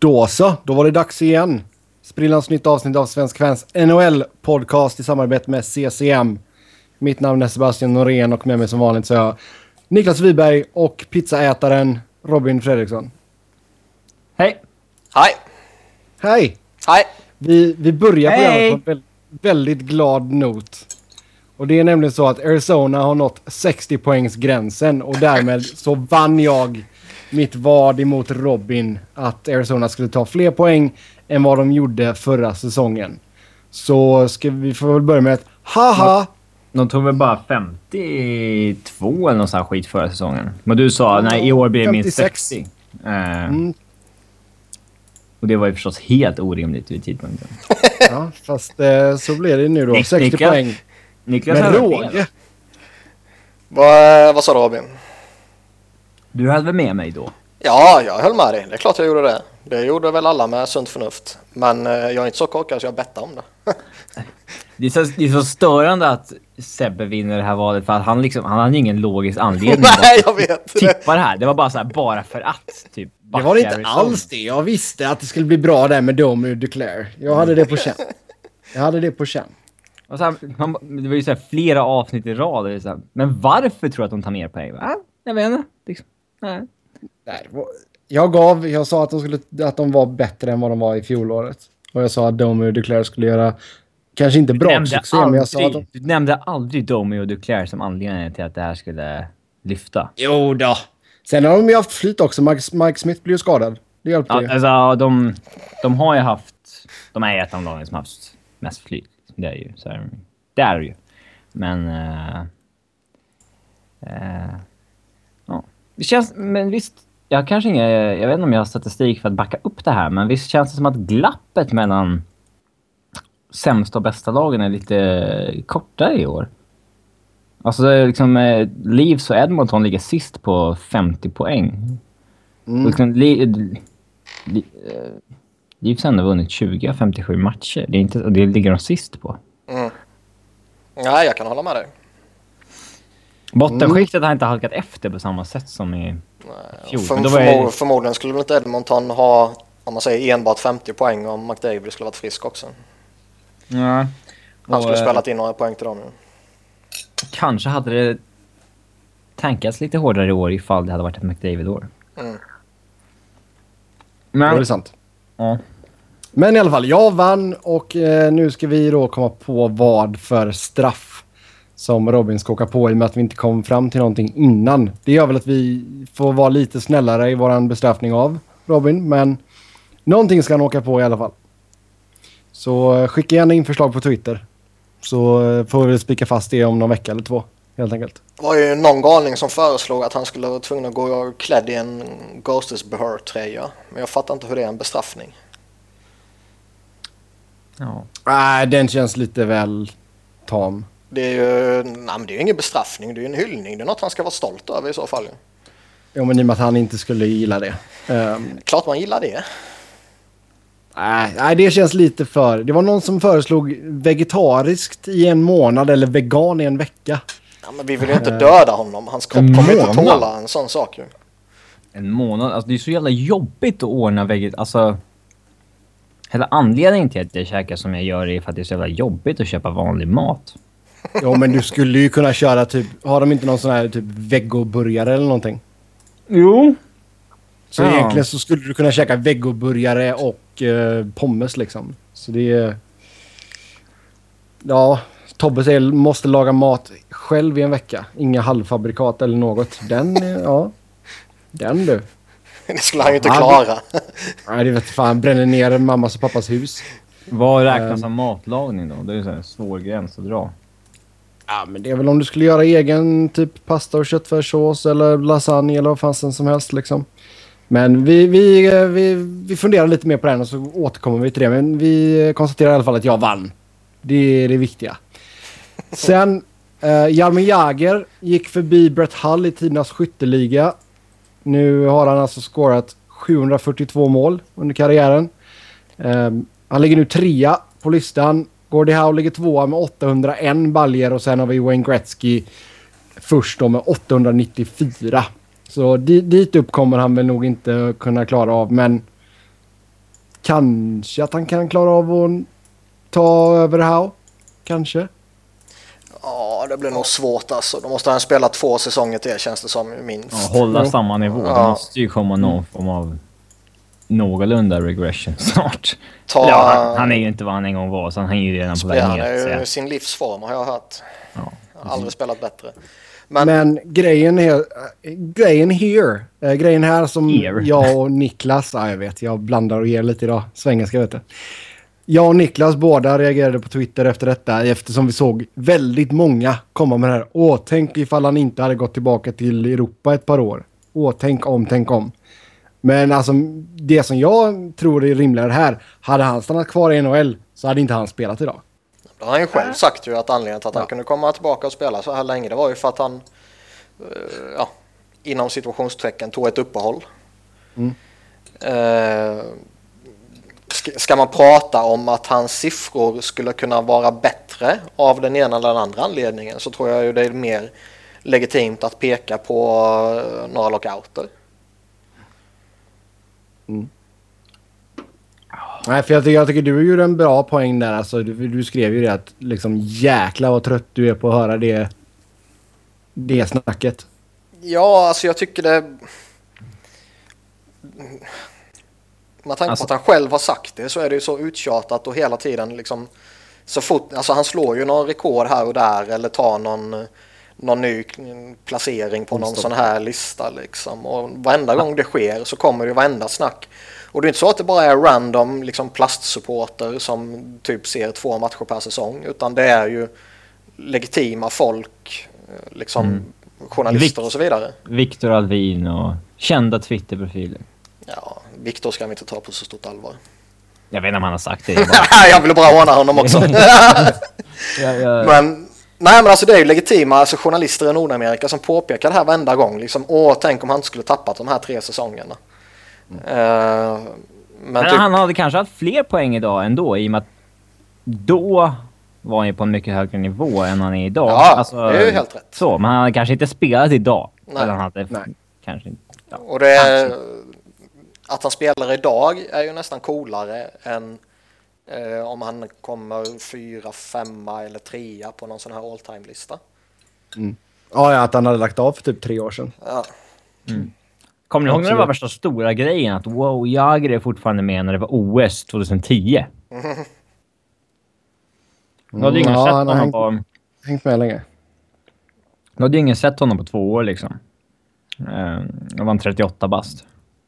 Då var det dags igen. Sprillans nytt avsnitt av Svensk Fans NHL-podcast i samarbete med CCM. Mitt namn är Sebastian Norén och med mig som vanligt så är jag Niklas Wiberg och pizzaätaren Robin Fredriksson. Hej! Hej! Hej! Hej! Vi börjar på en väldigt glad not. Och det är nämligen så att Arizona har nått 60-poängsgränsen och därmed så vann jag mitt vad emot Robin att Arizona skulle ta fler poäng än vad de gjorde förra säsongen. Så vi får väl börja med ett haha! De tog väl bara 52 eller någon sån här skit förra säsongen. Men du sa, nej, i år blir det minst 60. Och det var ju förstås helt orimligt vid tidpunkten. Ja, fast så blir det nu då. 60 poäng. Niklas med råge. Vad sa du, Robin? Du hade väl med mig då? Ja, jag höll med dig. Det är klart jag gjorde det. Det gjorde väl alla med sunt förnuft. Men jag är inte så korkad så jag bettar om det. Det är så störande att Sebbe vinner det här valet för att han hade ingen logisk anledning. Nej, jag vet. Tippa det här. Det var bara så här, bara för att typ. Det var inte alls det. Jag visste att det skulle bli bra där med Domi och Duclair. Jag hade det på känn. Och så här, det var ju så här flera avsnitt i rad. Så här, men varför tror du att de tar ner poäng? Jag vet inte. Liksom. Nej. Jag sa att de var bättre än vad de var i fjolåret. Och jag sa att Domi och Duclair skulle göra kanske inte bra succé, men jag sa att du nämnde aldrig Domi och Duclair som anledning till att det här skulle lyfta. Jo då. Sen har de ju haft flyt också. Mike Smith blev ju skadad. Det hjälpte ju. Alltså, de har ju haft... De är ett av lagen som har haft mest flyt. Det är ju så här, det är ju. Men... ja. Det känns... Men visst... Jag vet inte om jag har statistik för att backa upp det här. Men visst känns det som att glappet mellan sämsta och bästa lagen är lite kortare i år. Alltså det är liksom Leafs och Edmonton ligger sist på 50 poäng. Liksom, Leafs har ändå vunnit 20 av 57 matcher. Det ligger de sist på. Nej, jag kan hålla med dig. Bottenskiktet har inte halkat efter på samma sätt som i fjol. Förmodligen skulle väl inte Edmonton ha, om man säger enbart 50 poäng om McDavid skulle varit frisk också. Ja. Han skulle spelat in några poäng till dem. Kanske hade det tankats lite hårdare i år ifall det hade varit ett McDavid-år. Men, det är sant. Ja. Men i alla fall, jag vann och nu ska vi då komma på vad för straff som Robin ska åka på i och med att vi inte kom fram till någonting innan. Det gör väl att vi får vara lite snällare i våran bestraffning av Robin, men någonting ska han åka på i alla fall. Så skicka gärna in förslag på Twitter. Så får vi spika fast det om någon vecka eller två, helt enkelt. Det var ju någon galning som föreslog att han skulle vara tvungen att gå klädd i en Ghosters Behör-tröja. Men jag fattar inte hur det är en bestraffning. Ja. Nej, den känns lite väl tam. Det är ju ingen bestraffning, det är ju en hyllning. Det är något han ska vara stolt över i så fall. Jo, men i och med att han inte skulle gilla det. Klart man gillar det. Nej, det känns lite för... Det var någon som föreslog vegetariskt i en månad eller vegan i en vecka. Ja, men vi vill ju inte döda honom. Hans kropp kommer inte tåla en sån sak ju. En månad? Alltså det är så jävla jobbigt att ordna Alltså... Hela anledningen till att jag käkar som jag gör är för att det är så jävla jobbigt att köpa vanlig mat. Jo, men du skulle ju kunna köra typ... Har de inte någon sån här typ vegoburgare eller någonting? Jo. Så egentligen så skulle du kunna käka vegoburgare och pommes liksom. Så det är... Ja, Tobbe säger måste laga mat själv i en vecka. Inga halvfabrikat eller något. Den du. Det skulle han ju inte klara. Nej, det vet fan. Bränner ner mammas och pappas hus. Vad räknas som matlagning då? Det är ju en svår gräns att dra. Ja, men det är väl om du skulle göra egen typ pasta och köttfärssås eller lasagne eller vad fanns som helst liksom. Men vi funderar lite mer på den och så återkommer vi till det. Men vi konstaterar i alla fall att jag vann. Det är det viktiga. Sen, Jaromir Jagr gick förbi Brett Hull i tidernas skytteliga. Nu har han alltså scorat 742 mål under karriären. Han ligger nu 3 på listan. Gordie Howe ligger 2 med 801 baljer och sen har vi Wayne Gretzky först då med 894. Så dit upp kommer han väl nog inte kunna klara av, men kanske att han kan klara av att ta över Howe. Kanske. Ja, det blir nog svårt alltså. Då måste han spela 2 säsonger till, känns det som minst. Ja, hålla samma nivå. Det måste ju komma någon form av någorlunda regression snart. Han är ju inte vad han en gång var, så han är ju redan på väg ner. Han är ju sin livsform, har jag hört. Ja. Jag har aldrig spelat bättre. Men grejen här som jag och Niklas, jag vet, jag blandar och ger lite idag, svengelska vet du. Jag och Niklas båda reagerade på Twitter efter detta, eftersom vi såg väldigt många komma med det här. Tänk ifall han inte hade gått tillbaka till Europa ett par år. Tänk om. Men alltså, det som jag tror är rimligare här, hade han stannat kvar i NHL så hade inte han spelat idag. Det har han ju själv sagt ju, att anledningen till att han kunde komma tillbaka och spela så här länge, det var ju för att han inom situationstecken tog ett uppehåll. Ska man prata om att hans siffror skulle kunna vara bättre av den ena eller den andra anledningen, så tror jag ju det är mer legitimt att peka på några lockouter. Nej, för jag tycker du gjorde en bra poäng där. Alltså, du skrev ju det att liksom, jäkla vad trött du är på att höra det snacket. Ja, alltså jag tycker det... Man tänker på att han själv har sagt det, så är det ju så uttjatat och hela tiden liksom, så fort, alltså han slår ju någon rekord här och där eller tar någon ny placering på någon sån här lista liksom, och varenda gång det sker så kommer det varenda snack. Och det är inte så att det bara är random liksom plastsupporter som typ ser 2 matcher per säsong, utan det är ju legitima folk liksom, journalister och så vidare. Viktor Alvin och kända Twitterprofiler. Ja, Viktor ska vi inte ta på så stort allvar. Jag vet inte om han har sagt det. Jag ville bara håna honom också. Men alltså det är ju legitima alltså, journalister i Nordamerika som påpekar det här varenda gång. Liksom, tänk om han skulle tappat de här 3 säsongerna. Men typ... han hade kanske haft fler poäng idag ändå, i och med att då var han ju på en mycket högre nivå än han är idag. Ja, alltså, det är ju helt rätt. Så, men han hade kanske inte spelat idag. Nej. Eller han hade kanske inte. Ja. Och det är, att han spelar idag är ju nästan coolare än om han kommer 4, 5 eller 3 på någon sån här all-time-lista. Ja, att han hade lagt av för typ 3 år sedan. Ja. Kommer ni ihåg när det var värsta stora grejen? Att Jagr är fortfarande med när det var OS 2010. Du hade ju ingen sett honom på... Hängt med länge. Du hade ju ingen sett honom på 2 år liksom. Jag var en 38 bast.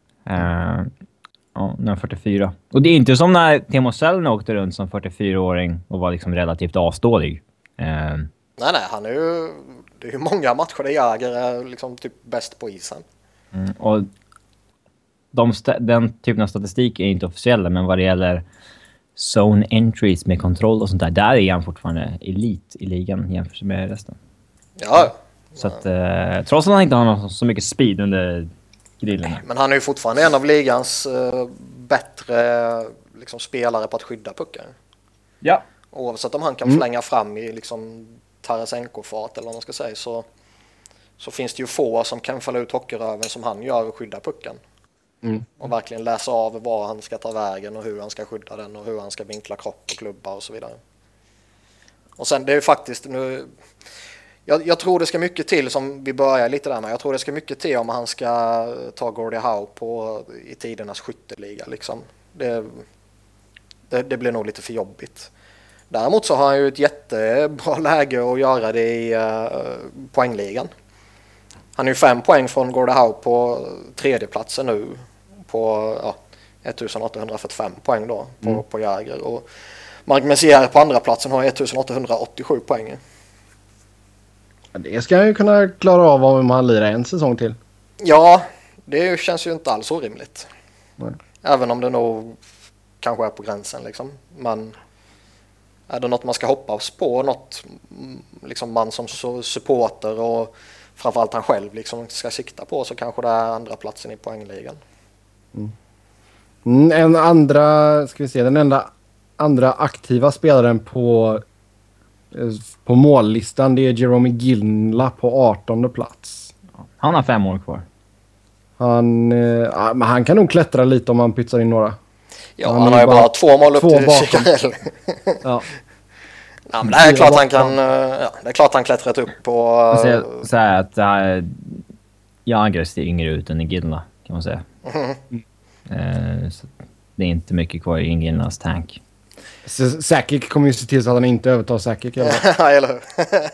Nu är 44. Och det är inte som när Timo Selner åkte runt som 44-åring och var liksom relativt avståelig. Nej, han är ju... Det är ju många matcher där Jagr är liksom typ bäst på isen. Och den typen av statistik är inte officiella, men vad det gäller zone entries med kontroll och sånt där är han fortfarande elit i ligan jämfört med resten. Ja. Så att trots att han inte har så mycket speed under grillen. Men han är ju fortfarande en av ligans bättre liksom, spelare på att skydda puckar. Ja. Oavsett om han kan flänga fram i liksom Tarasenko-fart eller vad man ska säga, så finns det ju få som kan falla ut hockeyröven som han gör och skydda pucken. Och verkligen läsa av var han ska ta vägen och hur han ska skydda den och hur han ska vinkla kropp och klubba och så vidare. Och sen det är ju faktiskt nu... Jag tror det ska mycket till, som vi börjar lite där med. Jag tror det ska mycket till om han ska ta Gordie Howe i tidernas skytteliga. Liksom. Det blir nog lite för jobbigt. Däremot så har han ju ett jättebra läge att göra det i poängligan. Han är ju 5 poäng från Gordie Howe på 3:e platsen nu på 1845 poäng då på Jagr. Och Mark Messier på andra platsen har 1887 poäng. Ja, det ska han ju kunna klara av om han lirar en säsong till. Ja, det känns ju inte alls orimligt. Nej. Även om det nog kanske är på gränsen liksom. Men är det något man ska hoppas på, något liksom man som supporter och framförallt han själv liksom ska sikta på, så kanske det är andra platsen i poängligan. Den enda andra aktiva spelaren på mållistan, det är Jerome Ginla på 18:e plats. Han har 5 år kvar. Men han kan nog klättra lite om han pytsar in några. Ja, han har ju bara 2 mål upp till Chicarelli. Ja. Ja, men det är klart han kan... Ja, det är klart han klättrat upp på... Så här att Jagr ser yngre ut än Iginla, kan man säga. Så det är inte mycket kvar i Iginlas tank. Sakic kommer ju se till så att han inte övertar Sakic. Ja, eller hur?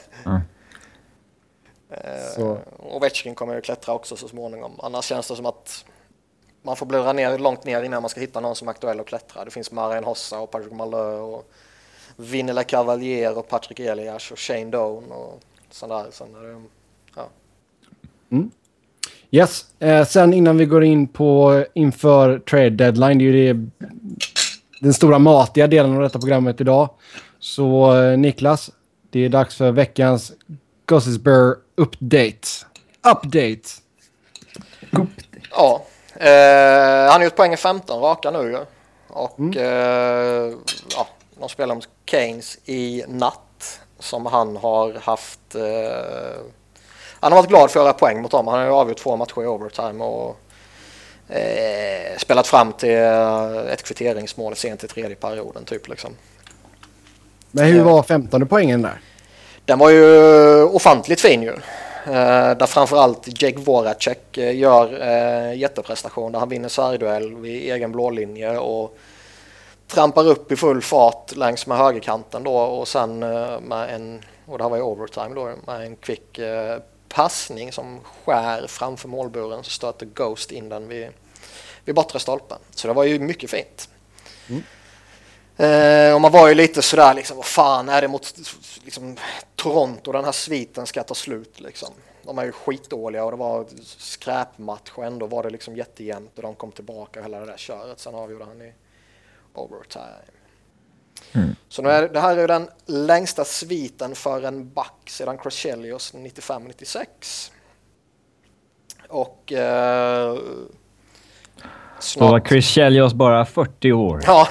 Så. Ovechkin kommer ju klättra också så småningom. Annars känns det som att man får blurra långt ner innan man ska hitta någon som är aktuell att klättra. Det finns Marian Hossa och Patrick Malheur och Vinela Cavalier och Patrick Elias och Shane Doan och sådär. Ja. Yes, sen innan vi går in på inför trade deadline, det är ju den stora matiga delen av detta programmet idag. Så Niklas, det är dags för veckans Gossesbear Update. Ja, han har gjort poäng i 15 raka nu. Och ja, de spelar mot Canes i natt som han har haft... han har varit glad för att göra poäng mot dem. Han har ju avgjort 2 matcher i overtime och spelat fram till ett kvitteringsmål sent i 3:e perioden typ liksom. Men hur var 15:e poängen där? Den var ju ofantligt fin ju. Där framförallt Jake Voracek gör jätteprestation där han vinner sargduell vid egen blålinje och trampar upp i full fart längs med högerkanten då och sen med och det här var i overtime då, med en kvick passning som skär framför målburen så stöter Ghost in den vid bortre stolpen. Så det var ju mycket fint. Och man var ju lite sådär liksom, vad fan är det mot liksom, Toronto, den här sviten ska ta slut liksom. De är ju skitdåliga och det var skräpmatch och ändå var det liksom jättejämnt och de kom tillbaka och hela det där köret. Sen avgjorde han i overtime. Så det här är ju den längsta sviten för en back sedan Crochellios 95-96. Och snart... Då var Crochellios bara 40 år. Ja.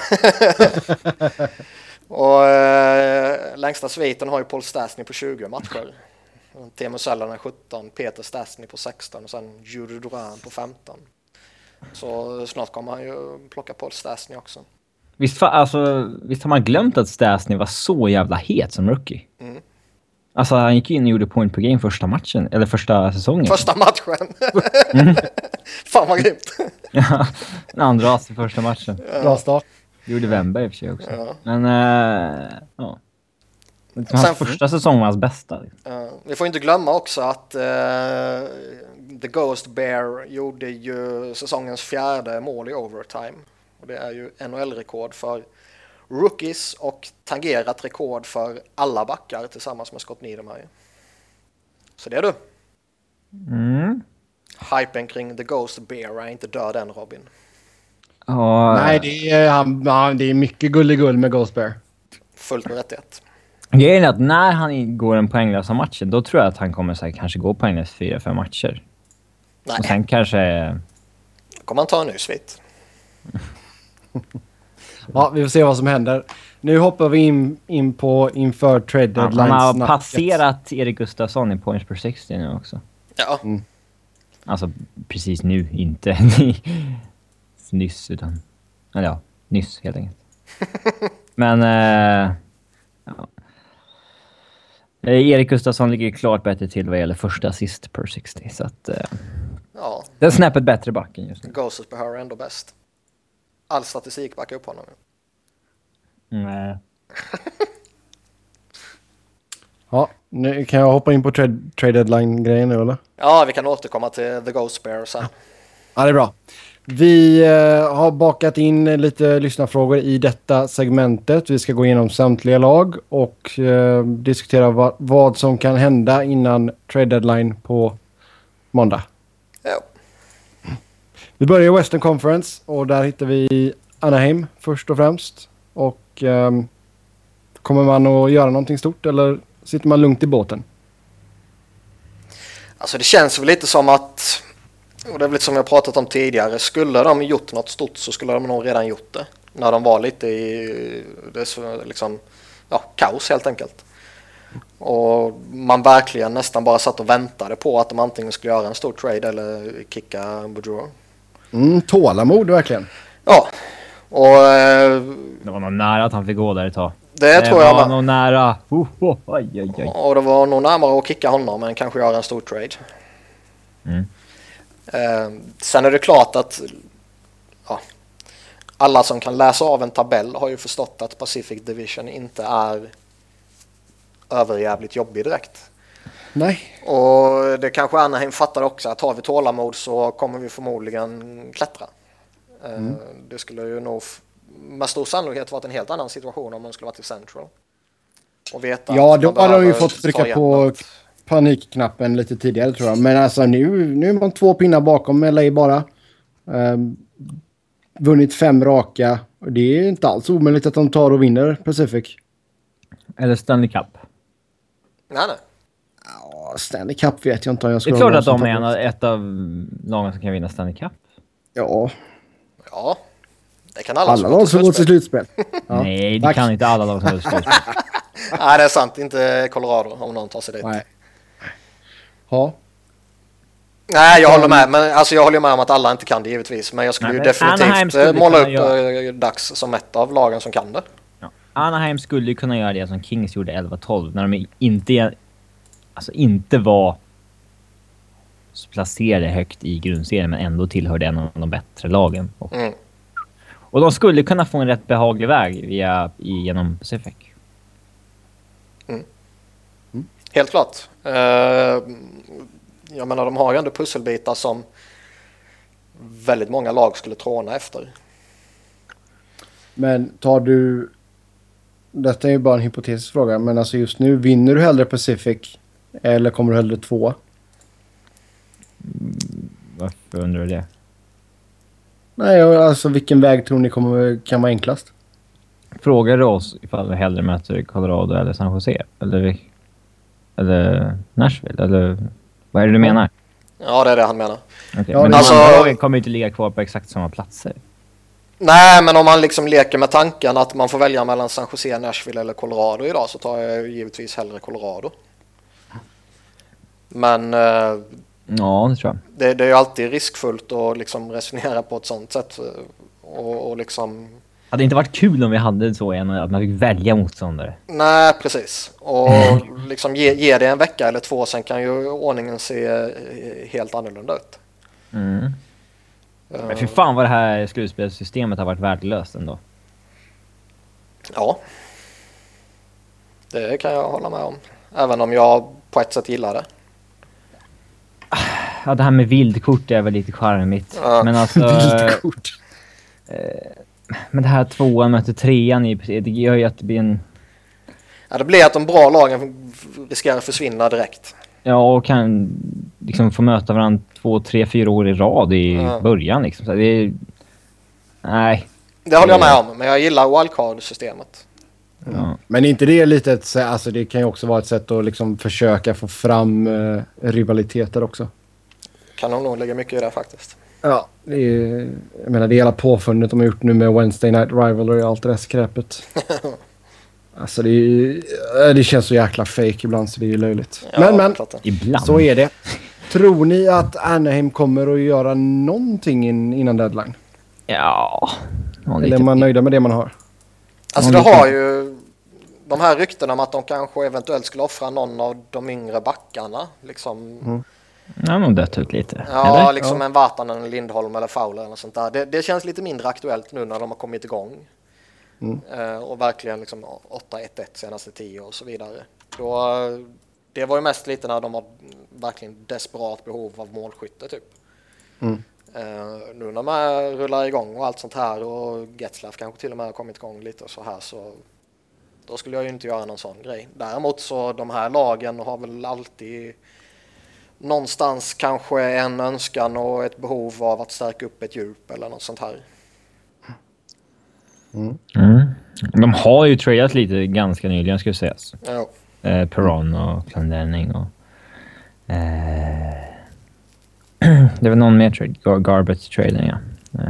Och längsta sviten har ju Paul Stastny på 20 matcher. Teemu Selänne 17, Peter Stastny på 16 och sen Judy Duran på 15. Så snart kommer han ju plocka Paul Stastny också. Visst har man glömt att Stastny var så jävla het som rookie. Alltså han gick in och gjorde point per game första matchen, eller första säsongen. Första matchen. Fan vad grymt. Ja, den andra i första matchen. Bra start. Gjorde Wember i och för sig också. Ja. Men ja. Hans första säsong var hans bästa. Vi får inte glömma också att The Ghost Bear gjorde ju säsongens 4:e mål i overtime. Och det är ju NHL-rekord för rookies och tangerat rekord för alla backar tillsammans med Scott Niedermayer. Så det är du. Hypen kring The Ghost Bear är inte död än, Robin. Nej, det är mycket gull med Ghost Bear. Fullt med rättighet. Grejen är att när han går en poänglösa matchen, då tror jag att han kommer så kanske gå poänglös 4-5 matcher. Nej. Och sen kanske... kommer han ta en ny svit. Ja, vi får se vad som händer. Nu hoppar vi in på inför trade deadline. Han har passerat Erik Gustafsson i points per 60 nu också. Ja. Alltså precis nu, inte nyss utan... Eller ja, nyss helt enkelt. Men... ja. Erik Gustafsson ligger klart bättre till vad gäller första assist per 60. Så att... ja. Det är snäppet bättre backen just nu. Ghosts behöver ändå bäst. All statistik backar upp honom. Nej. Ja, nu kan jag hoppa in på trade deadline-grejen nu, eller? Ja, vi kan återkomma till The Ghost Bear sen. Ja, det är bra. Vi har bakat in lite lyssnarfrågor i detta segmentet. Vi ska gå igenom samtliga lag och diskutera vad som kan hända innan trade deadline på måndag. Ja. Vi börjar i Western Conference och där hittar vi Anaheim först och främst. Och kommer man att göra någonting stort eller sitter man lugnt i båten? Alltså det känns väl lite som att, och det är väl lite som jag pratat om tidigare, skulle de gjort något stort så skulle de nog redan gjort det. När de var lite i liksom, kaos helt enkelt. Och man verkligen nästan bara satt och väntade på att de antingen skulle göra en stor trade eller kicka Boudreau. Tålamod verkligen. Ja, Och det var nog nära att han fick gå där ett tag. det tror jag var nog nära. Oj. Och det var nog närmare att kicka honom än kanske göra en stor trade. Sen är det klart att alla som kan läsa av en tabell har ju förstått att Pacific Division inte är överjävligt jobbig direkt. Nej. Och det kanske Anaheim fattar också, att har vi tålamod så kommer vi förmodligen klättra. Det skulle ju nog med stor sannolikhet varit en helt annan situation om man skulle varit i Central. Och veta då hade de ju fått trycka på panikknappen lite tidigare tror jag. Men alltså nu är man 2 pinnar bakom LA bara. Vunnit 5 raka. Och det är inte alls omöjligt att de tar och vinner Pacific. Eller Stanley Cup. Nej. Ja, Stanley Cup vet jag inte om jag Det skulle är klart att de är ett av lagen som kan vinna Stanley Cup. Ja. Det kan alla lag som går till slutspel. Ja. Nej, det kan inte alla lag som går till slutspel. Nej, det är sant. Inte Colorado om någon tar sig dit. Nej. Ja. Nej, jag håller med. Men alltså, jag håller med om att alla inte kan det givetvis. Men jag skulle ju definitivt måla upp Ducks som ett av lagen som kan det. Ja. Anaheim skulle kunna göra det som Kings gjorde 11-12. När de inte var placerade högt i grundserien men ändå tillhörde en av de bättre lagen. Och de skulle kunna få en rätt behaglig väg genom Pacific. Helt klart. Jag menar, de har ju ändå pusselbitar som väldigt många lag skulle tråna efter. Men tar du... Detta är ju bara en hypotetisk fråga, men alltså just nu, vinner du hellre Pacific eller kommer du hellre 2? Varför undrar du det? Nej, alltså vilken väg tror ni kan vara enklast? Frågar du oss ifall vi hellre möter Colorado eller San Jose? Eller Nashville? Eller vad är det du menar? Ja, det är det han menar. Okay, Ja, men alltså, lagen kommer inte ligga kvar på exakt samma platser. Nej, men om man liksom leker med tanken att man får välja mellan San Jose, Nashville eller Colorado idag, så tar jag givetvis hellre Colorado. Men ja, det tror jag. Det är ju alltid riskfullt att liksom resonera på ett sånt sätt. Och liksom... Hade det inte varit kul om vi hade så igen att man fick välja motståndare? Nej, precis. Och liksom ge det en vecka eller 2, sen kan ju ordningen se helt annorlunda ut. Men för fan vad det här slutspelssystemet har varit värdelöst ändå. Ja. Det kan jag hålla med om. Även om jag på ett sätt gillar det. Ja, det här med vildkort är väl lite charmigt. Ja. Men alltså... Vildkort. Men det här 2:an möter 3:an det gör ju att det blir en... Ja, det blir att de bra lagen riskerar att försvinna direkt. Ja, och kan liksom få möta varandra 2, 3, 4 år i rad i början liksom. Så det är... Nej. Det håller jag med om, men jag gillar wildcard-systemet. Ja. Men inte det lite ett, alltså det kan ju också vara ett sätt att liksom försöka få fram rivaliteter också. Kan nog lägga mycket i det faktiskt. Ja, det är, jag menar det hela påfundet de har gjort nu med Wednesday Night Rivalry och allt det där skräpet. Alltså det känns så jäkla fake ibland så det är löjligt. Ja, men ibland. Så är det. Tror ni att Anaheim kommer att göra någonting innan deadline? Ja. Eller är man nöjda med det man har? Alltså det har ju de här ryktena om att de kanske eventuellt skulle offra någon av de yngre backarna liksom. Ja, nog dött ut lite. Ja, eller? liksom en Vatanen, Lindholm eller Fowler eller sånt där. Det känns lite mindre aktuellt nu när de har kommit igång. Och verkligen liksom 8-1-1 senaste 10 och så vidare. Det var ju mest lite när de har verkligen desperat behov av målskytte typ. Nu när man rullar igång och allt sånt här och Getzlaff kanske till och med har kommit igång lite och så här, så då skulle jag ju inte göra någon sån grej. Däremot så de här lagen har väl alltid någonstans kanske en önskan och ett behov av att stärka upp ett djup eller något sånt här. De har ju tradat lite ganska nyligen ska jag säga. Ja. Perron och Clendenning och det var någon mer trade, Garbett-traden, ja.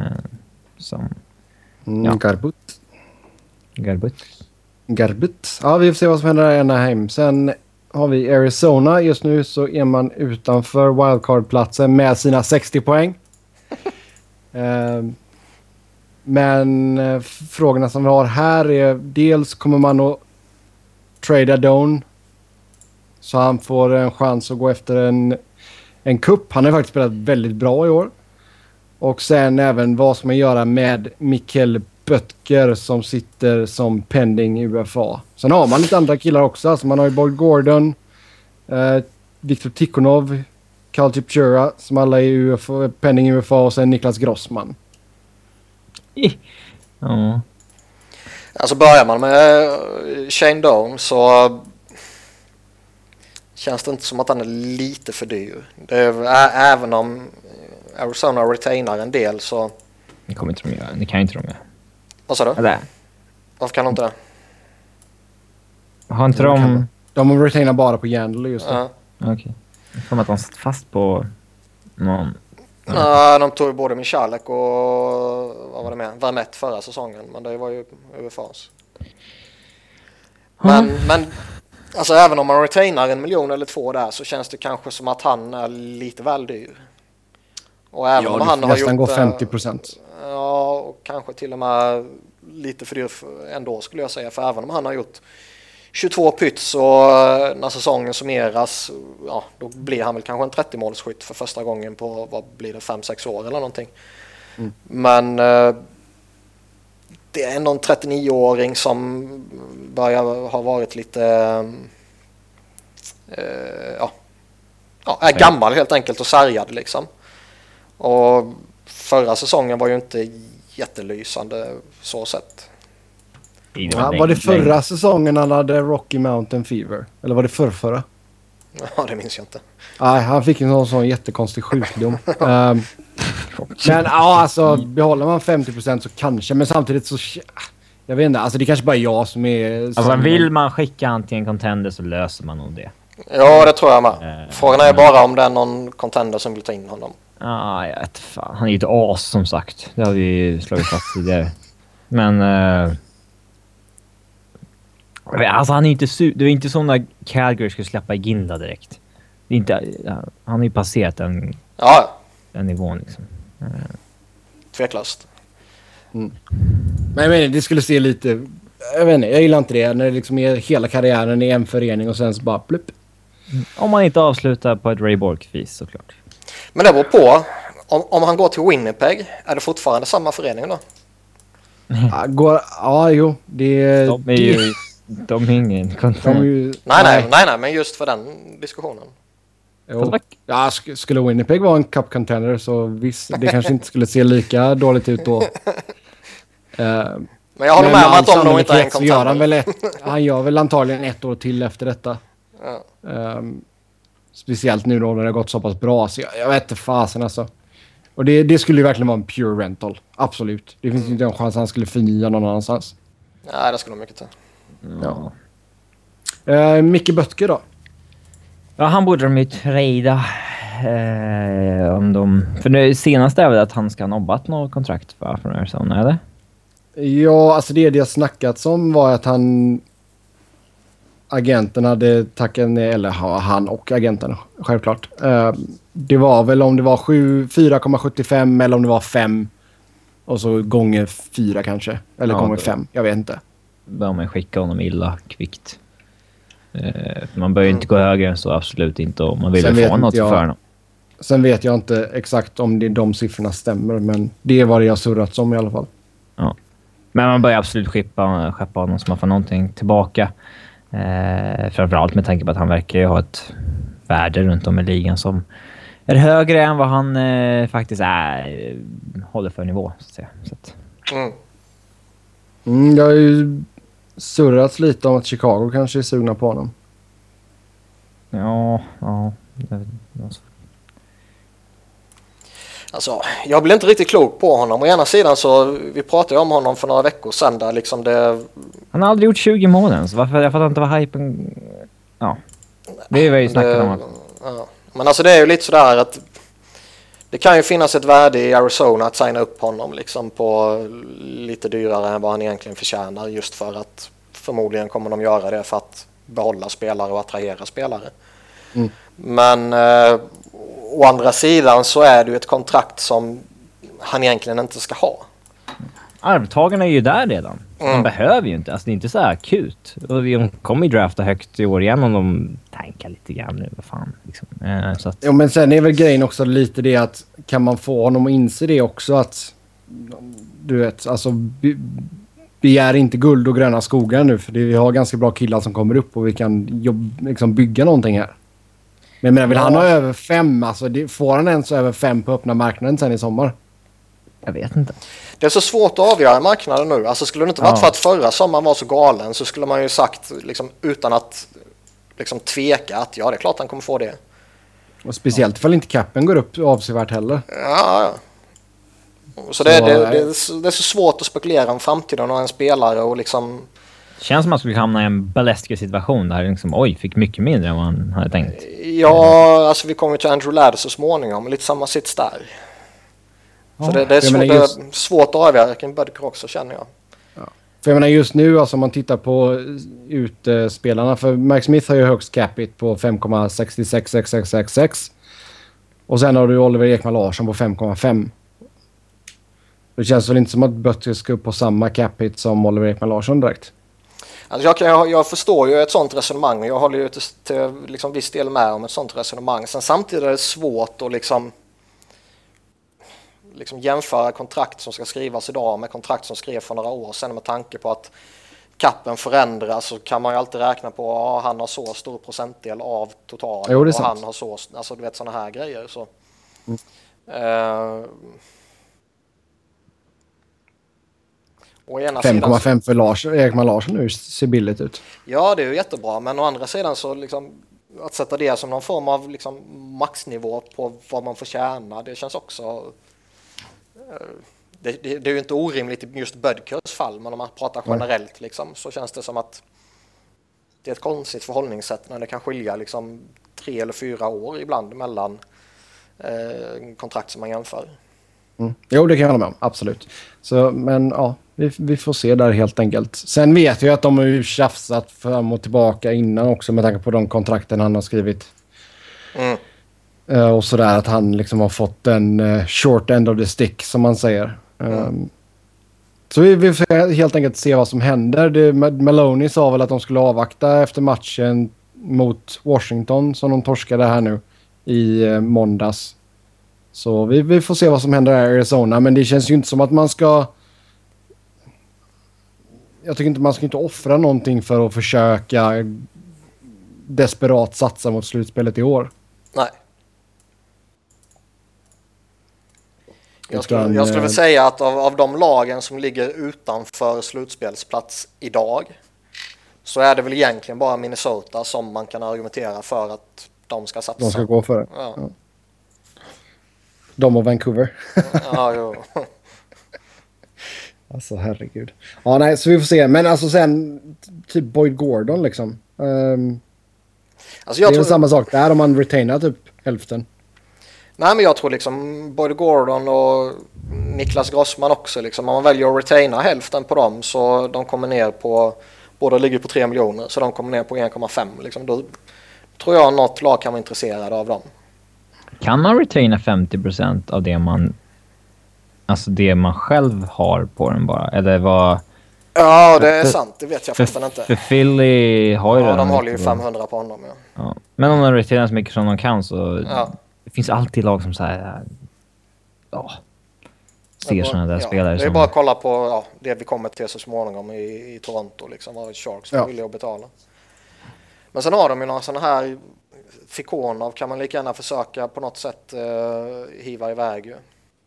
Garbett. Ja, vi får se vad som händer i Anaheim. Sen har vi Arizona. Just nu så är man utanför wildcard-platsen med sina 60 poäng. Men frågorna som vi har här är dels kommer man att trada Doan så han får en chans att gå efter en kupp. Han har faktiskt spelat väldigt bra i år. Och sen även vad ska man göra med Mikkel Böttger som sitter som pending i UFA. Sen har man lite andra killar också. Alltså man har ju Boyd Gordon, Viktor Tikhonov, Karl Chipchura som alla är UFA, pending i UFA och sen Niklas Grossman. Ja. Alltså börjar man med Shane Doan så känns det inte som att han är lite för dyr. Det är, även om Arizona retainar en del så... Det kommer inte de göra. Det kan inte de göra. Vad sa du? Eller? Varför kan de inte det? Har inte de... De retainar bara på Yandle just nu. Ja. Okej. Jag får att de satt fast på någon... Ja, de tog ju både Michalek och vad var det med? Vermette förra säsongen, men det var ju UFAs. Men alltså även om man retainar 1 miljon eller 2 där så känns det kanske som att han är lite väl dyr. Och även om han har gjort... gå 50%. Ja, och kanske till och med lite för dyr ändå skulle jag säga. För även om han har gjort 22 pyts och när säsongen summeras, ja, då blir han väl kanske en 30-målsskytt för första gången på, vad blir det, 5-6 år eller någonting. Mm. Men det är ändå en 39-åring som börjar ha varit lite är gammal helt enkelt och sargad liksom. Och förra säsongen var ju inte jättelysande så sett. Var det förra säsongen han hade Rocky Mountain Fever? Eller var det förrförra? Ja, det minns jag inte. Nej, han fick en sån jättekonstig sjukdom. Men ja, alltså behåller man 50% så kanske. Men samtidigt så... Jag vet inte, alltså det kanske bara är jag som är... Alltså vill man skicka han till en contender så löser man nog det. Ja, det tror jag med. Frågan är bara om det är någon contender som vill ta in honom. Ja, jag vet fan. Han är ju ett as som sagt. Det har vi ju slagit fast tidigare. Men... alltså han är inte det är inte som när Calgary skulle släppa Ginla direkt. Det är inte, han har ju passerat den nivån liksom. Tveklöst. Mm. Men jag menar, det skulle se lite... Jag vet inte, jag gillar inte det när det liksom är hela karriären i en förening och sen så bara plupp. Om man inte avslutar på ett Ray Bork-vis såklart. Men det beror på. Om han går till Winnipeg, är det fortfarande samma förening då? Jo. De är ingen kontroll. Nej, men just för den diskussionen. Jo. Ja, skulle Winnipeg vara en cup contender så visst, det kanske inte skulle se lika dåligt ut då. Men jag håller med om att de nog inte är en contender. Han gör väl antagligen 1 år till efter detta. Ja. Speciellt nu då när det har gått så pass bra. Så jag vet inte fasen alltså. Och det skulle ju verkligen vara en pure rental. Absolut. Det finns inte en chans att han skulle förnya någon annanstans. Nej, det skulle nog mycket till. Ja. Micke Böttger då? Ja, han borde de ju trada om de... För det senaste är väl att han ska ha nobbat något kontrakt från Arizona, eller? Ja, alltså det har snackats om var att agenten hade tackat ner, eller han och agenten självklart. Det var väl om det var 4,75 eller om det var 5 och så gånger 4 kanske. Eller gånger 5, jag vet inte. Bör man skicka honom illa kvickt. Man bör ju inte gå högre än så, absolut inte. Och man vill väl få något för honom. Sen vet jag inte exakt om de siffrorna stämmer, men det är vad det har surrats om i alla fall. Ja. Men man bör absolut skeppa honom så man får någonting tillbaka. Framförallt med tanke på att han verkar ha ett värde runt om i ligan som är högre än vad han faktiskt håller för nivå. Så att säga. Så att. Jag har ju surrats lite om att Chicago kanske är sugna på honom. Ja. Alltså, jag blir inte riktigt klok på honom. Å ena sidan så, vi pratade om honom för några veckor sedan där liksom det... Han har aldrig gjort 20 mål ens. Varför? Jag fattar inte vad hypen... Ja. Det är ju snackat om. Ja. Men alltså det är ju lite sådär att det kan ju finnas ett värde i Arizona att signa upp honom liksom på lite dyrare än vad han egentligen förtjänar, just för att förmodligen kommer de göra det för att behålla spelare och attrahera spelare. Men å andra sidan så är det ju ett kontrakt som han egentligen inte ska ha. arvtagarna är ju där redan. De behöver ju inte. Alltså det är inte så här akut. Och de kommer ju drafta högt i år igen om de tankar lite grann nu. Vad fan. Liksom. Så att... Jo, men sen är väl grejen också lite det att kan man få honom att inse det också att du vet, alltså begär inte guld och gröna skogar nu för vi har ganska bra killar som kommer upp och vi kan liksom bygga någonting här. Men vill han ha över 5, alltså får han ens över 5 på öppna marknaden sen i sommar? Jag vet inte. Det är så svårt att avgöra marknaden nu. Alltså skulle det inte varit för att förra sommaren var så galen så skulle man ju sagt liksom, utan att liksom, tveka att ja, det är klart han kommer få det. Och speciellt ifall inte kappen går upp avsevärt heller. Ja. Så det är så svårt att spekulera om framtiden av en spelare och liksom... Känns som att man skulle hamna i en balestisk situation där liksom, fick mycket mindre än vad han hade tänkt. Ja, alltså vi kommer till Andrew Ladd så småningom, lite samma sits där. Så det är svårt att avgöra kring Bödker också, känner jag. Ja. För jag menar just nu, alltså om man tittar på utspelarna, för Mike Smith har ju högst capita på 5,666666. Och sen har du Oliver Ekman Larsson på 5,5. Det känns väl inte som att Bödker ska upp på samma capita som Oliver Ekman Larsson direkt. Alltså jag förstår ju ett sånt resonemang och jag håller ju till liksom viss del med om ett sånt resonemang. Sen samtidigt är det svårt att liksom jämföra kontrakt som ska skrivas idag med kontrakt som skrevs för några år sedan med tanke på att kappen förändras så kan man ju alltid räkna på han har så stor procentdel av totalen och han har så, alltså du vet sådana här grejer så. 5,5 för Ekman Larsson nu ser billigt ut. Ja, det är ju jättebra, men å andra sidan så liksom att sätta det som någon form av liksom maxnivå på vad man får tjäna, det känns också det är ju inte orimligt i just Bödkers fall, men om man pratar generellt liksom, så känns det som att det är ett konstigt förhållningssätt när det kan skilja liksom 3 eller 4 år ibland mellan kontrakt som man jämför. Jo, det kan jag hålla med om, absolut. Så, men ja, vi får se där helt enkelt. Sen vet jag att de har ju tjafsat fram och tillbaka innan också med tanke på de kontrakten han har skrivit. Och sådär att han liksom har fått en short end of the stick som man säger. Så vi får helt enkelt se vad som händer. Maloney sa väl att de skulle avvakta efter matchen mot Washington som de torskade här nu i måndags. Så vi får se vad som händer här i Arizona. Men det känns ju inte som att man ska... Jag tycker inte man ska inte offra någonting för att försöka desperat satsa mot slutspelet i år. Nej. Jag skulle väl säga att av de lagen som ligger utanför slutspelsplats idag så är det väl egentligen bara Minnesota som man kan argumentera för att de ska satsa. De ska gå för det. Ja. De och Vancouver. Ja, jo. Alltså herregud. Ja, nej, så vi får se. Men alltså sen typ Boyd Gordon liksom. Alltså det är samma sak där om man retainar typ hälften. Nej, men jag tror liksom Boyd Gordon och Niklas Grossman också liksom. Om man väljer att retaina hälften på dem så de kommer ner på, båda ligger på 3 miljoner så de kommer ner på 1,5 liksom. Då tror jag något lag kan vara intresserad av dem. Kan man retaina 50% av det man, alltså det man själv har på den bara? Eller vad? Ja, det är sant. Det vet jag förresten inte. För Philly har ju de håller ju 500 på honom. Ja. Men om de retainar så mycket som de kan så det finns alltid lag som så här ser sådana där spelare. Det är bara att kolla på det vi kommer till så småningom i Toronto liksom, vad Sharks vill att betala. Men sen har de ju några sådana här Fikonov kan man lika gärna försöka på något sätt hiva iväg ju.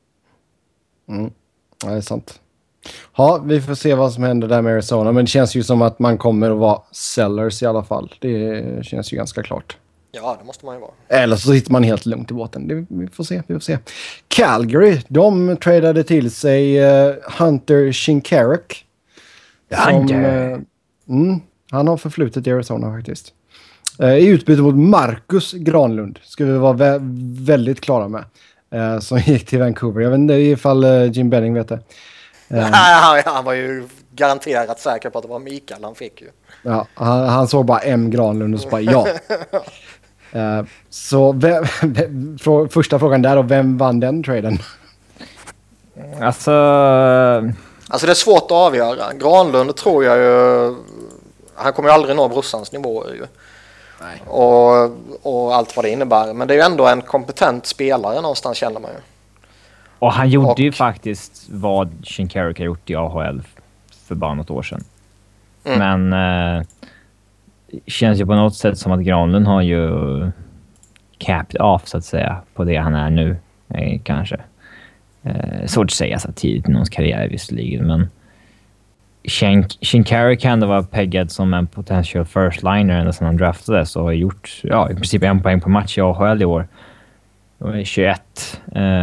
Ja, det är sant. Ja, vi får se vad som händer där med Arizona. Men det känns ju som att man kommer att vara sellers i alla fall. Det känns ju ganska klart. Ja, det måste man ju vara. Eller så sitter man helt lugnt i båten. Vi får se. Calgary, de tradade till sig Hunter Shinkaruk. Han har förflutet i Arizona faktiskt. I utbyte mot Marcus Granlund ska vi vara väldigt klara med. Som gick till Vancouver. Jag vet inte ifall Jim Benning vet det. Han var ju garanterat säker på att det var Mikael han fick ju. Ja, han såg bara M. Granlund och så bara ja. Så första frågan där och vem vann den traden? Alltså Alltså det är svårt att avgöra. Granlund tror jag ju... Han kommer ju aldrig nå brorsans nivåer ju. Nej. Och allt vad det innebär. Men det är ju ändå en kompetent spelare någonstans, känner man ju. Och han gjorde ju faktiskt vad Shinkarik har gjort i AHL för bara något år sedan. Men känns ju på något sätt som att Granlund har ju capped off, så att säga, på det han är nu. Kanske. Svårt att säga så tidigt i någons karriär visserligen, men Shinkarik kan ändå vara peggad som en potential first liner ända sedan han draftades och har gjort i princip 1 poäng per match i AHL i år. Och är 21.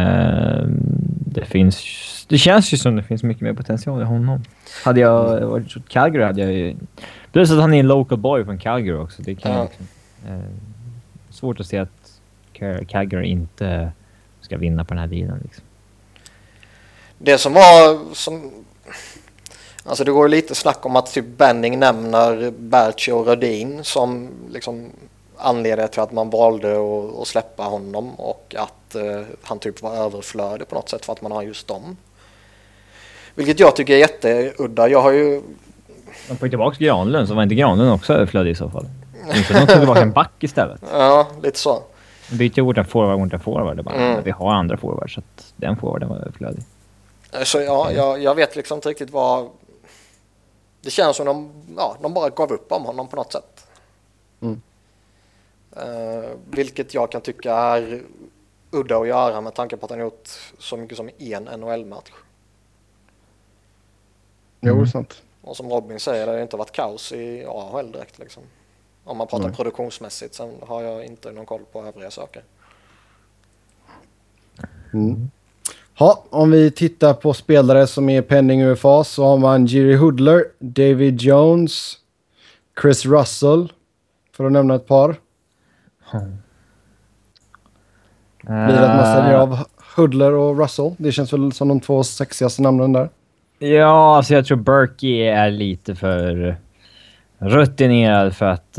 Det känns ju som det finns mycket mer potential i honom. Hade jag varit Calgary hade jag ju... Plus att han är en local boy från Calgary också. Det kan liksom, svårt att se att Calgary inte ska vinna på den här dealen liksom. Det som var... Alltså det går lite snack om att typ Benning nämner Berchi och Rödin som liksom anledningen till att man valde att släppa honom, och att han typ var överflödig på något sätt för att man har just dem. Vilket jag tycker är jätteudda. Jag har ju... Man får ju tillbaka Granlund, så var inte Granlund också överflödig i så fall? Inte de tog tillbaka en back istället. Ja, lite så. Byter ju orten forward. Det bara, vi har andra forward, så att den forwarden var överflödig. Så jag vet liksom inte riktigt vad... Det känns som de bara gav upp om honom på något sätt. Vilket jag kan tycka är udda att göra med tanke på att han gjort så mycket som en NHL-match. Jo, sant. Och som Robin säger, det har inte varit kaos i AHL direkt liksom. Om man pratar produktionsmässigt, sen har jag inte någon koll på övriga saker. Ja, om vi tittar på spelare som är penning UFA så har man Jiri Hudler, David Jones, Chris Russell, för att nämna ett par. Blir det att man säljer av Hudler och Russell? Det känns väl som de 2 sexigaste namnen där. Ja, alltså jag tror Berkey är lite för rutinerad för att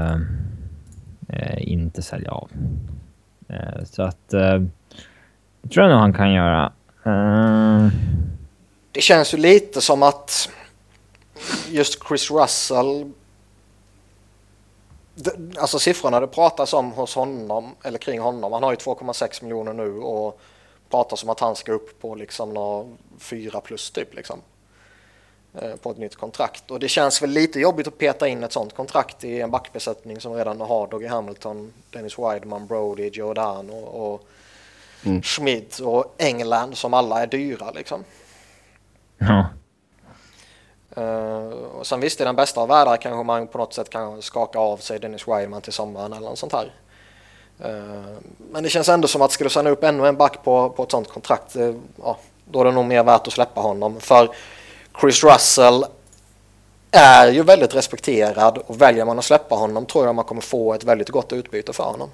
inte sälja av. Så att det tror jag nog han kan göra. Det känns ju lite som att just Chris Russell, alltså siffrorna det pratas om hos honom eller kring honom, han har ju 2,6 miljoner nu och pratar som att han ska upp på liksom 4 plus typ liksom på ett nytt kontrakt, och det känns väl lite jobbigt att peta in ett sånt kontrakt i en backbesättning som redan har Dougie Hamilton, Dennis Wideman, Brody, Giordano och Schmidt och England som alla är dyra liksom. Ja. Och sen visst, i den bästa av världar kanske man på något sätt kan skaka av sig Dennis Wideman till sommaren eller något sånt här. Men det känns ändå som att skulle signa upp ännu en back på ett sånt kontrakt, då är det nog mer värt att släppa honom. För Chris Russell är ju väldigt respekterad, och väljer man att släppa honom tror jag man kommer få ett väldigt gott utbyte för honom.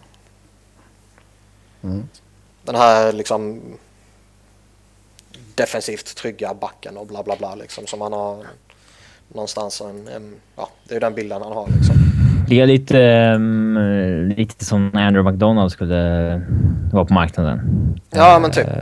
Den här liksom defensivt trygga backen och bla bla bla liksom, som han har någonstans det är ju den bilden han har liksom. Det är lite som när Andrew McDonald skulle vara på marknaden. Ja, men typ.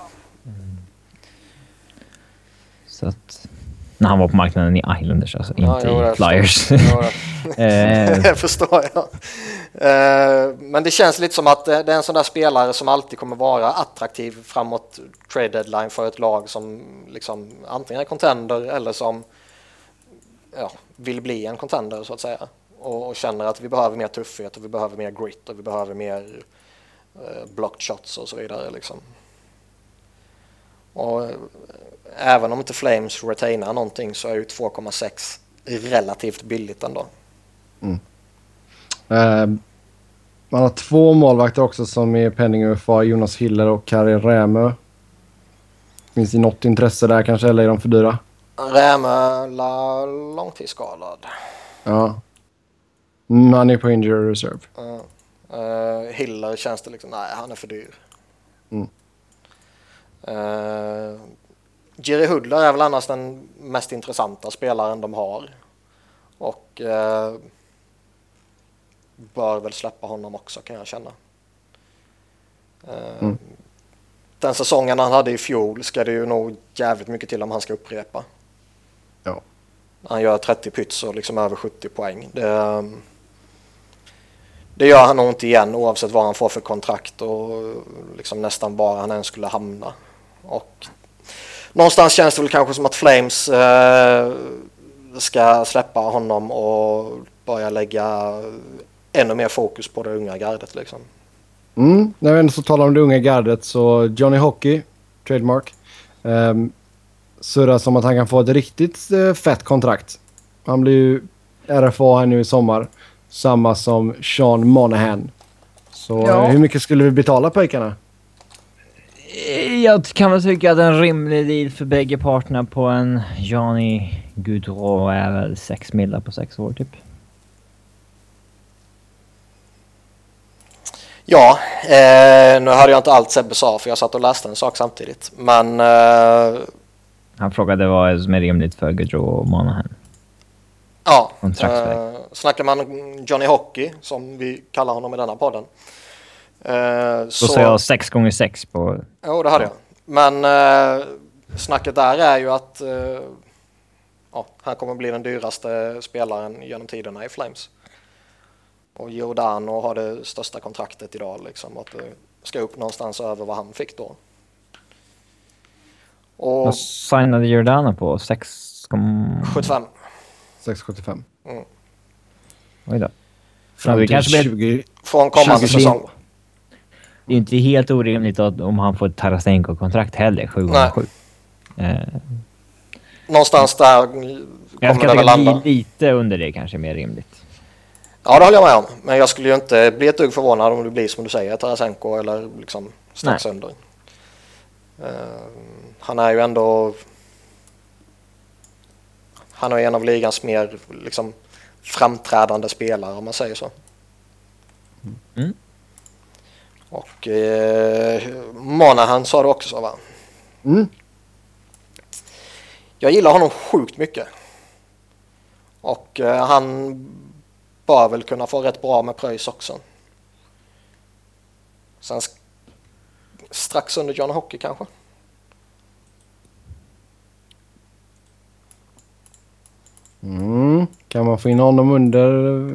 Så att när han var på marknaden i Islanders, alltså inte i Flyers. Det förstår jag. Men det känns lite som att det är en sån där spelare som alltid kommer vara attraktiv framåt trade deadline för ett lag som liksom antingen är contender eller som vill bli en contender så att säga, och känner att vi behöver mer tuffhet och vi behöver mer grit och vi behöver mer blocked shots och så vidare liksom. Och även om inte Flames retainar någonting så är ju 2,6 relativt billigt ändå. Man har 2 målvakter också som är penning UFA, Jonas Hiller och Kari Rämö. Finns det något intresse där kanske, eller är de för dyra? Rämö långtidsskadad. Ja. Han är på injury reserve. Hiller känns det liksom, nej, han är för dyr. Jiri Hudler är väl annars den mest intressanta spelaren de har, och bör väl släppa honom också, kan jag känna. den säsongen han hade i fjol ska det ju nog jävligt mycket till om han ska upprepa. Ja. Han gör 30 pyts och liksom över 70 poäng. Det gör han nog inte igen oavsett vad han får för kontrakt och liksom nästan var han än skulle hamna. Och någonstans känns det väl kanske som att Flames ska släppa honom och börja lägga ännu mer fokus på det unga gardet liksom. När vi ändå så talar om det unga gardet så Johnny Hockey, trademark, surras som att han kan få ett riktigt fett kontrakt. Han blir ju RFA här nu i sommar. Samma som Sean Monahan. Så hur mycket skulle vi betala pojkarna? Jag kan väl tycka att en rimlig deal för bägge parterna på en Johnny Gaudreau är väl 6 millar på 6 år typ. Ja, nu hörde jag inte allt Sebbe sa för jag satt och läste en sak samtidigt. Men... Han frågade vad som är rimligt för Gaudreau och Monahan. Ja, Kontraktsväg. snackar man Johnny Hockey, som vi kallar honom i denna podden. Då sa jag 6 gånger 6 på... Jo, det hade jag. Men snacket där är ju att han kommer bli den dyraste spelaren genom tiderna i Flames. Och Giordano har det största kontraktet idag. Liksom, att det ska upp någonstans över vad han fick då. Och vad signade Giordano på? 6,75? 6,75. Oj då. Fram det till kanske 20... Från kommande säsong. Det är inte helt orimligt att om han får ett Tarasenko-kontrakt heller, 7,7. Någonstans där Jag kommer det väl landa. Lite under det kanske mer rimligt. Ja, det håller jag med om. Men jag skulle ju inte bli ett dugg förvånad om det blir som du säger, Tarasenko eller liksom strax under. Han är ju ändå... Han är en av ligans mer liksom framträdande spelare om man säger så. Och Monahan sa det också va? Jag gillar honom sjukt mycket. Och han bör väl kunna få rätt bra med pröjs också. Sen strax under John Hockey kanske. Kan man få in honom under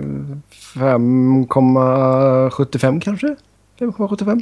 5,75 kanske? 5,75?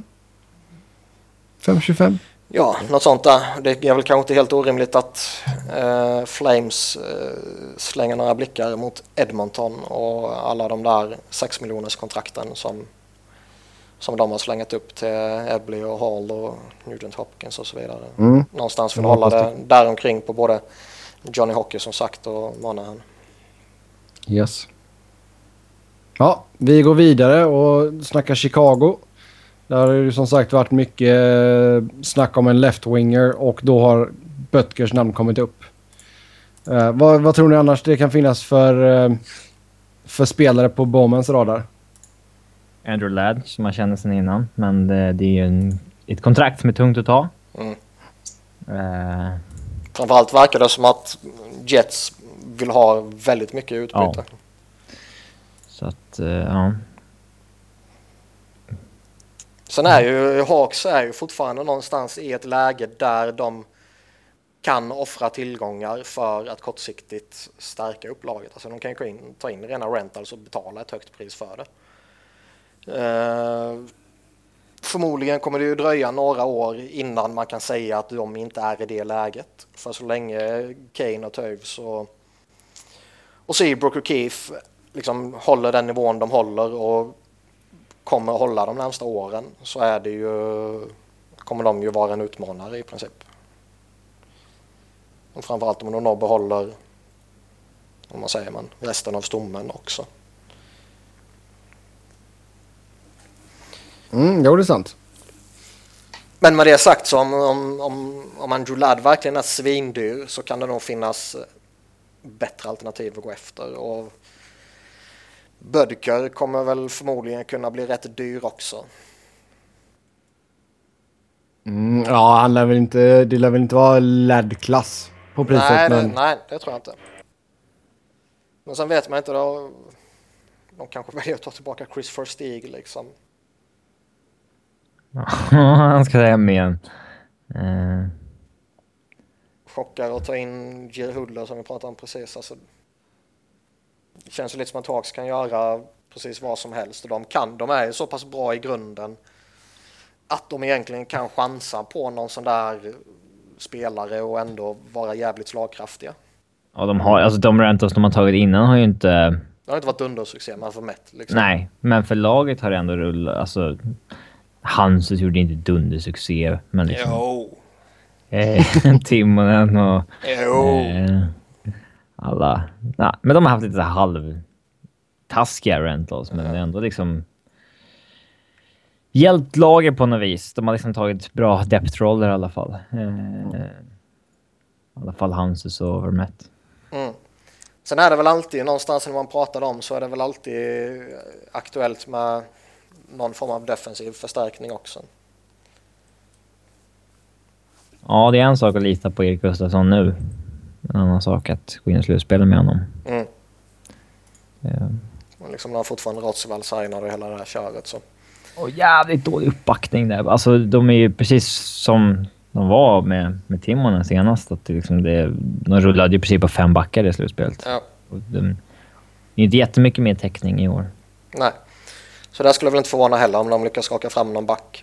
5,25? Ja, något sånt där. Det är väl kanske inte helt orimligt att Flames slänger några blickar mot Edmonton och alla de där 6 miljoners kontrakten som de har slängat upp till Ebley och Hall och Nugent Hopkins och så vidare. Någonstans för att hålla det där omkring på både Johnny Hockey som sagt och Monahan. Yes. Ja, vi går vidare och snackar Chicago. Där har det som sagt varit mycket snack om en left-winger och då har Bötkers namn kommit upp. Vad tror ni annars det kan finnas för spelare på Bowmans radar? Andrew Ladd som man känner sen innan, men det är ju ett kontrakt som är tungt att ta. Framförallt verkar det som att Jets vill ha väldigt mycket utbyte. Ja. Så att, ja. Sen är ju Hawks är ju fortfarande någonstans i ett läge där de kan offra tillgångar för att kortsiktigt stärka upplaget. Alltså de kan ju ta in rena rentals och betala ett högt pris för det. Förmodligen kommer det ju dröja några år innan man kan säga att de inte är i det läget. För så länge Kane och Toews och Seabrook och Keefe liksom håller den nivån de håller och kommer att hålla de närmsta åren så är det ju, kommer de ju vara en utmanare i princip. Och framförallt om de då behåller, om man säger resten av stommen också. Jo, det är sant. Men med det sagt så om Andrew Ladd verkligen är svindyr så kan det nog finnas bättre alternativ att gå efter. Och Bödker kommer väl förmodligen kunna bli rätt dyr också. Ja, det lär väl inte vara Ladd-klass på priset. Nej, det tror jag inte. Men sen vet man inte då. De kanske väljer att ta tillbaka Chris Versteeg liksom. Han ska hem igen. Chockar att ta in Jiri Hudler som vi pratade om precis. Alltså, det känns ju lite som att Hawks kan göra precis vad som helst. Och de är ju så pass bra i grunden att de egentligen kan chansa på någon sån där spelare och ändå vara jävligt slagkraftiga. Ja, de Rentals de har tagit innan har ju inte... Det har inte varit undersuccé, men för Met. Liksom. Nej, men för laget har det ändå rullat. Alltså, Hansus gjorde inte dundersuccé, men liksom... Jo. Timonen och... Jo. Alla... Nej, men de har haft lite halvtaskiga Rentals, men ändå liksom... hjälpt laget på något vis. De har liksom tagit bra depth-roller i alla fall. I alla fall Hansus och Vermette. Mm. Sen är det väl alltid, någonstans när man pratar om så är det väl alltid aktuellt med någon form av defensiv förstärkning också. Ja, det är en sak att lita på Erik Gustafsson nu. En annan sak att gå in och slutspela med honom. Mm. Och liksom när han fortfarande Rotsvall signar och hela det här köret så. Och jävligt dålig uppbackning där. Alltså de är ju precis som de var med Timonen senast. Att de rullade ju precis på 5 backar i slutspelet. Ja. Och det är inte jättemycket mer täckning i år. Nej. Så där skulle jag väl inte förvåna heller om de lyckas skaka fram någon back.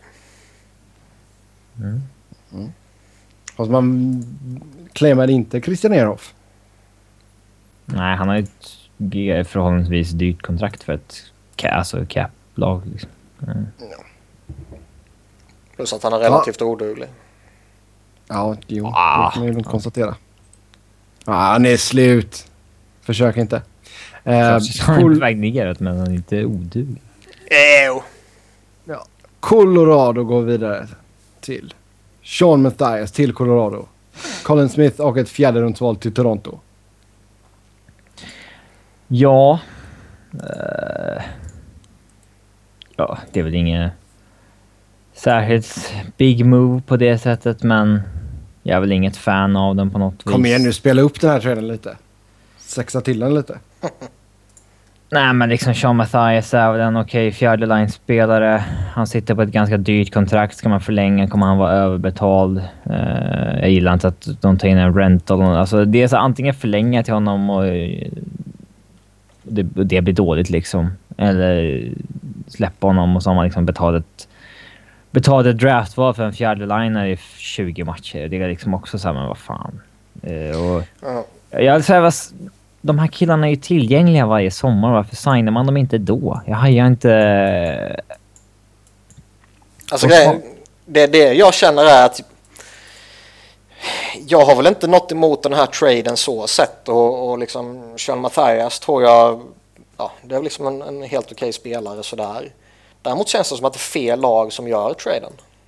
Fast man claimade inte Christian Ehrhoff. Nej, han har ju ett förhållandevis dyrt kontrakt för ett cap-lag. Liksom. Ja. Plus att han är relativt oduglig. Ja, jo. Det kan man ju konstatera. Han är slut. Försök inte. Han är väg neråt, men han är inte oduglig. Ja. Colorado går vidare till Sean Mathias till Colorado. Colin Smith och ett fjärde rundsval till Toronto. Ja. Ja, det är väl inget särskilt big move på det sättet, men jag är väl inget fan av den på något vis. Kom igen nu, spela upp den här traden lite. Sexa till den lite. Nej, men liksom Sean Mathias är väl en okej fjärde line-spelare. Han sitter på ett ganska dyrt kontrakt. Ska man förlänga kommer han vara överbetald. Jag gillar inte att de tar in en rental. Alltså det är så antingen förlänga till honom och det blir dåligt liksom. Eller släppa honom och så har man liksom betalat ett draftval för en fjärde liner i 20 matcher. Det är liksom också så här, men vad fan. Jag säger de här killarna är ju tillgängliga varje sommar. Varför signar man dem inte då? Jag har inte... Alltså det jag känner är att jag har väl inte något emot den här traden så sett och liksom Sean Mathias tror jag det är liksom en helt okej spelare sådär. Däremot känns det som att det är fel lag som gör traden.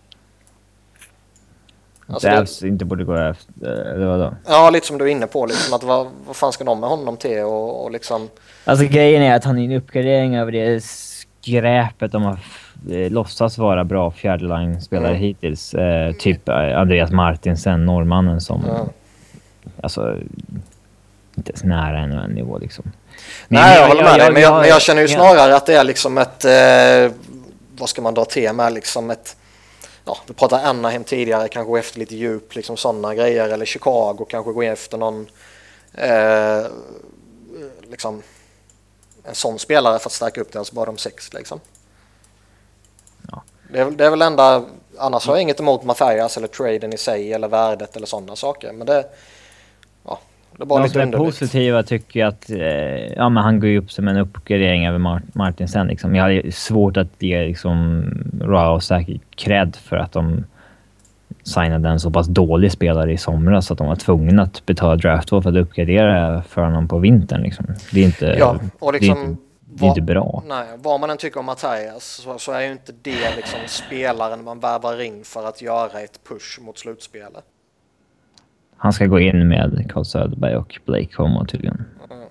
Alltså Devs inte borde gå efter, eller vadå? Ja, lite som du är inne på. Liksom, att vad fan ska de med honom till? Och liksom... Alltså grejen är att han är en uppgradering över det skräpet de har låtsas vara bra fjärdeline-spelare hittills. Typ Andreas Martinsen, norrmannen som... Alltså, inte ens nära en nivå liksom. Nej, jag håller med dig. Men jag känner ju snarare att det är liksom ett... vad ska man dra till med? Liksom ett... Ja, vi pratade Anaheim tidigare, kanske gå efter lite djup, liksom sådana grejer. Eller Chicago, kanske gå efter någon liksom en sån spelare för att stärka upp deras bottom 6 liksom. Ja. Det är väl ända, annars har jag inget emot Mathias eller traden i sig eller värdet eller sådana saker. Men det är bara lite underligt. Positiva tycker jag att men han går ju upp som en uppgradering över Martinsen liksom. Jag har svårt att ge liksom Raw säkert cred för att de signade en så pass dålig spelare i somras så att de var tvungna att betala draftval för att uppgradera för honom på vintern liksom. Det är inte och liksom, det är inte bra. Nej, vad man än tycker om Mathias så är ju inte det liksom spelaren man värvar in för att göra ett push mot slutspelet. Han ska gå in med Carl Söderberg och Blake Homo tydligen.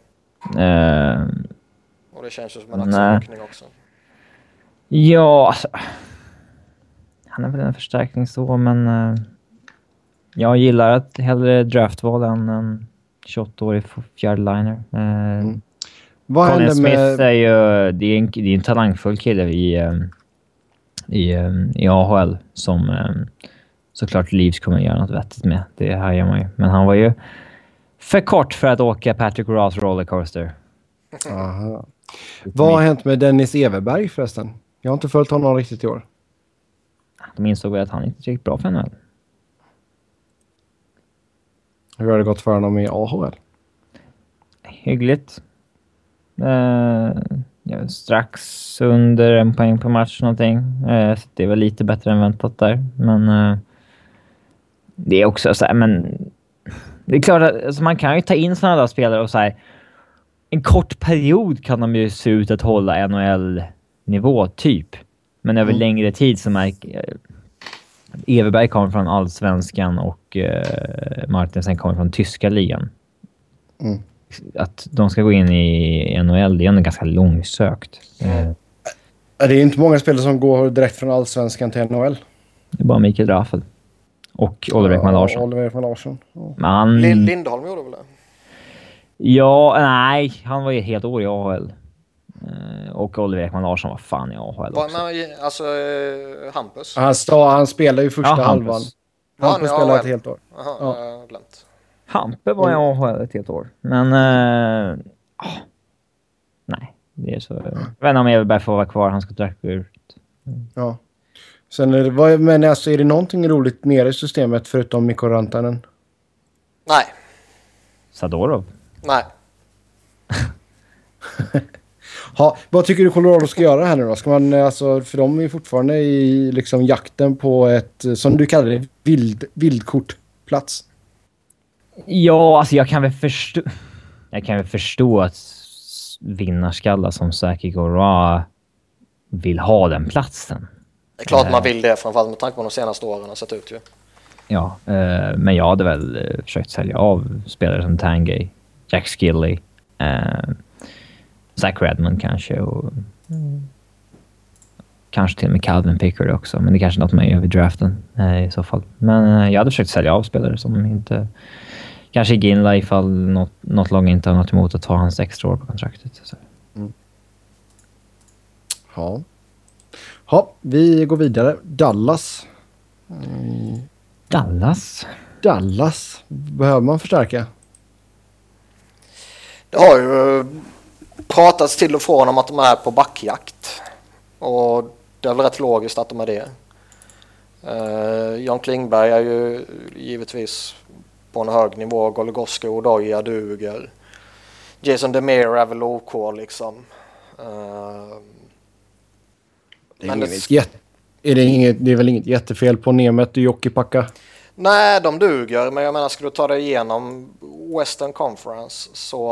Och det känns ju som en axelryckning också. Ja, alltså, han är väl en förstärkning så, men jag gillar att hellre draftval än en 28-årig fjärdliner. Colin Smith är ju det är en talangfull kille i AHL som såklart Leafs kommer göra något vettigt med. Det här gör man ju. Men han var ju för kort för att åka Patrick Ross rollercoaster. Aha. Vad har hänt med Dennis Everberg förresten? Jag har inte följt honom riktigt i år. De insåg väl att han inte gick bra för NHL. Hur har det gått för honom i AHL? Hyggligt. Strax under 1 poäng per match någonting. Så det var lite bättre än väntat där. Men det är också så här, men det är klart att alltså, man kan ju ta in sådana där spelare och så här, en kort period kan de ju se ut att hålla NHL-nivå typ. Men över längre tid så märker Everberg kommer från Allsvenskan och Martinsen kommer från tyska ligan. Att de ska gå in i NHL, det är ändå ganska långsökt. Det är inte många spelare som går direkt från Allsvenskan till NHL. Det är bara Mikael Raffel. Och Oliver Ekman Larsson. Oliver Ekman Larsson. Men Lindholm gjorde väl det? Ja, nej. Han var ju ett helt år i AHL. Och Oliver Ekman Larsson var fan i AHL också. Alltså Hampus? Han spelade ju första halvan. Hampus spelade ett helt år. Aha, jag har glömt. Hampe var i AHL ett helt år. Men nej, det är så. Jag vet inte om Everberg får vara kvar. Han ska dra ut. Ja. Sen är det, men alltså, är det någonting roligt mer i systemet förutom Mikko Rantanen? Nej. Sadorov? Nej. Vad tycker du Colorado ska göra här nu då? Ska man, alltså, för de är fortfarande i liksom jakten på ett, som du kallar det, vildkortplats. Ja, alltså jag kan väl förstå att vinnarskallar som Saki Goroa vill ha den platsen. Det är klart man vill det, framförallt med tanke på de senaste åren har sett ut ju. Ja, men jag hade väl försökt sälja av spelare som Tangay, Jack Skilley, Zach Redmond kanske och kanske till och med Calvin Pickard också. Men det är kanske något man gör vid draften i så fall. Men jag hade försökt sälja av spelare som inte... Kanske Ginla ifall något lag inte har något emot att ta hans extra år på kontraktet. Så. Ja, vi går vidare. Dallas. Dallas. Behöver man förstärka? Det har ju pratats till och från om att de är på backjakt. Och det är väl rätt logiskt att de är det. Jan Klingberg är ju givetvis på en hög nivå. Goligoski och Odoja duger. Jason Demir är väl OK liksom. Det är väl inget jättefel på Nemet och Jokipakka? Nej, de duger. Men jag menar, ska du ta dig igenom Western Conference så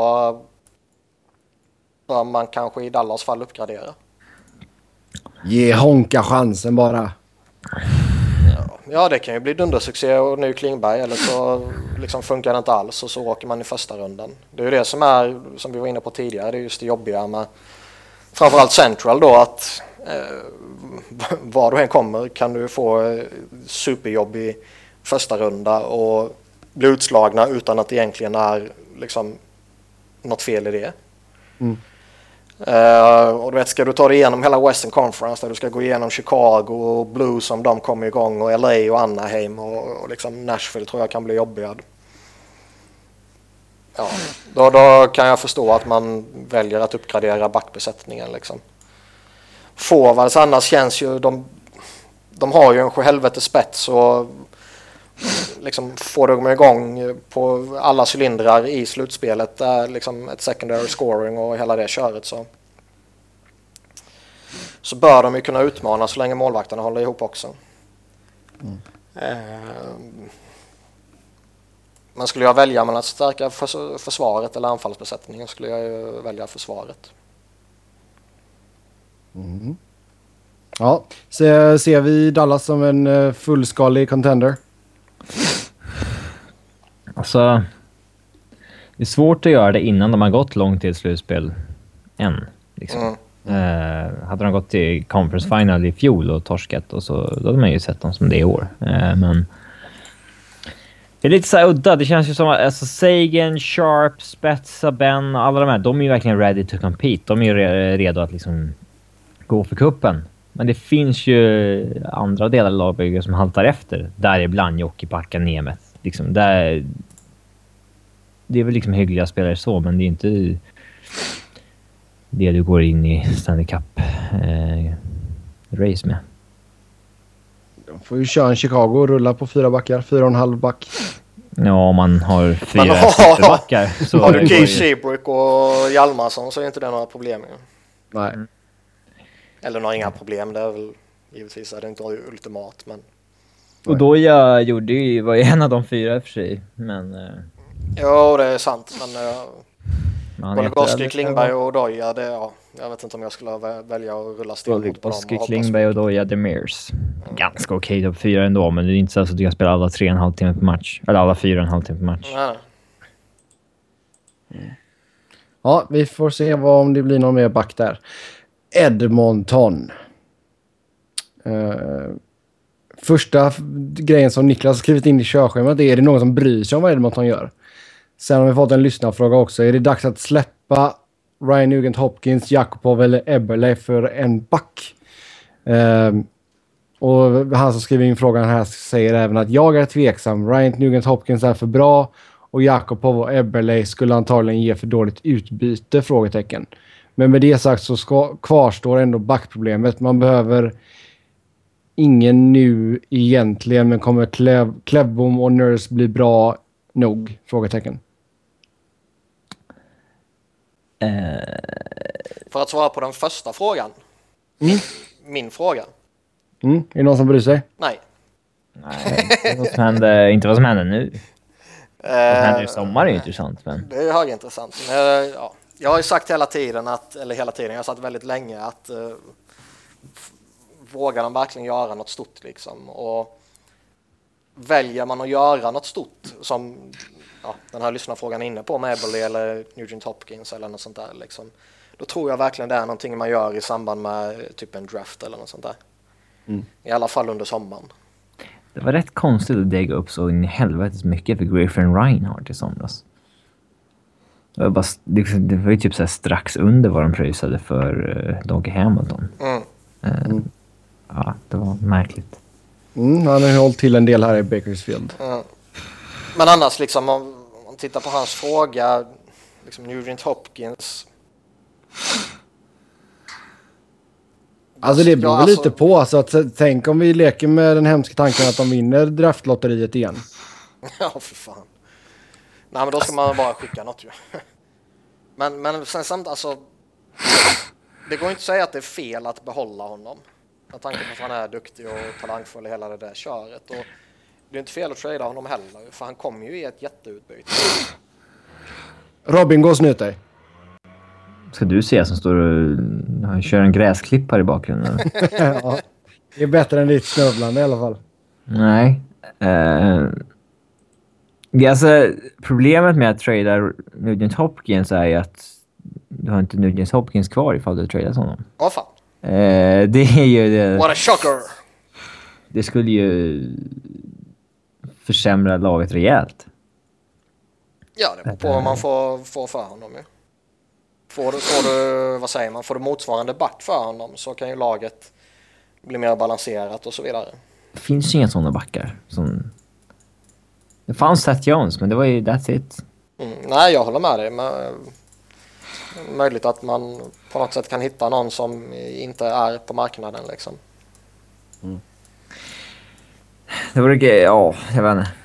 bör man kanske i Dallas fall uppgradera. Ge Honka chansen bara. Ja, det kan ju bli dundersuccé och nu Klingberg, eller så liksom funkar det inte alls och så åker man i första rundan. Det är ju det som vi var inne på tidigare, det är just det jobbiga med framförallt Central då, att var du än kommer kan du få superjobb i första runda och bli utslagna utan att det egentligen är liksom något fel i det. Och du vet, ska du ta dig igenom hela Western Conference där du ska gå igenom Chicago och Blues om de kommer igång och LA och Anaheim och liksom Nashville tror jag kan bli jobbigad. Ja, då kan jag förstå att man väljer att uppgradera backbesättningen liksom. Forwards annars känns ju de har ju en sjuhelvetes spets och liksom får de igång på alla cylindrar i slutspelet där liksom ett secondary scoring och hela det köret så bör de ju kunna utmana så länge målvakterna håller ihop också. Men skulle jag välja mellan att stärka försvaret eller anfallsbesättningen skulle jag ju välja försvaret. Ja, ser vi Dallas som en fullskalig contender? Alltså, det är svårt att göra det innan de har gått långt till slutspel än. Liksom. Hade de gått till conference final i fjol och torskat och så, då hade man ju sett dem som det i år. Men det är lite så här udda. Det känns ju som att alltså, Sagan, Sharp, Spezza, Ben, alla de här, de är ju verkligen ready to compete. De är ju redo att liksom gå för kuppen. Men det finns ju andra delar av lagbygget som haltar efter. Däribland Jokipakka, Nemeth. Liksom, det är väl liksom hyggliga spelare så, men det är inte det du går in i Stanley Cup-race med. De får ju köra en Chicago och rulla på 4 backar, 4,5 back. Ja, om man har 4 backar. Så har du Keith Seabrook och Hjalmarsson så är inte det några problem. Ja. Nej. Eller några inga problem, det är väl givetvis är det inte ultimat, men... Och då jag gjorde ju, var ju en av de 4 för sig, men... Ja, det är sant, men... Ja, Goligoski, Klingberg och Doja, det, ja, jag vet inte om jag skulle välja att rulla stenhårt på dem. Goligoski, Klingberg och Doja, Demers. Ganska okej topp 4 ändå, men det är inte så att du kan spela alla 3,5 timmar per match. Eller alla 4,5 timmar per match. Nej. Ja, vi får se om det blir någon mer back där. Edmonton. Första grejen som Niklas har skrivit in i körschemat är det någon som bryr sig om vad Edmonton gör. Sen har vi fått en lyssnarfråga också. Är det dags att släppa Ryan Nugent-Hopkins, Jakubov eller Eberle för en back? Och han som skriver in frågan här säger även att jag är tveksam. Ryan Nugent-Hopkins är för bra och Jakubov och Eberle skulle antagligen ge för dåligt utbyte? Frågetecken. Men med det sagt så kvarstår ändå backproblemet. Man behöver ingen nu egentligen, men kommer Klebom och Nurse bli bra nog? Frågetecken. För att svara på den första frågan. Min fråga. Är det någon som bryr sig? Nej. Nej, inte vad som händer nu. Vad som händer i sommar är ju intressant. Men... Det är högintressant. Men, ja. Jag har ju sagt jag har sagt väldigt länge att vågar de verkligen göra något stort liksom. Och väljer man att göra något stort som den här lyssnarfrågan är inne på med Eberle eller Nugent Hopkins eller något sånt där liksom. Då tror jag verkligen det är någonting man gör i samband med typ en draft eller något sånt där. I alla fall under sommaren. Det var rätt konstigt att dega upp så in i helvetes mycket för Griffin Reinhardt i somras. Det var ju typ så här strax under vad de pröjsade för Dougie Hamilton. Ja, det var märkligt. Han har hållit till en del här i Bakersfield. Men annars liksom om man tittar på hans fråga liksom Nugent Hopkins. Alltså det beror lite på. Alltså att, tänk om vi leker med den hemska tanken att de vinner draftlotteriet igen. Ja, för fan. Nej, men då ska man bara skicka något ju. Men sen samt alltså det går inte att säga att det är fel att behålla honom. Med tanke på att han är duktig och talangfull i hela det där köret. Och det är inte fel att trada honom heller. För han kommer ju i ett jätteutbyte. Robin, gå och snyt dig. Ska du se som står och kör en gräsklippare i bakgrunden? Ja, det är bättre än ditt snövlande i alla fall. Nej. Alltså, problemet med att trada Nugent Hopkins är ju att du har inte Nugent Hopkins kvar ifall du tradar honom. Vad fan? Det är ju det. What a shocker! Det skulle ju försämra laget rejält. Ja, det beror på vad man får för honom ju. Får du, vad säger man, får du motsvarande back för honom så kan ju laget bli mer balanserat och så vidare. Det finns ju inga sådana backar. Det fanns Seth Jones, men det var ju that's it. Nej, jag håller med dig. Men möjligt att man på något sätt kan hitta någon som inte är på marknaden liksom. Det vore jag vet inte.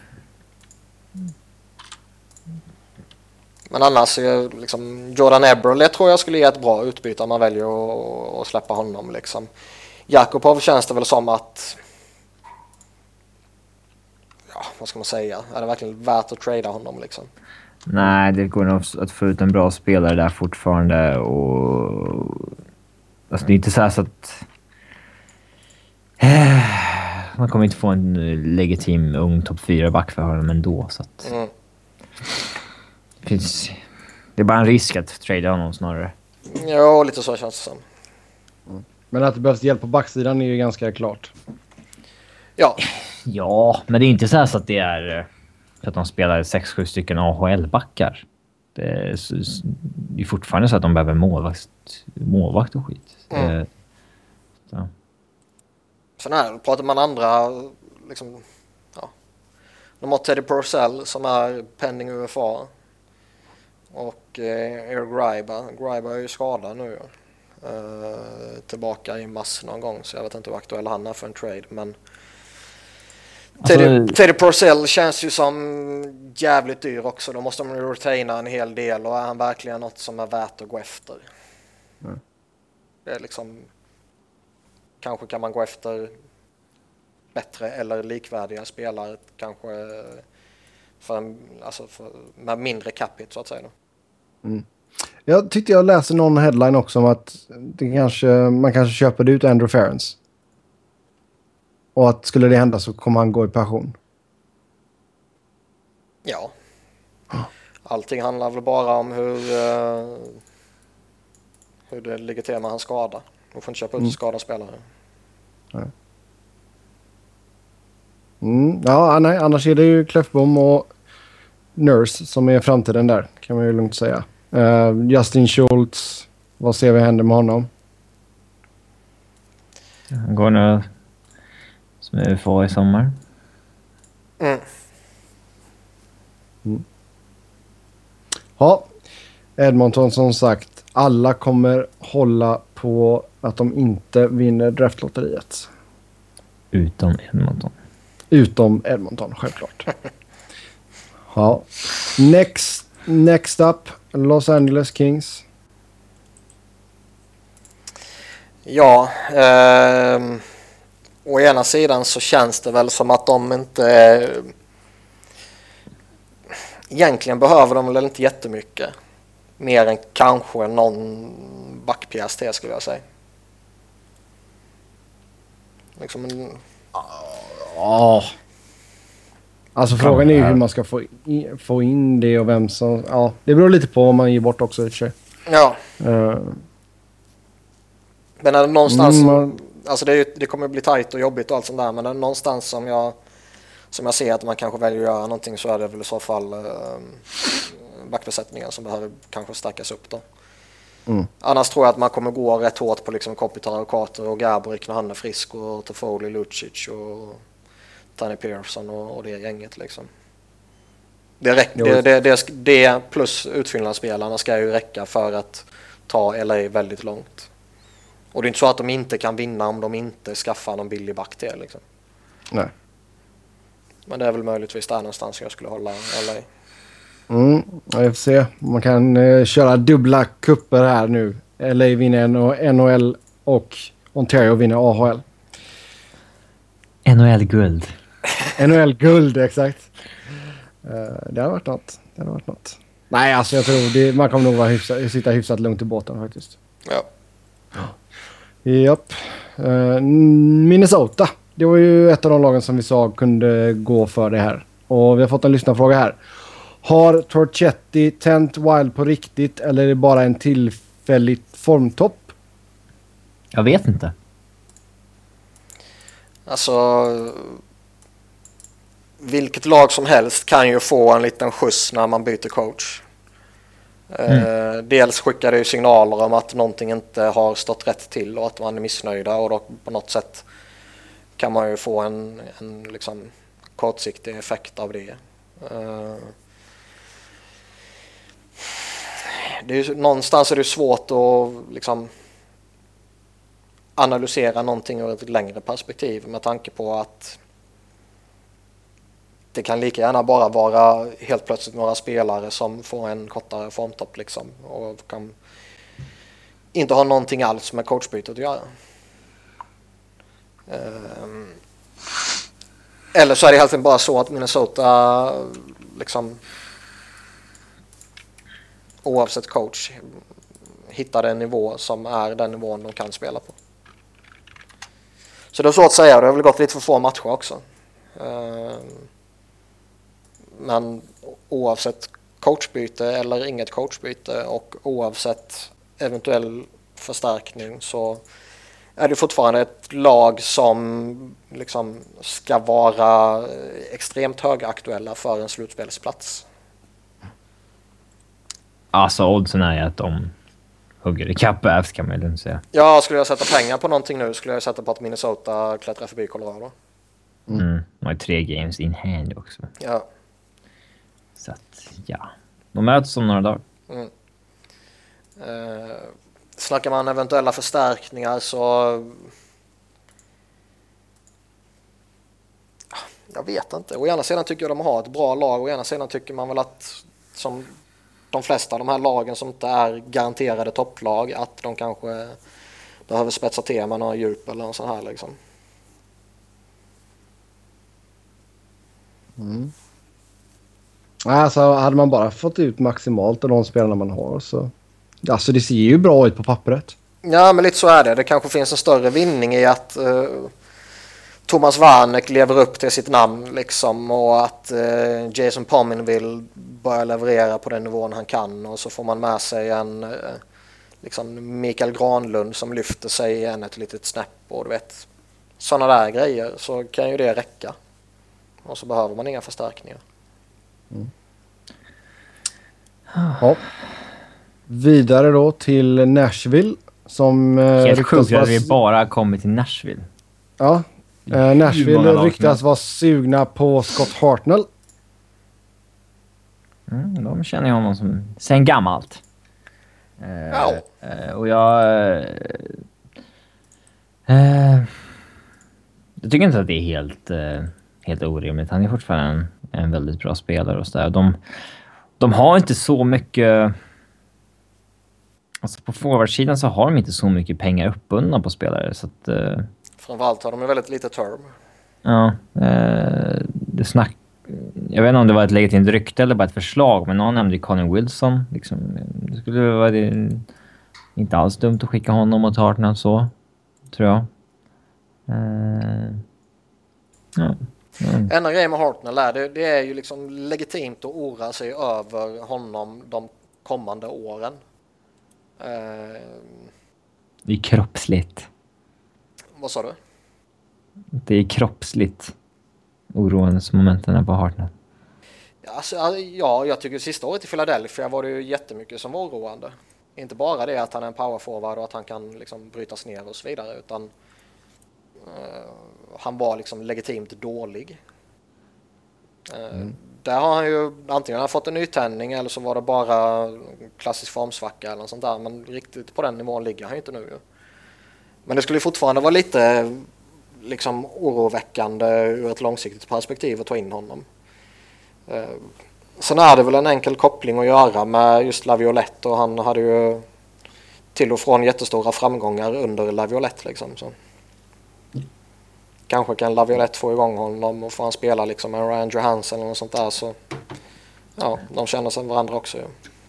Men annars liksom Jordan Eberle tror jag skulle ge ett bra utbyte om man väljer att släppa honom liksom. Jakubov känns det väl som att vad ska man säga? Är det verkligen värt att trada honom liksom? Nej, det går nog att få ut en bra spelare där fortfarande och alltså det är inte så här så att man kommer inte få en legitim ung topp 4 back för honom ändå så att det är bara en risk att trada honom snarare. Ja, lite så känns det som. Men att det behövs hjälp på backsidan är ju ganska klart. Ja, men det är inte så här så att det är så att de spelar 6-7 stycken AHL-backar. Det är fortfarande så att de behöver målvakt och skit. Så. Sen här pratar man andra liksom, ja. De har Teddy Purcell som är pending UFA. Och Eric Greiba är ju skadad nu. Tillbaka i mars någon gång, så jag vet inte hur aktuell han är för en trade, men Teddy Purcell känns ju som jävligt dyr också. Då måste man ju retaina en hel del, och är han verkligen något som är värt att gå efter? Det är liksom, kanske kan man gå efter bättre eller likvärdiga spelare kanske med mindre capita så att säga då. Jag tyckte jag läste någon headline också om att man kanske köper ut Andrew Ference. Och att skulle det hända så kommer han gå i pension. Ja. Allting handlar väl bara om hur det ligger till med hans skada. Man får inte köpa ut skadade spelare. Ja, nej, annars är det ju Klefbom och Nurse som är framtiden där, kan man ju lugnt säga. Justin Schultz, vad ser vi händer med honom? Han går nu som UFA i sommar. Ja, Edmonton som sagt, alla kommer hålla på att de inte vinner draftlotteriet. Utom Edmonton, självklart. Ja. Next up, Los Angeles Kings. Ja, å ena sidan så känns det väl som att de inte egentligen behöver de väl inte jättemycket mer än kanske någon backpjäs till, skulle jag säga. Liksom Ja. Alltså frågan är ju hur man ska få in det och vem som... Ja, det beror lite på om man ger bort också i och för sig. Ja. Men är det någonstans... Alltså det kommer bli tajt och jobbigt och allt sånt där, men är det någonstans som jag ser att man kanske väljer att göra någonting, så är det väl i så fall backbesättningen som behöver kanske stärkas upp då. Annars tror jag att man kommer gå rätt hårt på liksom Kopitar och Carter och Gaborik när han är frisk, och Toffoli, Lucic och Tony Pearson och det gänget liksom. Det plus utfyllnadsspelarna ska ju räcka för att ta LA väldigt långt. Och det är inte så att de inte kan vinna om de inte skaffar någon billig back till liksom. Nej. Men det är väl möjligtvis där någonstans jag skulle hålla LA. Jag får se. Man kan köra dubbla kupper här nu. LA vinner NHL och Ontario vinner AHL. NHL-guld. NHL-guld, exakt. Det har varit något. Nej, alltså jag tror man kommer nog sitta hyfsat lugnt i båten faktiskt. Ja. Japp. Minnesota. Det var ju ett av de lagen som vi sa kunde gå för det här. Och vi har fått en lyssnarfråga här. Har Torchetti tänt Wild på riktigt, eller är det bara en tillfällig formtopp? Jag vet inte. Alltså, vilket lag som helst kan ju få en liten skjuts när man byter coach. Dels skickar det ju signaler om att någonting inte har stått rätt till och att man är missnöjda, och då på något sätt kan man ju få en liksom kortsiktig effekt av det. Det är ju, någonstans är det svårt att liksom analysera någonting ur ett längre perspektiv, med tanke på att det kan lika gärna bara vara helt plötsligt några spelare som får en kortare formtopp liksom, och kan inte ha någonting alls med coachbytet att göra. Eller så är det helt enkelt bara så att Minnesota liksom oavsett coach hittade en nivå som är den nivån de kan spela på. Så det är så att säga, det har väl gått lite för få matcher också. Men oavsett coachbyte eller inget coachbyte, och oavsett eventuell förstärkning, så är det fortfarande ett lag som liksom ska vara extremt högaktuella för en slutspelsplats. Alltså oddsen är att hugger i kapp Avs kan man ju inte säga. Ja, skulle jag sätta pengar på någonting nu skulle jag sätta på att Minnesota klättrar förbi Colorado. De har 3 games in hand också. Ja. Så att, ja. De möts om några dagar. Snackar man eventuella förstärkningar så... Jag vet inte. Å ena sidan tycker jag de har ett bra lag. Å ena sidan tycker man väl att som de flesta av de här lagen som inte är garanterade topplag att de kanske behöver spetsa till med några djup eller något sånt här liksom. Alltså hade man bara fått ut maximalt av de spelarna man har så... Alltså det ser ju bra ut på pappret. Ja, men lite så är det. Det kanske finns en större vinning i att Thomas Vanek lever upp till sitt namn liksom och att Jason Pominville börjar leverera på den nivån han kan och så får man med sig en liksom Mikael Granlund som lyfter sig igen ett litet snäpp och du vet sådana där grejer så kan ju det räcka. Och så behöver man inga förstärkningar. Ja. Vidare då till Nashville som Helt sjukt att vi bara kommit till Nashville. Ja. Nashville ryktas vara sugna på Scott Hartnell. De känner jag honom som sen gammalt. Och jag tycker inte att det är helt orimligt. Han är fortfarande en väldigt bra spelare och så där. De har inte så mycket... Alltså på forwardsidan så har de inte så mycket pengar uppbundna på spelare så att... Framförallt har de väldigt lite term. Ja, jag vet inte om det var ett legitimt rykte eller bara ett förslag, men någon nämnde Connor Wilson. Liksom, det skulle vara inte alls dumt att skicka honom och Hartnell så, tror jag. Enda grejen med Hartnell är det är ju liksom legitimt att oroa sig över honom de kommande åren. Det är kroppsligt. Vad sa du? Det är kroppsligt oroande momenten på Hartnell. Alltså, ja, jag tycker sista året i Philadelphia var det ju jättemycket som var oroande. Inte bara det att han är en powerforward och att han kan liksom brytas ner och så vidare, utan han var liksom legitimt dålig. Där har han ju antingen fått en nytändning eller så var det bara klassisk formsvacka eller något sånt där, men riktigt på den nivån ligger han ju inte nu. Men det skulle fortfarande vara lite liksom oroväckande ur ett långsiktigt perspektiv att ta in honom. Sen är det väl en enkel koppling att göra med just Laviolette och han hade ju till och från jättestora framgångar under Laviolette liksom. Så. Kanske kan Laviolette få igång honom och få han spela liksom med Ryan Johansson eller något sånt där så ja, de känner sig varandra också.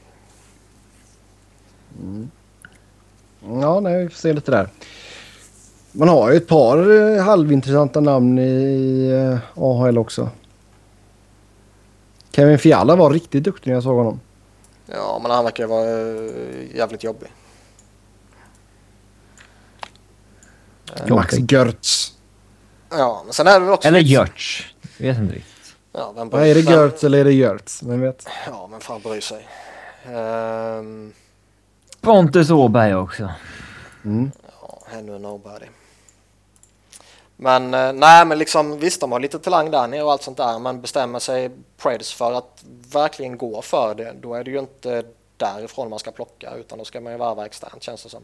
Ja, nej, vi får se lite där. Man har ju ett par halvintressanta namn i AHL också. Kevin Fiala var riktigt duktig när jag såg honom. Ja, men han verkar vara jävligt jobbig. Max Görtz. Ja, men sen är det väl också... Eller Görtz. Jag vet inte riktigt. Ja, vem är det Görtz eller är det Görtz? Vem vet? Ja, men fan bryr sig. Pontus Åberg också. Ja, ännu en nobody. Men nej, men liksom visst, de har lite talang där nere och allt sånt där, men bestämmer sig Preds för att verkligen gå för det, då är det ju inte därifrån man ska plocka, utan då ska man ju värva externt, känns det som.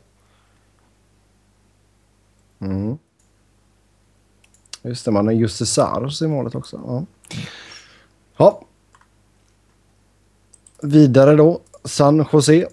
Just det, man har Jussi Saros i målet också. Ja. Ja. Vidare då, San Jose.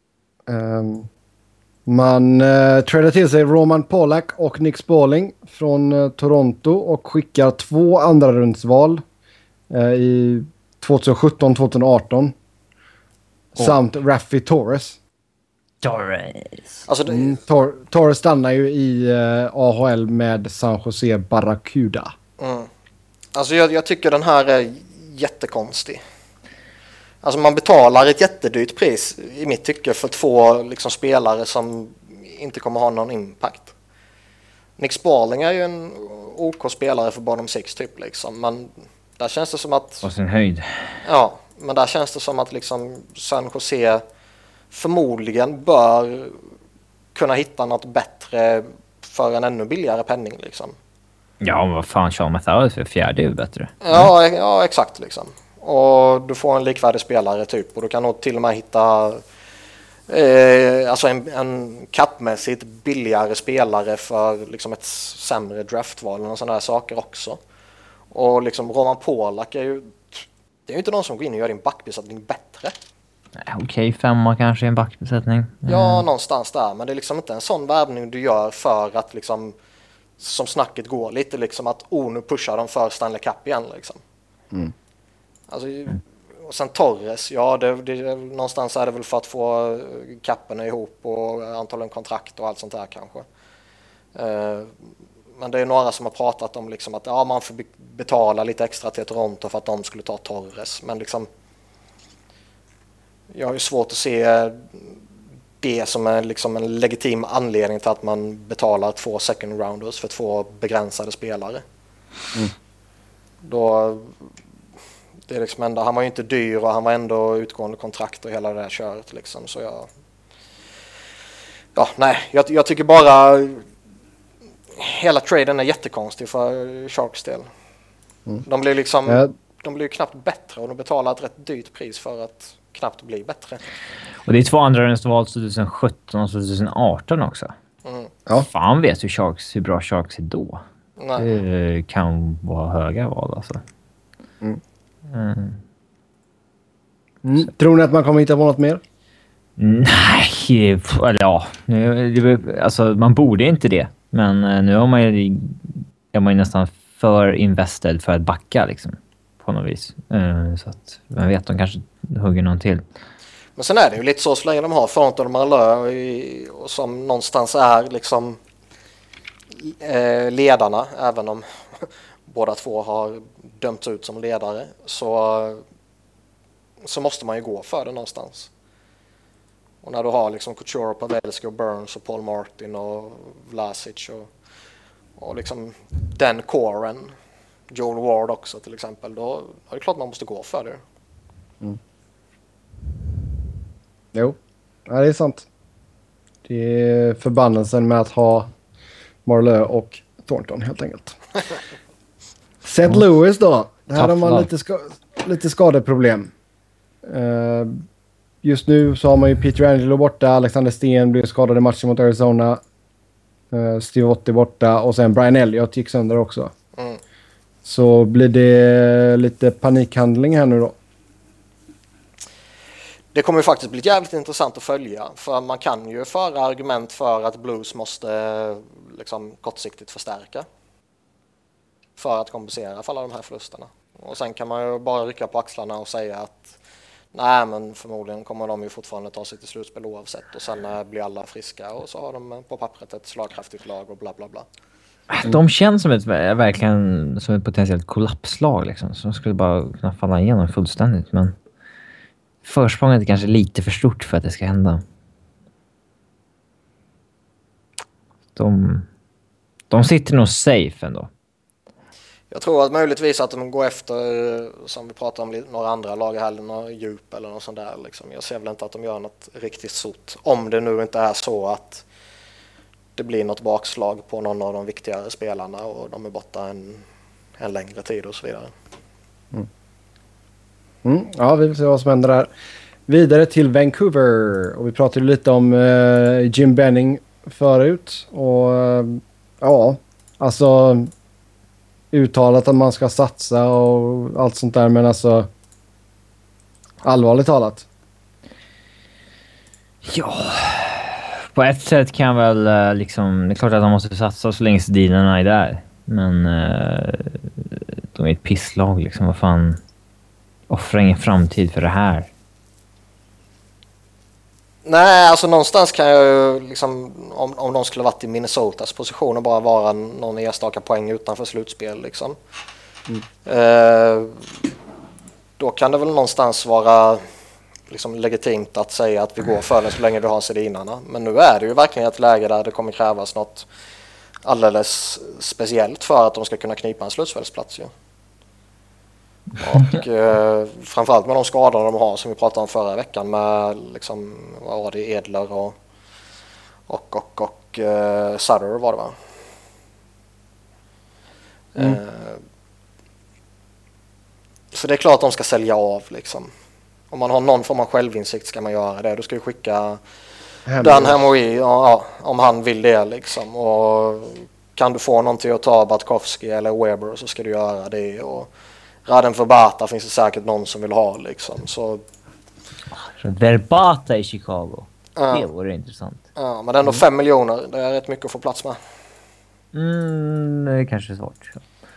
Man trädde till sig Roman Polak och Nick Spaulding från Toronto och skickar 2 andra rundsval i 2017-2018. Samt Raffi Torres. Alltså Torres stannar ju i AHL med San Jose Barracuda. Alltså jag tycker den här är jättekonstig. Alltså man betalar ett jättedyrt pris i mitt tycke för 2 liksom spelare som inte kommer ha någon impact. Nick Spaulding är ju en OK-spelare för bottom 6 typ liksom, men där känns det som att... På sin höjd. Ja, men där känns det som att liksom San Jose förmodligen bör kunna hitta något bättre för en ännu billigare penning liksom. Ja, men vad fan, Sean Matthaus för fjärde är ju bättre. Ja, exakt liksom. Och du får en likvärdig spelare typ, och du kan nog till och med hitta alltså en kappmässigt billigare spelare för liksom ett sämre draftval och sådana här saker också. Och liksom Roman Polak det är ju inte någon som går in och gör din backbesättning bättre. Okej, 5 kanske i en backbesättning. Ja, någonstans där. Men det är liksom inte en sån värvning du gör för att liksom, som snacket går lite liksom att nu pushar de för Stanley Cup igen liksom. Alltså, och sen Torres, ja någonstans är det väl för att få kapperna ihop och antagligen kontrakt och allt sånt där kanske. Men det är några som har pratat om liksom att man får betala lite extra till Toronto för att de skulle ta Torres. Men liksom, jag har ju svårt att se det som är liksom en legitim anledning till att man betalar 2 second rounders för 2 begränsade spelare. Då, det är liksom ändå, han var ju inte dyr och han var ändå utgående kontrakt och hela det där köret liksom. Så jag tycker bara hela traden är jättekonstig för Sharks del. De blir liksom de blir knappt bättre och de betalar ett rätt dyrt pris för att knappt bli bättre. Och det är 2 andra val 2017 och 2018 också. Ja. Fan vet hur bra Sharks är då. Nej. Det kan vara höga val alltså. Tror ni att man kommer hitta på något mer? Nej, eller ja. Alltså, man borde inte det. Men nu är man ju nästan för invested för att backa liksom. På något vis. Så att man vet, de kanske hugger någon till. Men sen är det ju lite så länge de har Fontaine och Marleau och som någonstans är liksom ledarna, även om båda två har dömts ut som ledare, så måste man ju gå för det någonstans. Och när du har liksom Couture, Pavelski och Burns och Paul Martin och Vlasic och liksom den coren, Joel Ward också till exempel, då är det klart man måste gå för det. Jo, ja, det är sant. Det är förbannelsen med att ha Marleau och Thornton helt enkelt. St. Louis då. Det här har man lite skadeproblem. Just nu så har man ju Peter Angelo borta, Alexander Sten blev skadad i matchen mot Arizona. Steve Ott är borta och sen Brian Elliott gick sönder också. Så blir det lite panikhandling här nu då. Det kommer ju faktiskt bli jävligt intressant att följa, för man kan ju föra argument för att Blues måste liksom kortsiktigt förstärka för att kompensera för alla de här förlusterna. Och sen kan man ju bara rycka på axlarna och säga att nej, men förmodligen kommer de ju fortfarande ta sig till slutspel oavsett, och sen blir alla friska och så har de på pappret ett slagkraftigt lag och bla bla bla. De känns som verkligen som ett potentiellt kollapslag liksom, som skulle bara kunna falla igenom fullständigt, men försprånget är kanske lite för stort för att det ska hända. De sitter nog safe ändå. Jag tror att möjligtvis att de går efter, som vi pratar om, några andra lag här, eller några djup eller något sånt där. Liksom. Jag ser väl inte att de gör något riktigt stort. Om det nu inte är så att det blir något bakslag på någon av de viktigare spelarna och de är borta en längre tid och så vidare. Ja, vi får se vad som händer där. Vidare till Vancouver. Och vi pratade lite om Jim Benning förut. Och ja, alltså uttalat att man ska satsa och allt sånt där. Men alltså allvarligt talat. Ja, på ett sätt kan väl liksom, det är klart att de måste satsa så länge Sedinarna är där. Men de är ett pisslag liksom, vad fan. Offra ingen framtid för det här. Nej, alltså någonstans kan jag ju liksom, om de skulle varit i Minnesotas position och bara vara någon enstaka poäng utanför slutspel liksom. Då kan det väl någonstans vara liksom legitimt att säga att vi går för det så länge vi har Sedinarna. Men nu är det ju verkligen ett läge där det kommer krävas något alldeles speciellt för att de ska kunna knipa en slutspelsplats ju. Och framförallt med de skador de har som vi pratade om förra veckan med liksom, vad var det, Edler och Sutter var det, va? Så det är klart att de ska sälja av liksom. Om man har någon form av självinsikt ska man göra det. Du ska ju skicka Dan Hamouille, ja, om han vill det liksom. Och kan du få någon till att ta Bartkowski eller Weber så ska du göra det. Och Raden Verbata finns det säkert någon som vill ha liksom. Så Verbata i Chicago. Det vore intressant. Ja, men det är ändå 5 miljoner. Det är rätt mycket att få plats med. Det är kanske svårt.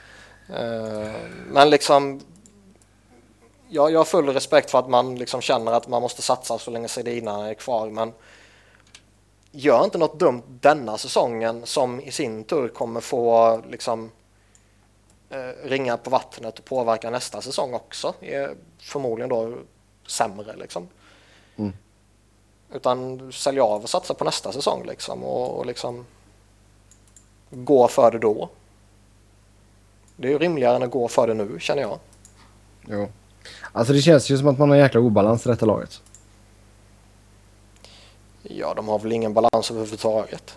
Men liksom jag har full respekt för att man liksom känner att man måste satsa så länge Sedina är kvar, men gör inte något dumt denna säsongen som i sin tur kommer få liksom ringa på vattnet och påverka nästa säsong också. Är förmodligen då sämre liksom. Utan sälja av och satsa på nästa säsong liksom och liksom gå för det då. Det är ju rimligare än att gå för det nu, känner jag. Jo. Alltså det känns ju som att man har en jäkla obalans i detta laget. Ja, de har väl ingen balans överhuvudtaget.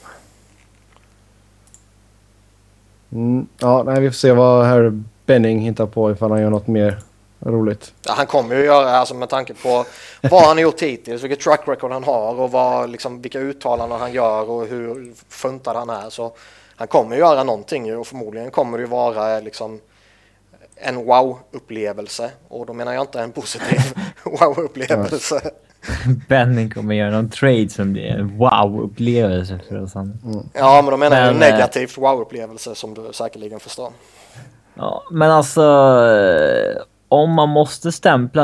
Ja, nej, vi får se vad herr Benning hittar på ifall han gör något mer roligt. Ja, han kommer ju göra, alltså med tanke på vad han har gjort hittills, vilket track record han har och vad, liksom, vilka uttalanden han gör och hur funtad han är. Så han kommer ju göra någonting och förmodligen kommer det ju vara liksom en wow-upplevelse. Och då menar jag inte en positiv wow-upplevelse. Benning kommer göra någon trade som blir en wow-upplevelse för oss. Ja, men då menar jag en negativt wow-upplevelse som du säkerligen förstår. Ja, men alltså om man måste stämpla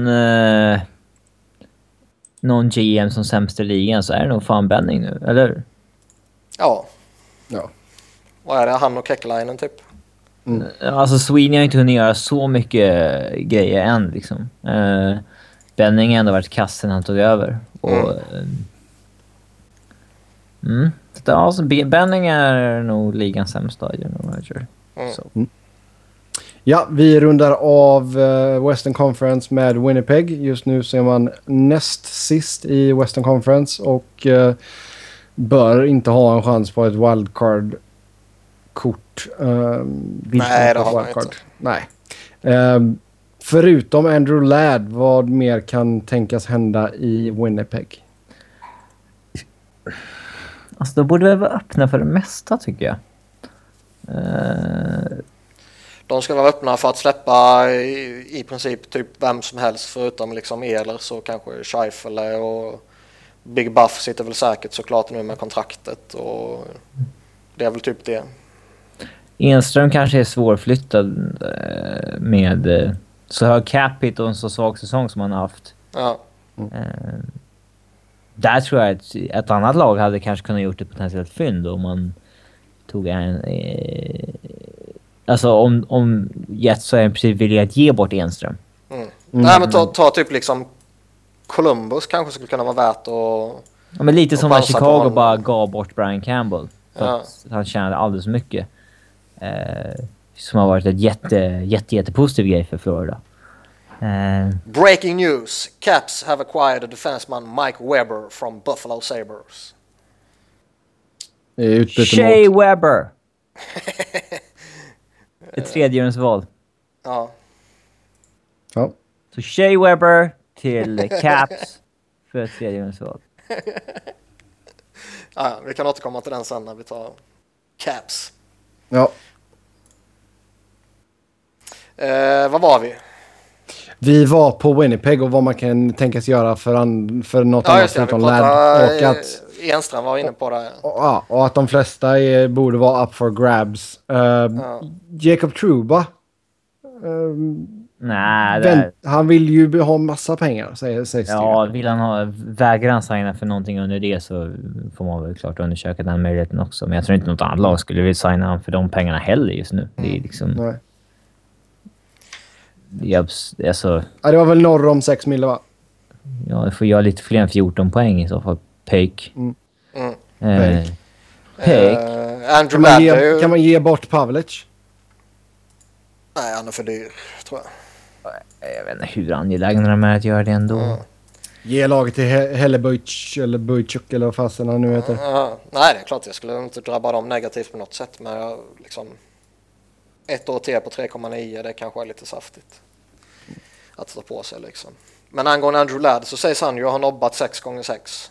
någon GM som sämst i ligan så är det nog fan Benning nu, eller? Ja. Ja. Vad är det? Han och Kekkelainen typ? Alltså Sweeney har inte hunnit göra så mycket grejer än liksom. Benning har ändå varit kassen han tog över. Och, så alltså, Benning är nog ligans sämsta general manager. Ja, vi rundar av Western Conference med Winnipeg. Just nu så är man näst sist i Western Conference och bör inte ha en chans på ett wildcard-kort. Nej, det har man inte. Nej. Förutom Andrew Ladd, vad mer kan tänkas hända i Winnipeg? Alltså då borde vi vara öppna för det mesta, tycker jag. De ska vara öppna för att släppa i princip typ vem som helst förutom liksom Ehlers så kanske Scheifele och Big Buff sitter väl säkert såklart nu med kontraktet och det är väl typ det. Enström kanske är svårflyttad med så hög cap hit och en så svag säsong som han har haft. Ja. Där tror jag att ett annat lag hade kanske kunnat gjort ett potentiellt fynd om man tog en... alltså om Jets så är i princip villiga att ge bort Enström. Nej, men ta typ liksom Columbus kanske skulle kunna vara värt att... Ja, men lite som när Chicago bara gav bort Brian Campbell. För att han tjänade alldeles mycket. Som har varit ett jättepositiv grej för Florida. Breaking news. Caps have acquired a defenseman Mike Weber from Buffalo Sabres. Shea Weber. Ett tredjedelsval. Ja. Så Shea Weber till Caps för ett tredjedelsval. Ja, vi kan återkomma till den sen när vi tar Caps. Ja. Vad var vi? Vi var på Winnipeg och vad man kan tänkas göra för något annat förutom Ladd. Och att Enström var inne på det. Och att de flesta borde vara up for grabs. Jacob Trouba. Nej, han vill ju ha massa pengar, sägs det. Ja, vill han vägrar han signa för någonting under det så får man väl klart undersöka den möjligheten också. Men jag tror inte något annat lag skulle vilja signa han för de pengarna heller just nu. Det är liksom... Nej. Alltså, det var väl norr om 6 mil, va? Ja, det får göra lite fler än 14 poäng i så fall. Pejk. Andrew Ladd kan man ge bort Pavlic? Nej, han är för dyr, tror jag. Jag vet inte hur angelägna de är att göra det ändå. Ge laget till Hellebuich eller Bujchuk eller vad fasen han nu heter. Nej, det är klart jag skulle inte drabba dem negativt på något sätt. Men jag, liksom, ett år till på 3,9, det kanske är lite saftigt att ta på sig liksom. Men angående Andrew Ladd så sägs han ju har nobbat 6x6.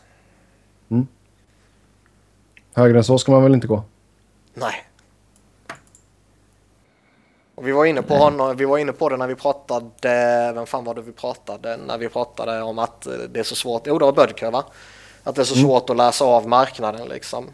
Högre än så ska man väl inte gå? Nej. Och vi var inne på honom, vi var inne på det när vi pratade, vem fan var det vi pratade, när vi pratade om att det är så svårt, jo det var Bödker va? Att det är så svårt att läsa av marknaden liksom.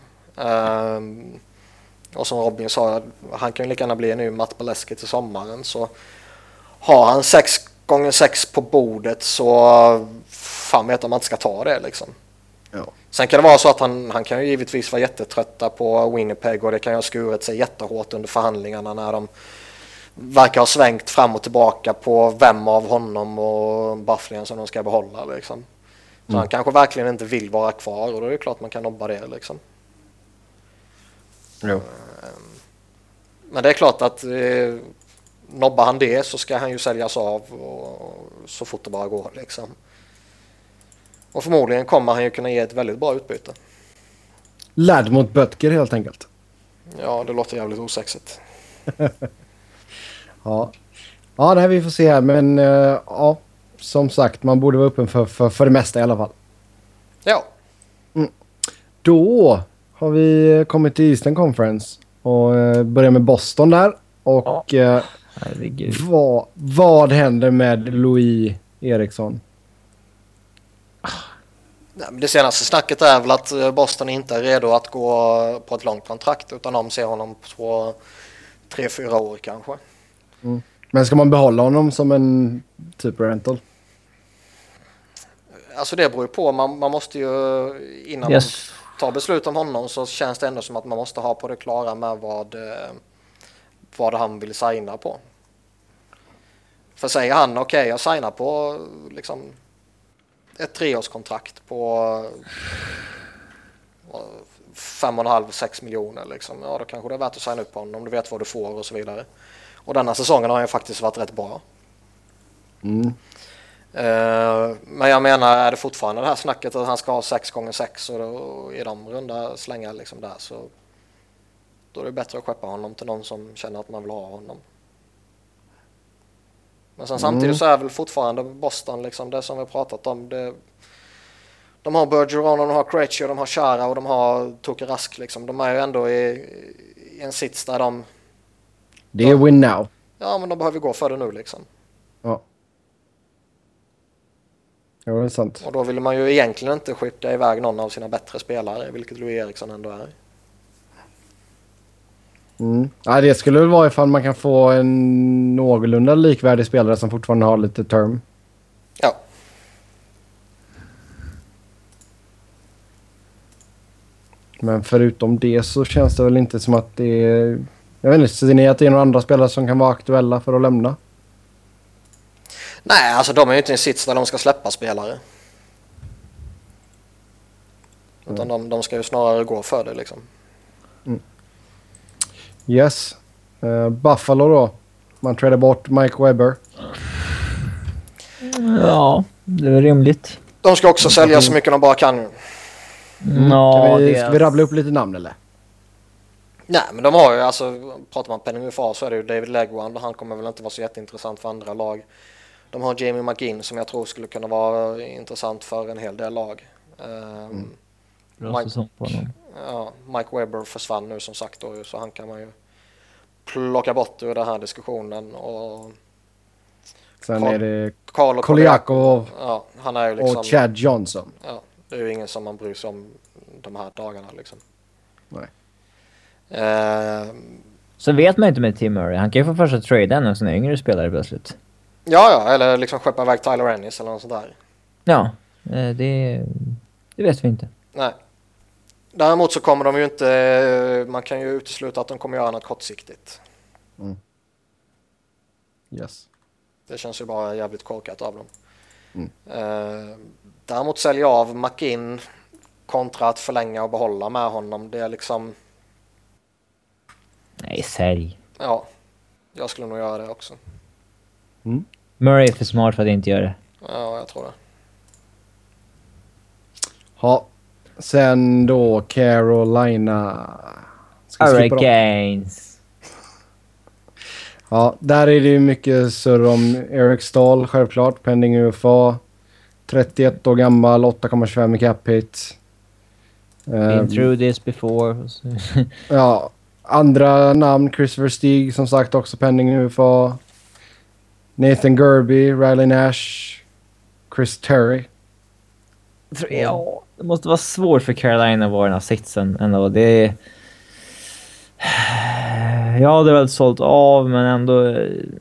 Och som Robin sa, han kan ju lika gärna bli en ny Matt Baleski till sommaren, så har han 6x6 på bordet så fan vet om man inte ska ta det liksom. Ja. Sen kan det vara så att han kan ju givetvis vara jättetrötta på Winnipeg och det kan ju ha skurit sig jättehårt under förhandlingarna när de verkar ha svängt fram och tillbaka på vem av honom och Bufflin som de ska behålla liksom. Så han kanske verkligen inte vill vara kvar och då är det klart man kan nobba det liksom. Jo. Men det är klart att nobbar han det så ska han ju säljas av och så fort det bara går liksom. Och förmodligen kommer han ju kunna ge ett väldigt bra utbyte. Ladd mot Böttger helt enkelt. Ja, det låter jävligt osexigt. Ja. Ja, nej, vi får se här. Men ja, som sagt, man borde vara öppen för det mesta i alla fall. Ja. Då har vi kommit till Eastern Conference och börjar med Boston där. Och vad händer med Louis Eriksson? Nej, men det senaste snacket är väl att Boston inte är redo att gå på ett långt kontrakt utan de ser honom på 3-4 år kanske. Men ska man behålla honom som en typ rental? Alltså det beror ju på. Man måste ju innan man tar beslut om honom så känns det ändå som att man måste ha på det klara med vad han vill signa på. För säger han okej, jag signar på liksom ett 3-årskontrakt på 5,5-6 miljoner liksom. Ja, då kanske det är värt att signa upp på honom om du vet vad du får och så vidare. Och denna säsongen har ju faktiskt varit rätt bra. Men jag menar, är det fortfarande det här snacket att han ska ha 6x6 och då är de runda slängar liksom där, så då är det bättre att skeppa honom till någon som känner att man vill ha honom. Men sen samtidigt så är väl fortfarande Boston liksom det som vi har pratat om. De har Bergeron, de har Krejci, de har Chara och de har Tuukka Rask liksom. De är ju ändå i en sits där de... Det är win now. Ja, men de behöver gå för det nu liksom. Ja. Ja, det är sant. Och då vill man ju egentligen inte skicka iväg någon av sina bättre spelare, vilket Louis Eriksson ändå är. Ja, det skulle väl vara ifall man kan få en någorlunda likvärdig spelare som fortfarande har lite term. Ja. Men förutom det så känns det väl inte som att det är... Jag vet inte, ser ni att det är några andra spelare som kan vara aktuella för att lämna? Nej, alltså de är ju inte i en sits där de ska släppa spelare. Utan de ska ju snarare gå för det liksom. Yes. Buffalo då. Man tradar bort Mike Weber. Ja, det är rimligt. De ska också sälja så mycket de bara kan nu. Ska vi rabbla upp lite namn eller? Nej, men de har ju alltså, pratar man penning UFA så är det ju David Legwand och han kommer väl inte vara så jätteintressant för andra lag. De har Jamie McGinn som jag tror skulle kunna vara intressant för en hel del lag. Mike Weber försvann nu som sagt då, så han kan man ju plocka bort ur den här diskussionen. Och sen är det Koliakov. Ja, han är ju liksom, och Chad Johnson. Ja, det är ju ingen som man bryr sig om de här dagarna liksom. Nej. Så vet man inte med Tim Murray. Han kan ju få första traden och sen yngre spelare plötsligt. Ja, eller liksom skeppa iväg Tyler Ennis eller något sånt där. Ja, det vet vi inte. Nej. Däremot så kommer de ju inte... Man kan ju utesluta att de kommer göra något kortsiktigt. Yes. Det känns ju bara jävligt korkat av dem. Däremot sälja av McGinn kontra att förlänga och behålla med honom. Det är liksom... Nej, sälj. Ja. Jag skulle nog göra det också. Murray är för smart för att inte göra det. Ja, jag tror det. Ja. Sen då Carolina. Ska vi skippa dem? Hurricanes. Ja, där är det ju mycket surr om Eric Stahl, självklart. Pending UFA. 31 år gammal, 8,25 i cap hit. Been through this before. Ja, andra namn. Christopher Stig, som sagt, också pending UFA. Nathan Gerby, Riley Nash, Chris Terry. Ja, det måste vara svårt för Carolina att vara den här sitsen ändå. Det är... Jag hade väl sålt av, men ändå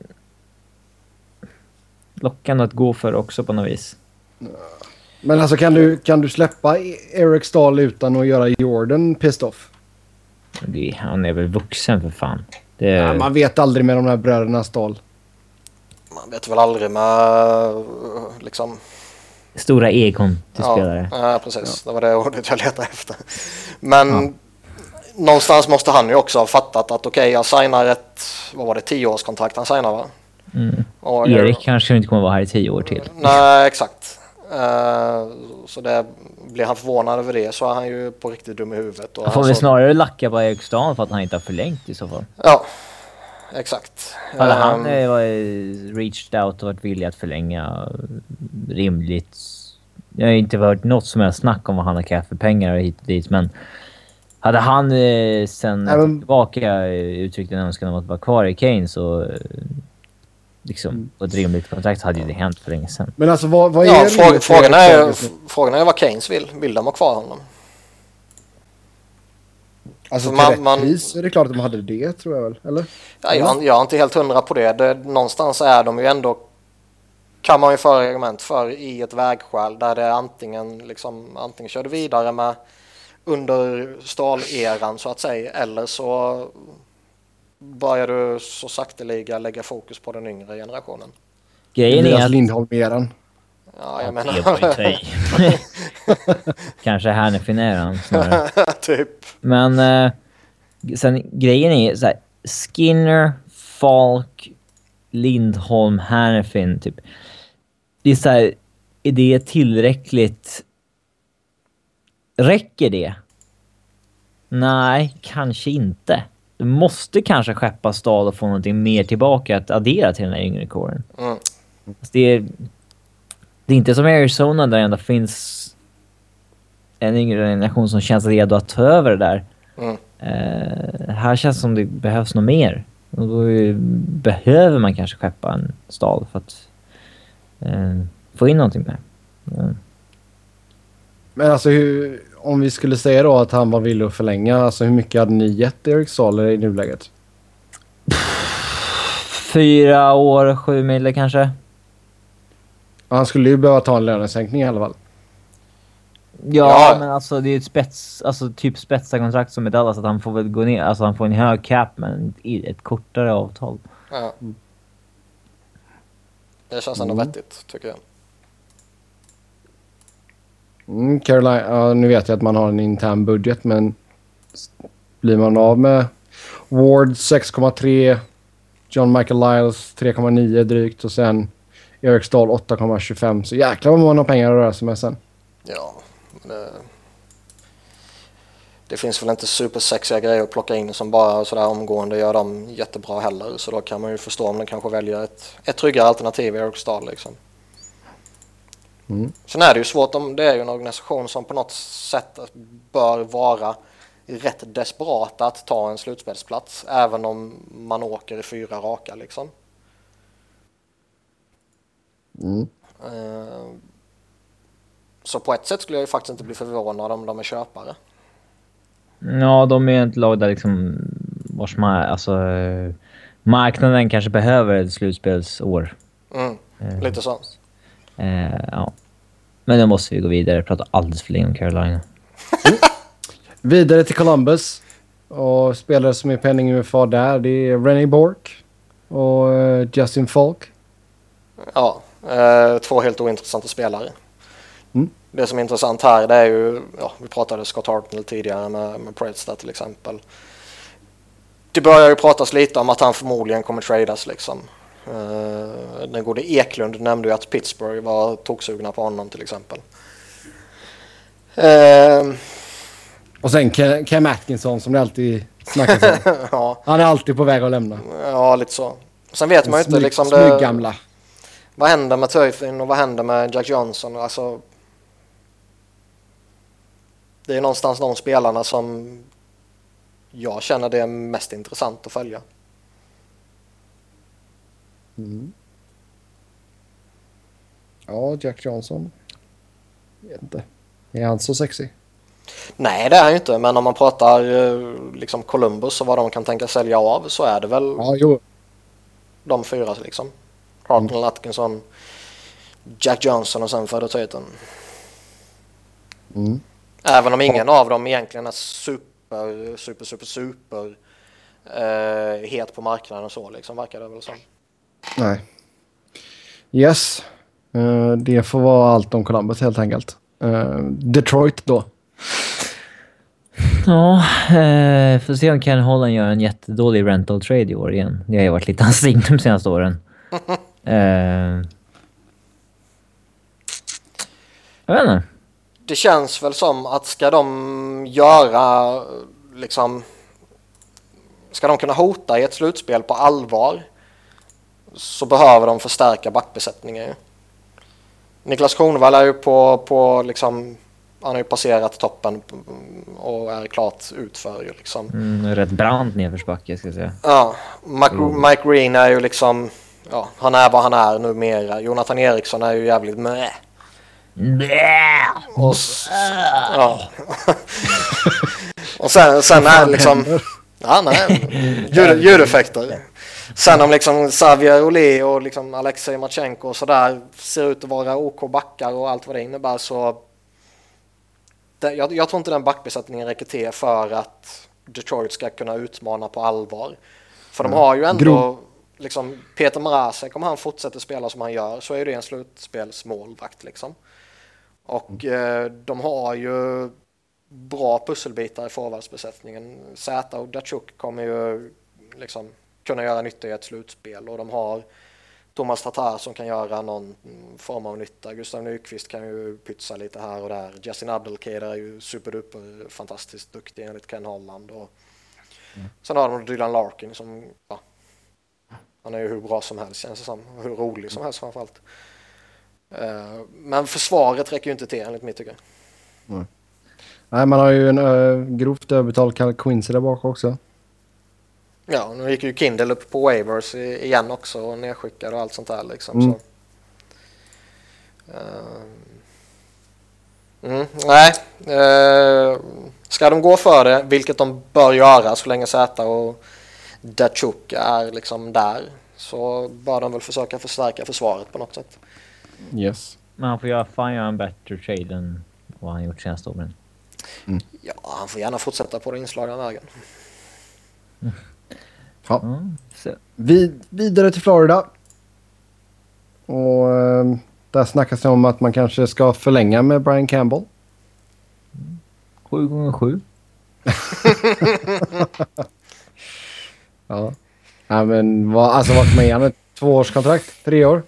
lockande att gå för också på något vis. Men alltså kan du släppa Eric Stahl utan att göra Jordan pissed off? Han är väl vuxen för fan. Ja, man vet aldrig med de här bröderna Stahl. Man vet väl aldrig med liksom... Stora egon till spelare. Ja, precis. Ja. Det var det ordet jag letade efter. Men någonstans måste han ju också ha fattat att okej, jag signar ett, vad var det, 10-årskontrakt han signar, va? Och Erik kanske inte kommer vara här i 10 år till. Nej, exakt. Så det blir han förvånad över det, så är han ju på riktigt dum i huvudet. Och får vi snarare lacka på Eric Stahl för att han inte har förlängt i så fall. Ja, exakt. Hade han reached out och varit villig att förlänga rimligt. Jag har inte hört något som helst snack om vad han har krävt för pengar och hit och dit, men hade han sen tillbaka uttryckt en önskan om att vara kvar i Kane, så liksom på ett rimligt kontrakt hade ju det hänt för länge sedan. Men alltså vad är det? Frågan är vad Keynes vill de ha kvar honom? Alltså till rätt pris är det klart att de hade det, tror jag väl, eller? Ja, jag är inte helt 100 på det. Någonstans är de ju ändå, kan man ju föra argument för, i ett vägskäl där det antingen körde vidare med under Stahl-eran så att säga, eller så börjar du så sakteliga lägga fokus på den yngre generationen. Grejen är att Lindholm-eran. Ja, jag menar. Kanske här när fineran snarare. Typ. Men sen grejen är så här, Skinner, Falk, Lindholm, Hannifin typ. Det är så här, är det tillräckligt? Räcker det? Nej, kanske inte. Du måste kanske skeppa Stahl och få någonting mer tillbaka att addera till den här yngre kåren. Alltså det är inte som Arizona där det ändå finns en yngre generation som känns redo att ta över det där. Här känns det som det behövs något mer. Och då behöver man kanske skeppa en Stahl för att få in någonting där. Men alltså om vi skulle säga då att han var villig att förlänga, alltså hur mycket hade ni gett Eric Stahl i nuläget? 4 år, 7 mil kanske. Han skulle ju behöva ta en lönesänkning i alla fall. Ja, men alltså det är ett typ spetsarkontrakt som i Dallas, att han får väl gå ner, alltså han får en hög cap men ett kortare avtal. Ja. Det känns ändå vettigt, tycker jag. Carolina, ja, nu vet jag att man har en intern budget, men blir man av med Ward 6,3, John Michael Lyles 3,9 drygt och sen Eric Stahl 8,25, så jäklar vad man har pengar att röra sig med sen. Ja, det finns väl inte supersexiga grejer att plocka in som bara sådär omgående gör dem jättebra heller, så då kan man ju förstå om den kanske väljer ett tryggare alternativ i Eric Stahl liksom. Sen är det ju svårt, om det är ju en organisation som på något sätt bör vara rätt desperata att ta en slutspelsplats, även om man åker i 4 raka liksom. Så på ett sätt skulle jag ju faktiskt inte bli förvånad om de är köpare. Ja, de är inte lag där liksom vars marknaden kanske behöver ett slutspelsår. Lite så. Ja. Men då måste vi gå vidare och prata alldeles för länge om Carolina. Vidare till Columbus. Och spelare som är penning UFA där, det är René Bork och Justin Falk. Ja, 2 helt ointressanta spelare. Det som är intressant här, det är ju, vi pratade Scott Hartnell tidigare med Preds där till exempel. det börjar ju pratas lite om att han förmodligen kommer tradas liksom. Den gode Eklund nämnde ju att Pittsburgh var toksugna på honom till exempel. Och sen Cam Atkinson som det alltid snackas om. Ja. Han är alltid på väg att lämna. Ja, lite så. Sen vet man ju inte liksom gamla. Vad händer med Turfin och vad händer med Jack Johnson? Alltså, det är någonstans de spelarna som jag känner det är mest intressant att följa. Mm. Ja, Jack Johnson. Jag vet inte. Är han så sexy? Nej, det är han ju inte. Men om man pratar liksom Columbus och vad de kan tänka sälja av så är det väl de 4 liksom. Hartnell, Atkinson, Jack Johnson och sen Fredrik Tayton. Mm. Även om ingen av dem egentligen är super het på marknaden och så liksom, verkar det väl som. Nej. Yes. Det får vara allt om Columbus helt enkelt. Detroit då. Ja, får se om Ken Holland gör en jättedålig rental trade i år igen. Det har ju varit lite hans signum de senaste åren. Jag vet inte. Det känns väl som att ska de göra liksom, ska de kunna hota i ett slutspel på allvar så behöver de förstärka backbesättningen. Niklas Kronwall är ju på liksom, han har ju passerat toppen och är klart utför ju liksom. Rätt brant nedförsbacke ska jag säga. Ja, Mike Green är ju liksom, ja, han är vad han är numera. Jonathan Eriksson är ju jävligt med. Och ja. Och sen är liksom, ja, nej, ljudeffekter. Sen om liksom Xavier Olé och liksom Alexej Marchenko och sådär ser ut att vara OK backar och allt vad det innebär, så jag tror inte den backbesättningen räcker till för att Detroit ska kunna utmana på allvar. För de har ju ändå liksom Peter Mrazek, om han fortsätter spela som han gör så är det en slutspelsmålvakt liksom. Och de har ju bra pusselbitar i forwardsbesättningen. Zäta och Datsjuk kommer ju liksom kunna göra nytta i ett slutspel, och de har Thomas Tatar som kan göra någon form av nytta. Gustav Nyqvist kan ju pytsa lite här och där. Justin Abdelkader är ju superduper fantastiskt duktig enligt Ken Holland. Och sen har de Dylan Larkin som, ja, han är ju hur bra som helst känns det som. Hur rolig som helst framförallt. Men försvaret räcker ju inte till enligt mitt tycke. Nej, man har ju en grovt överbetald Cal Quincy där bak också. Ja, nu gick ju Kindle upp på waivers igen också och nedskickad och allt sånt där liksom. Så. Nej, ska de gå för det, vilket de bör göra så länge Zäta och Datsjuk är liksom där, så bör de väl försöka förstärka försvaret på något sätt. Yes. Men han får göra en bättre trade än vad han gjort senaste åren. Ja, han får gärna fortsätta på den inslagna vägen. Ja. Vidare till Florida. Och där snackas det om att man kanske ska förlänga med Brian Campbell. 7x7. Ja. Ja, men vad kan man ge honom? 2-årskontrakt? 3 år?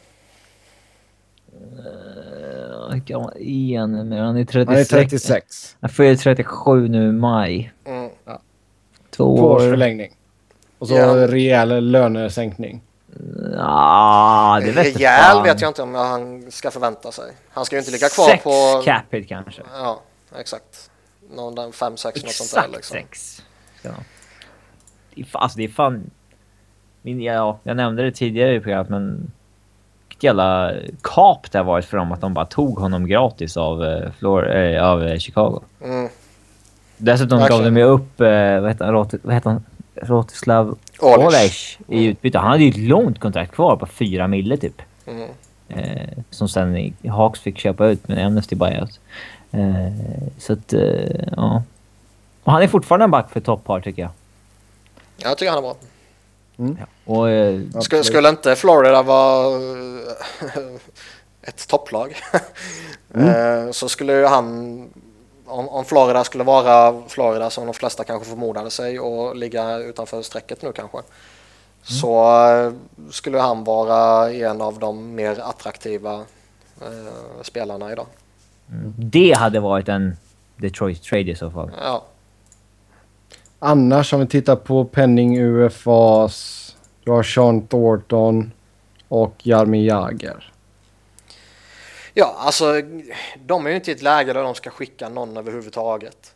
Men han är 36. Han är 36. Han fyller 37 nu i maj. Ja. 2 års förlängning. Och så rejäl lönesänkning. Ja, det vet rejäl vet jag inte om han ska förvänta sig. Han ska ju inte ligga kvar på 6 capita kanske. Ja, exakt. Någon 5-6 något sånt där liksom. 6. Ja. Det är fan jag nämnde det tidigare i programmet, men vilket jävla kap det har varit för dem att de bara tog honom gratis av Chicago. Dessutom gav de ju upp vad heter han? Rotislav Olesh i utbyte. Han hade ju ett långt kontrakt kvar på 4 mille typ. Som sen Hawks fick köpa ut med Amnesty buyout. Så att ja. Och han är fortfarande en back för toppar tycker jag. Jag tycker han är bra. Ja. Och skulle inte Florida vara ett topplag så skulle ju han om Florida skulle vara Florida som de flesta kanske förmodade sig och ligga utanför strecket nu kanske, så skulle han vara en av de mer attraktiva spelarna idag. Det hade varit en Detroit trade i så fall. Ja. Annars om vi tittar på penning UFAs, du har Sean Thornton och Jaromir Jagr. Ja, alltså de är ju inte i ett läge där de ska skicka någon överhuvudtaget.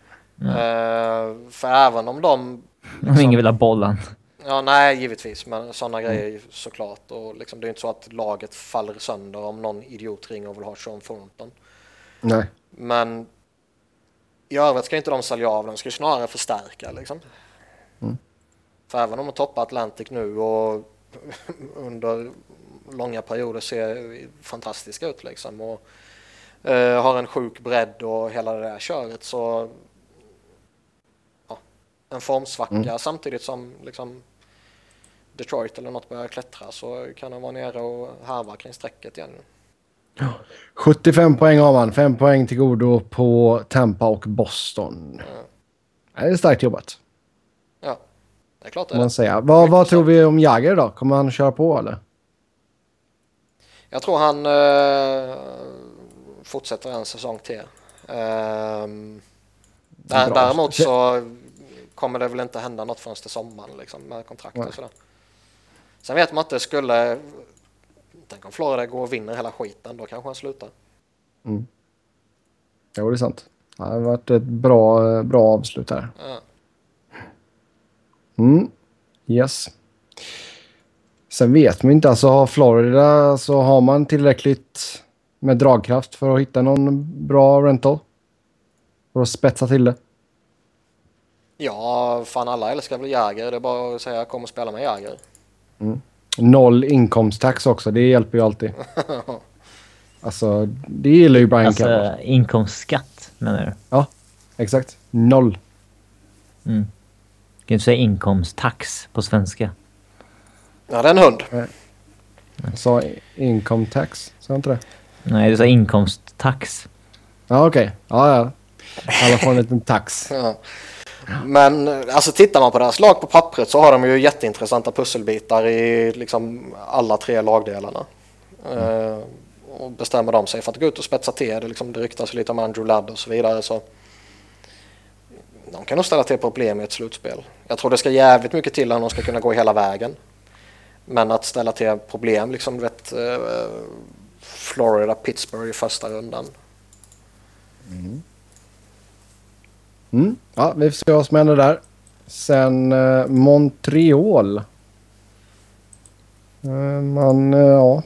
För även om de... Om ingen vill ha bollen. Ja, nej, givetvis. Men sådana grejer såklart. Och liksom, det är inte så att laget faller sönder om någon idiot ringer och vill ha Sean Thornton. Nej. Men i övrigt ska inte de sälja av. De ska snarare förstärka liksom. För även om de toppar Atlantic nu och under långa perioder ser fantastiska ut liksom. Och har en sjuk bredd och hela det där köret, så en formsvacka samtidigt som liksom Detroit eller något börjar klättra, så kan han vara nere och härva kring strecket igen. 75 poäng har man. 5 poäng till godo på Tampa och Boston. Det är starkt jobbat. Ja, det är klart det. Man säger. Vad tror vi om Jagr då? Kommer han köra på eller? Jag tror han fortsätter en säsong till. Däremot så kommer det väl inte hända något förrän till sommaren liksom, med kontrakt och sådär. Sen vet man att det skulle... Tänk om Florida går och vinner hela skiten, då kanske han slutar. Ja, det är sant. Det har varit ett bra avslut här. Yes. Sen vet man inte, alltså har Florida, så har man tillräckligt med dragkraft för att hitta någon bra rental? För att spetsa till det? Ja, fan alla älskar väl Jagr. Det är bara att säga kom och spela med Jagr. 0 inkomsttax också, det hjälper ju alltid. Alltså, det gillar ju Brian Campbell. Alltså, inkomstskatt menar du? Ja, exakt. 0. Kan du säga inkomsttax på svenska? Ja, det är en hund. Jag sa income tax, sa jag inte det? Nej, du sa inkomsttax. Ja, okej. Ja. Alla får en liten tax. Ja. Men alltså tittar man på deras lag på pappret, så har de ju jätteintressanta pusselbitar i liksom alla 3 lagdelarna. Och bestämmer de sig för att gå ut och spetsa till det, liksom, det ryktas lite om Andrew Ladd och så vidare, så de kan nog ställa till problem i ett slutspel. Jag tror det ska jävligt mycket till att de ska kunna gå hela vägen. Men att ställa till problem, liksom du vet, Florida, Pittsburgh i första rundan. Ja, vi får se vad som händer där. Sen Montreal. Ja.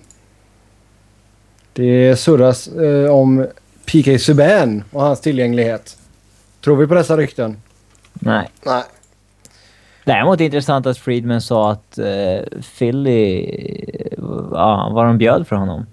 Det surras om PK Subban och hans tillgänglighet. Tror vi på dessa rykten? Nej. Nej. Däremot är det intressant att Friedman sa att Philly, vad de bjöd för honom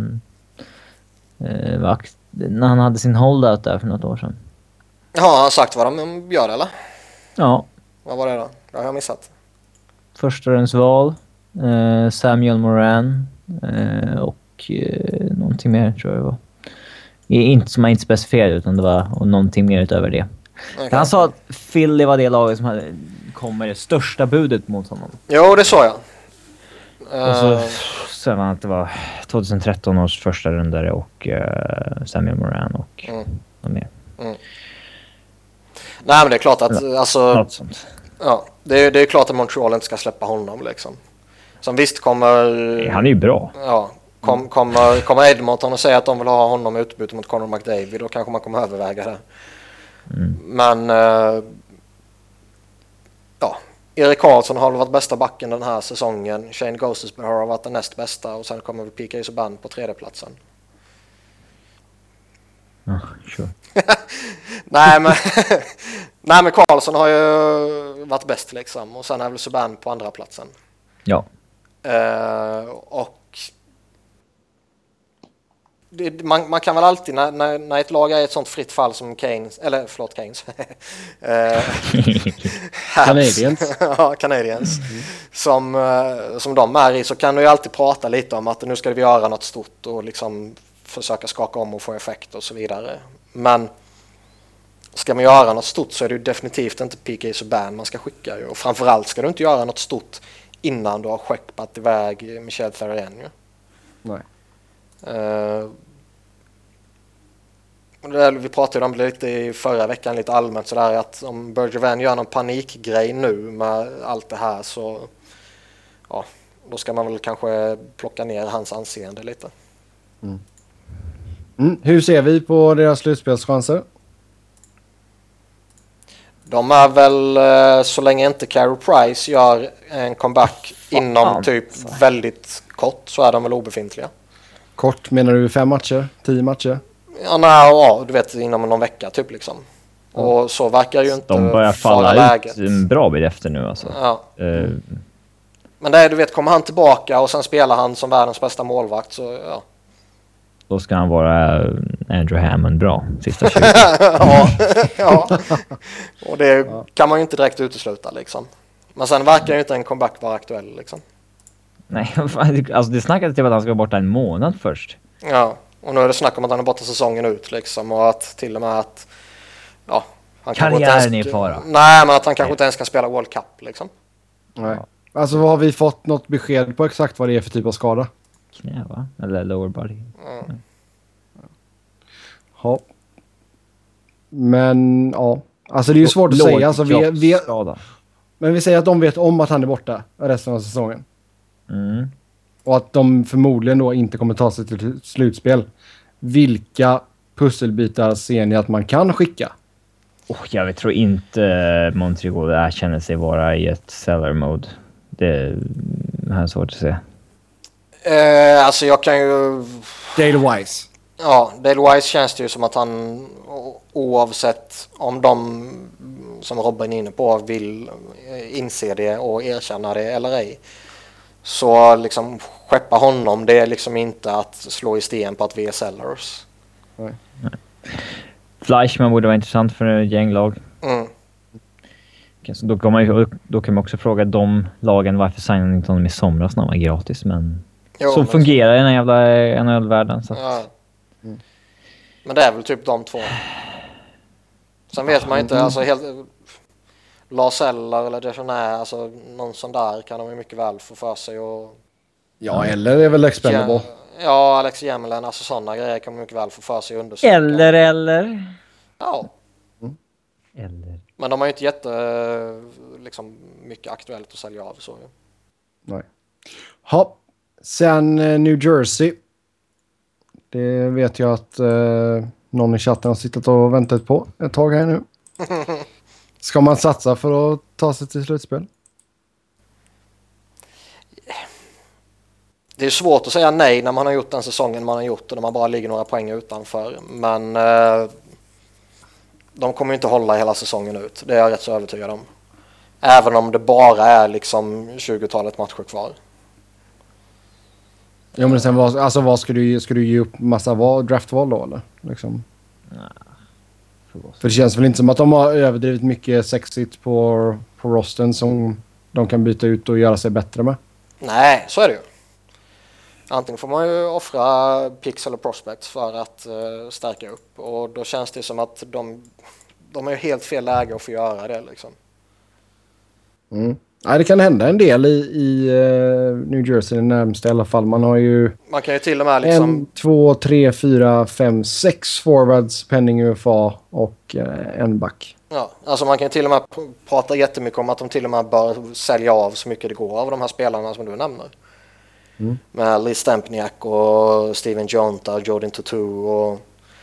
när han hade sin holdout där för något år sedan. Ja, han har sagt vad de gör, eller? Ja. Vad var det då? Det har jag missat. Förstaransval, Samuel Moran och någonting mer tror jag det var. Inte som man inte specificerade, utan det var och någonting mer utöver det. Okay. Han sa att Philly var det laget som kom med det största budet mot honom. Jo, det sa jag. Och så sa han att det var 2013 års första rundare och Samuel Moran och mer. Nej, men det är klart att alltså, något sånt. Ja, det är klart att Montreal inte ska släppa honom liksom. Som visst kommer... Han är ju bra. Ja, kommer Edmonton och säga att de vill ha honom utbyte mot Connor McDavid, då kanske man kommer överväga det. Men ja, Erik Karlsson har varit bästa backen den här säsongen. Shane Gostisbehere har varit den näst bästa, och sen kommer vi PK Subban på 3:e platsen. Ja, sure. Nej, men Karlsson har ju varit bäst liksom, och sen är väl Subban på 2:a platsen. Ja. Och man kan väl alltid när ett lag är i ett sånt fritt fall som Canes Canadiens. Ja, Canadiens. Som de är i, så kan du ju alltid prata lite om att nu ska vi göra något stort och liksom försöka skaka om och få effekt och så vidare. Men ska man göra något stort så är det ju definitivt inte PK Subban man ska skicka ju. Och framförallt ska du inte göra något stort innan du har skeppat iväg Michel Therrien ju. Nej. Vi pratade om det lite i förra veckan lite allmänt sådär att om Bergevin gör någon panikgrej nu med allt det här så ja, då ska man väl kanske plocka ner hans anseende lite. Hur ser vi på deras slutspelschanser? De är väl så länge inte Carey Price gör en comeback inom typ väldigt kort så är de väl obefintliga. Kort menar du 5 matcher? 10 matcher? Ja, du vet inom någon vecka typ liksom. Och så verkar ju inte de börjar falla läget. Ut en bra bit efter nu alltså. Ja. Men det är, du vet, kommer han tillbaka och sen spelar han som världens bästa målvakt så ja. Då ska han vara Andrew Hammond bra sista 20. ja. Och det kan man ju inte direkt utesluta liksom. Men sen verkar ju inte en comeback vara aktuell liksom. Nej, alltså det snackades typ att han ska vara borta en månad först. Ja, och nu är det snack om att han är borta säsongen ut liksom och att till och med att ja, han karriären är i fara. Nej, men att han kanske inte ens kan spela World Cup liksom. Nej. Alltså har vi fått något besked på exakt vad det är för typ av skada? Knä va? Eller lower body. Ja. Men ja, alltså det är ju svårt att säga. Alltså, men vi säger att de vet om att han är borta resten av säsongen. Och att de förmodligen då inte kommer ta sig till slutspel. Vilka pusselbitar ser ni att man kan skicka? Jag tror inte Montreal känner sig vara i ett seller mode. Det är svårt att se. Alltså jag kan ju... Dale Wise. Ja, Dale Wise känns det ju som att han oavsett om de som Robin är inne på vill inse det och erkänna det eller ej. Så liksom skeppa honom, det är liksom inte att slå i sten på att vi är sellers. Nej. Fleischmann borde vara intressant för en gänglag. Så då kan man också fråga de lagen varför signade inte honom i somras när han var gratis. Men så fungerar den jävla NHL-världen. Så. Ja. Men det är väl typ de två. Sen vet man inte, alltså helt... Lars eller Deschanel, alltså någon sån där kan de ju mycket väl få för sig och... Ja, eller är väl expendable. Ja, Alex Jämelen, alltså sådana grejer kan man mycket väl få för sig och undersöka. Eller. Ja. Eller. Men de har ju inte liksom mycket aktuellt att sälja av så. Nej. Ja, sen New Jersey. Det vet jag att någon i chatten har suttit och väntat på ett tag här nu. Ska man satsa för att ta sig till slutspel? Det är svårt att säga nej när man har gjort den säsongen man har gjort och när man bara ligger några poäng utanför. Men de kommer ju inte hålla hela säsongen ut. Det är jag rätt så övertygad om. Även om det bara är liksom 20-talet matcher kvar. Ja, men sen vad ska du ge upp massa draftval då eller? Liksom. För det känns väl inte som att de har överdrivit mycket sexigt på rosten som de kan byta ut och göra sig bättre med. Nej, så är det ju. Antingen får man ju offra picks eller prospects för att stärka upp. Och då känns det som att de är helt fel läge att få göra det liksom. Ja, det kan hända en del i New Jersey närmast i alla fall. Man har ju... Man kan ju till och med liksom... 1, 2, 3, 4, 5, 6 forwards, penning UFA och en back. Ja, alltså man kan ju till och med prata jättemycket om att de till och med bör sälja av så mycket det går av de här spelarna som du nämner. Med Lee Stempniak och Steven Jonta, Jordan Totu och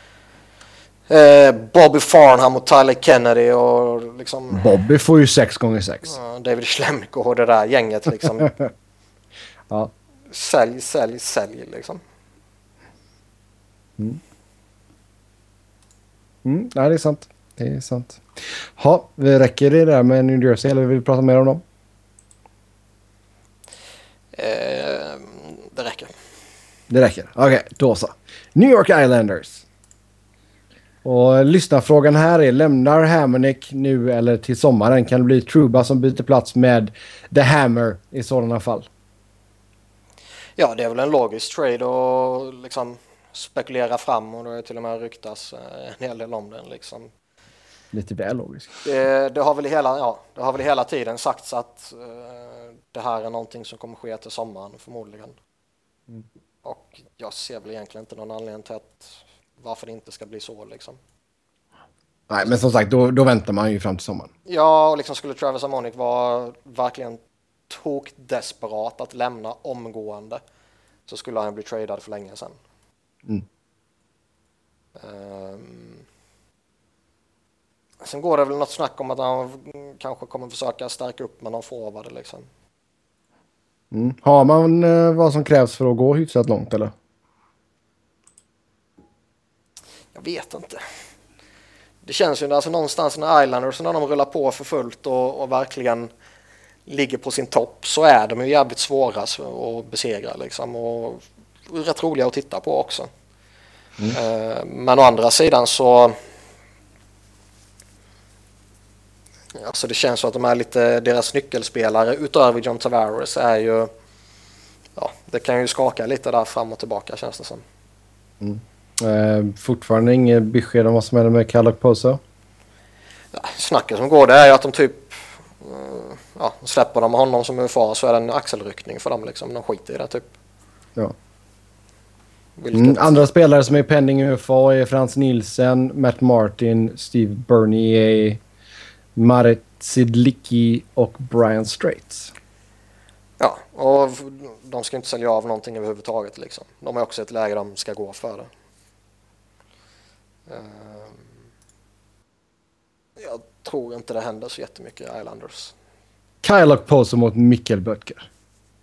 Bobby Farnham och Tyler Kennedy och liksom... Bobby får ju 6x6. David Schlemko och det där gänget liksom. Ja. Sälj liksom. Nej, det är sant. Det är sant. Ja, vi räcker det där med New Jersey eller vill vi prata mer om dem? Det räcker. Det räcker. Okej, då så. New York Islanders. Och lyssnarfrågan här är: lämnar Hamonic nu eller till sommaren? Kan det bli Trouba som byter plats med The Hammer i sådana fall? Ja, det är väl en logisk trade och liksom spekulera fram och då är det till och med ryktas en hel del om den liksom. Lite väl logiskt. Det har väl hela tiden sagts att det här är någonting som kommer ske till sommaren förmodligen. Och jag ser väl egentligen inte någon anledning till varför det inte ska bli så liksom. Nej, men som sagt, då väntar man ju fram till sommaren. Ja, och liksom skulle Travis Harmonic vara verkligen desperat att lämna omgående, så skulle han bli tradad för länge sedan. Sen går det väl något snack om att han kanske kommer försöka stärka upp med någon forward liksom. Har man vad som krävs för att gå hyfsat långt, eller? Jag vet inte. Det känns ju alltså någonstans när Islanders, när de rullar på för fullt och verkligen ligger på sin topp, så är de ju jävligt svåra att besegra liksom, och rätt roliga att titta på också. Men å andra sidan så alltså det känns så att de är lite, deras nyckelspelare utöver John Tavares är ju, ja, det kan ju skaka lite där fram och tillbaka, känns det som. Fortfarande inget besked om vad som händer med Kalle Poso. Ja, snacket som går, det är ju att de typ släpper de honom som UFA, så är det en axelryckning för dem liksom. De skiter i det typ. Ja. Andra spelare som är pending i UFA är Frans Nielsen, Matt Martin, Steve Bernier, Marit Sidlicki och Brian Straits. Ja, och de ska inte sälja av någonting överhuvudtaget liksom. De är också ett läge de ska gå för det. Jag tror inte det händer så jättemycket i Islanders. Kyle Poso mot Mikkel Böttger.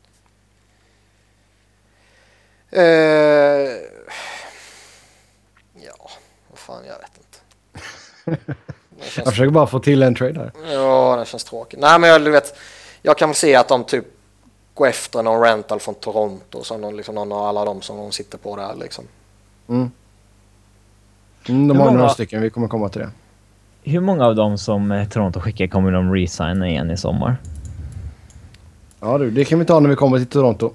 Ja, vad fan, jag vet inte. Jag försöker bara få till en trade här. Ja, det känns tråkigt. Nej, men jag kan väl se att de typ går efter någon rental från Toronto, som liksom någon av alla de som de sitter på där liksom. De har några stycken, vi kommer komma till det. Hur många av dem som Toronto skickar kommer de resigna igen i sommar? Ja du, det kan vi ta när vi kommer till Toronto.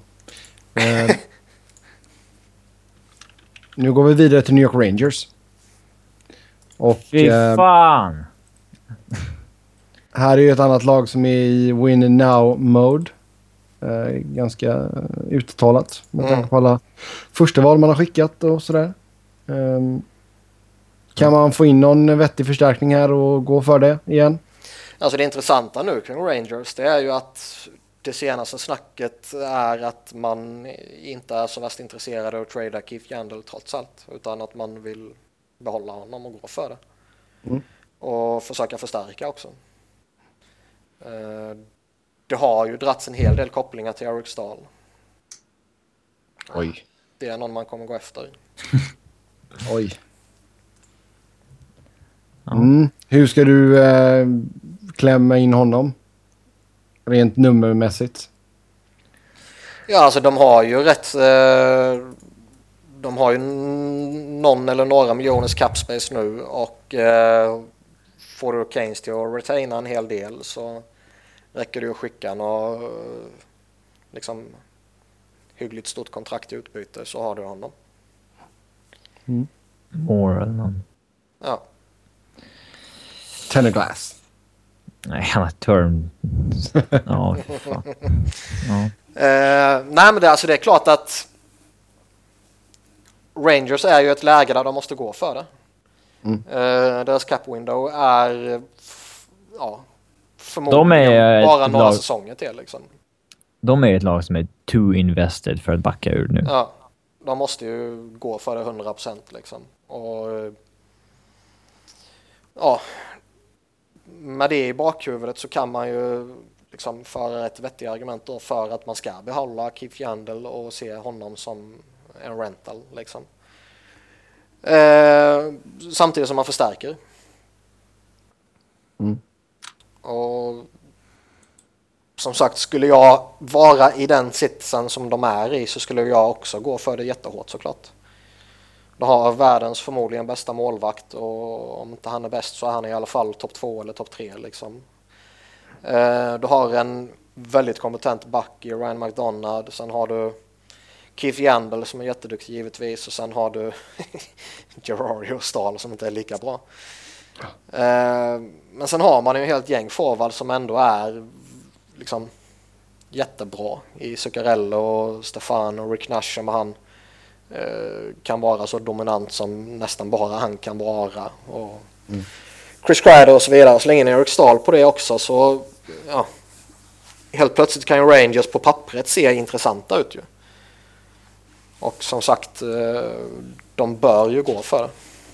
Nu går vi vidare till New York Rangers. Och fy fan! Här är ju ett annat lag som är i win now mode. Ganska uttalat med tanke på alla första val man har skickat och sådär. Kan man få in någon vettig förstärkning här och gå för det igen? Alltså det intressanta nu kring Rangers, det är ju att det senaste snacket är att man inte är så värst intresserad av att trada Keith Yandle trots allt, utan att man vill behålla honom och gå för det. Och försöka förstärka också. Det har ju dragits en hel del kopplingar till Eric Stahl. Oj. Det är någon man kommer gå efter. Oj. Hur ska du klämma in honom? Rent nummermässigt. Ja, alltså de har ju de har ju någon eller några miljoners capspace nu, och får du Canes till att retaina en hel del, så räcker det att skicka något liksom hyggligt stort kontrakt i utbyte, så har du honom. More eller någon. Ja. Tennerglass. Nej, han har term. Ja, fan. Ja. Nej, men det är klart att Rangers är ju ett läge där de måste gå för det. Deras cap window är förmodligen bara några säsonger till liksom. De är ett lag som är too invested för att backa ur nu. Ja, de måste ju gå för det 100% liksom. Och ja, med det i bakhuvudet så kan man ju liksom föra ett vettigt argument då för att man ska behålla Keith Yandle och se honom som en rental liksom. Samtidigt som man förstärker. Och som sagt, skulle jag vara i den sitsen som de är i, så skulle jag också gå för det jättehårt såklart. Du har världens förmodligen bästa målvakt, och om inte han är bäst så är han i alla fall topp 2 eller topp 3 liksom. Du har en väldigt kompetent back i Ryan McDonald, sen har du Keith Yandle som är jätteduktig givetvis, och sen har du Gerardi och Stahl som inte är lika bra. Men sen har man ju en helt gäng forward som ändå är liksom jättebra i Zuccarello och Stefan och Rick Nash, som han kan vara så dominant som nästan bara han kan vara, och Chris Kreider och så vidare. Så länge Eric Stahl på det också, så ja, helt plötsligt kan ju Rangers på pappret se intressanta ut ju. Och som sagt, de bör ju gå för det.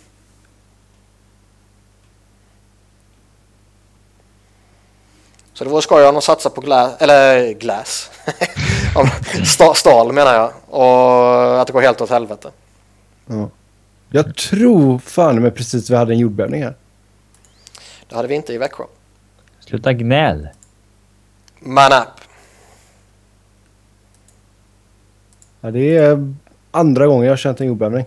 Så det vore skoj om de satsar på Glass. Stahl menar jag. Och att det går helt åt helvete. Ja. Jag tror fan med precis vi hade en jordbävning här. Det hade vi inte i Växjö. Sluta gnäll. Man up. Ja, det är andra gången jag har känt en jordbävning.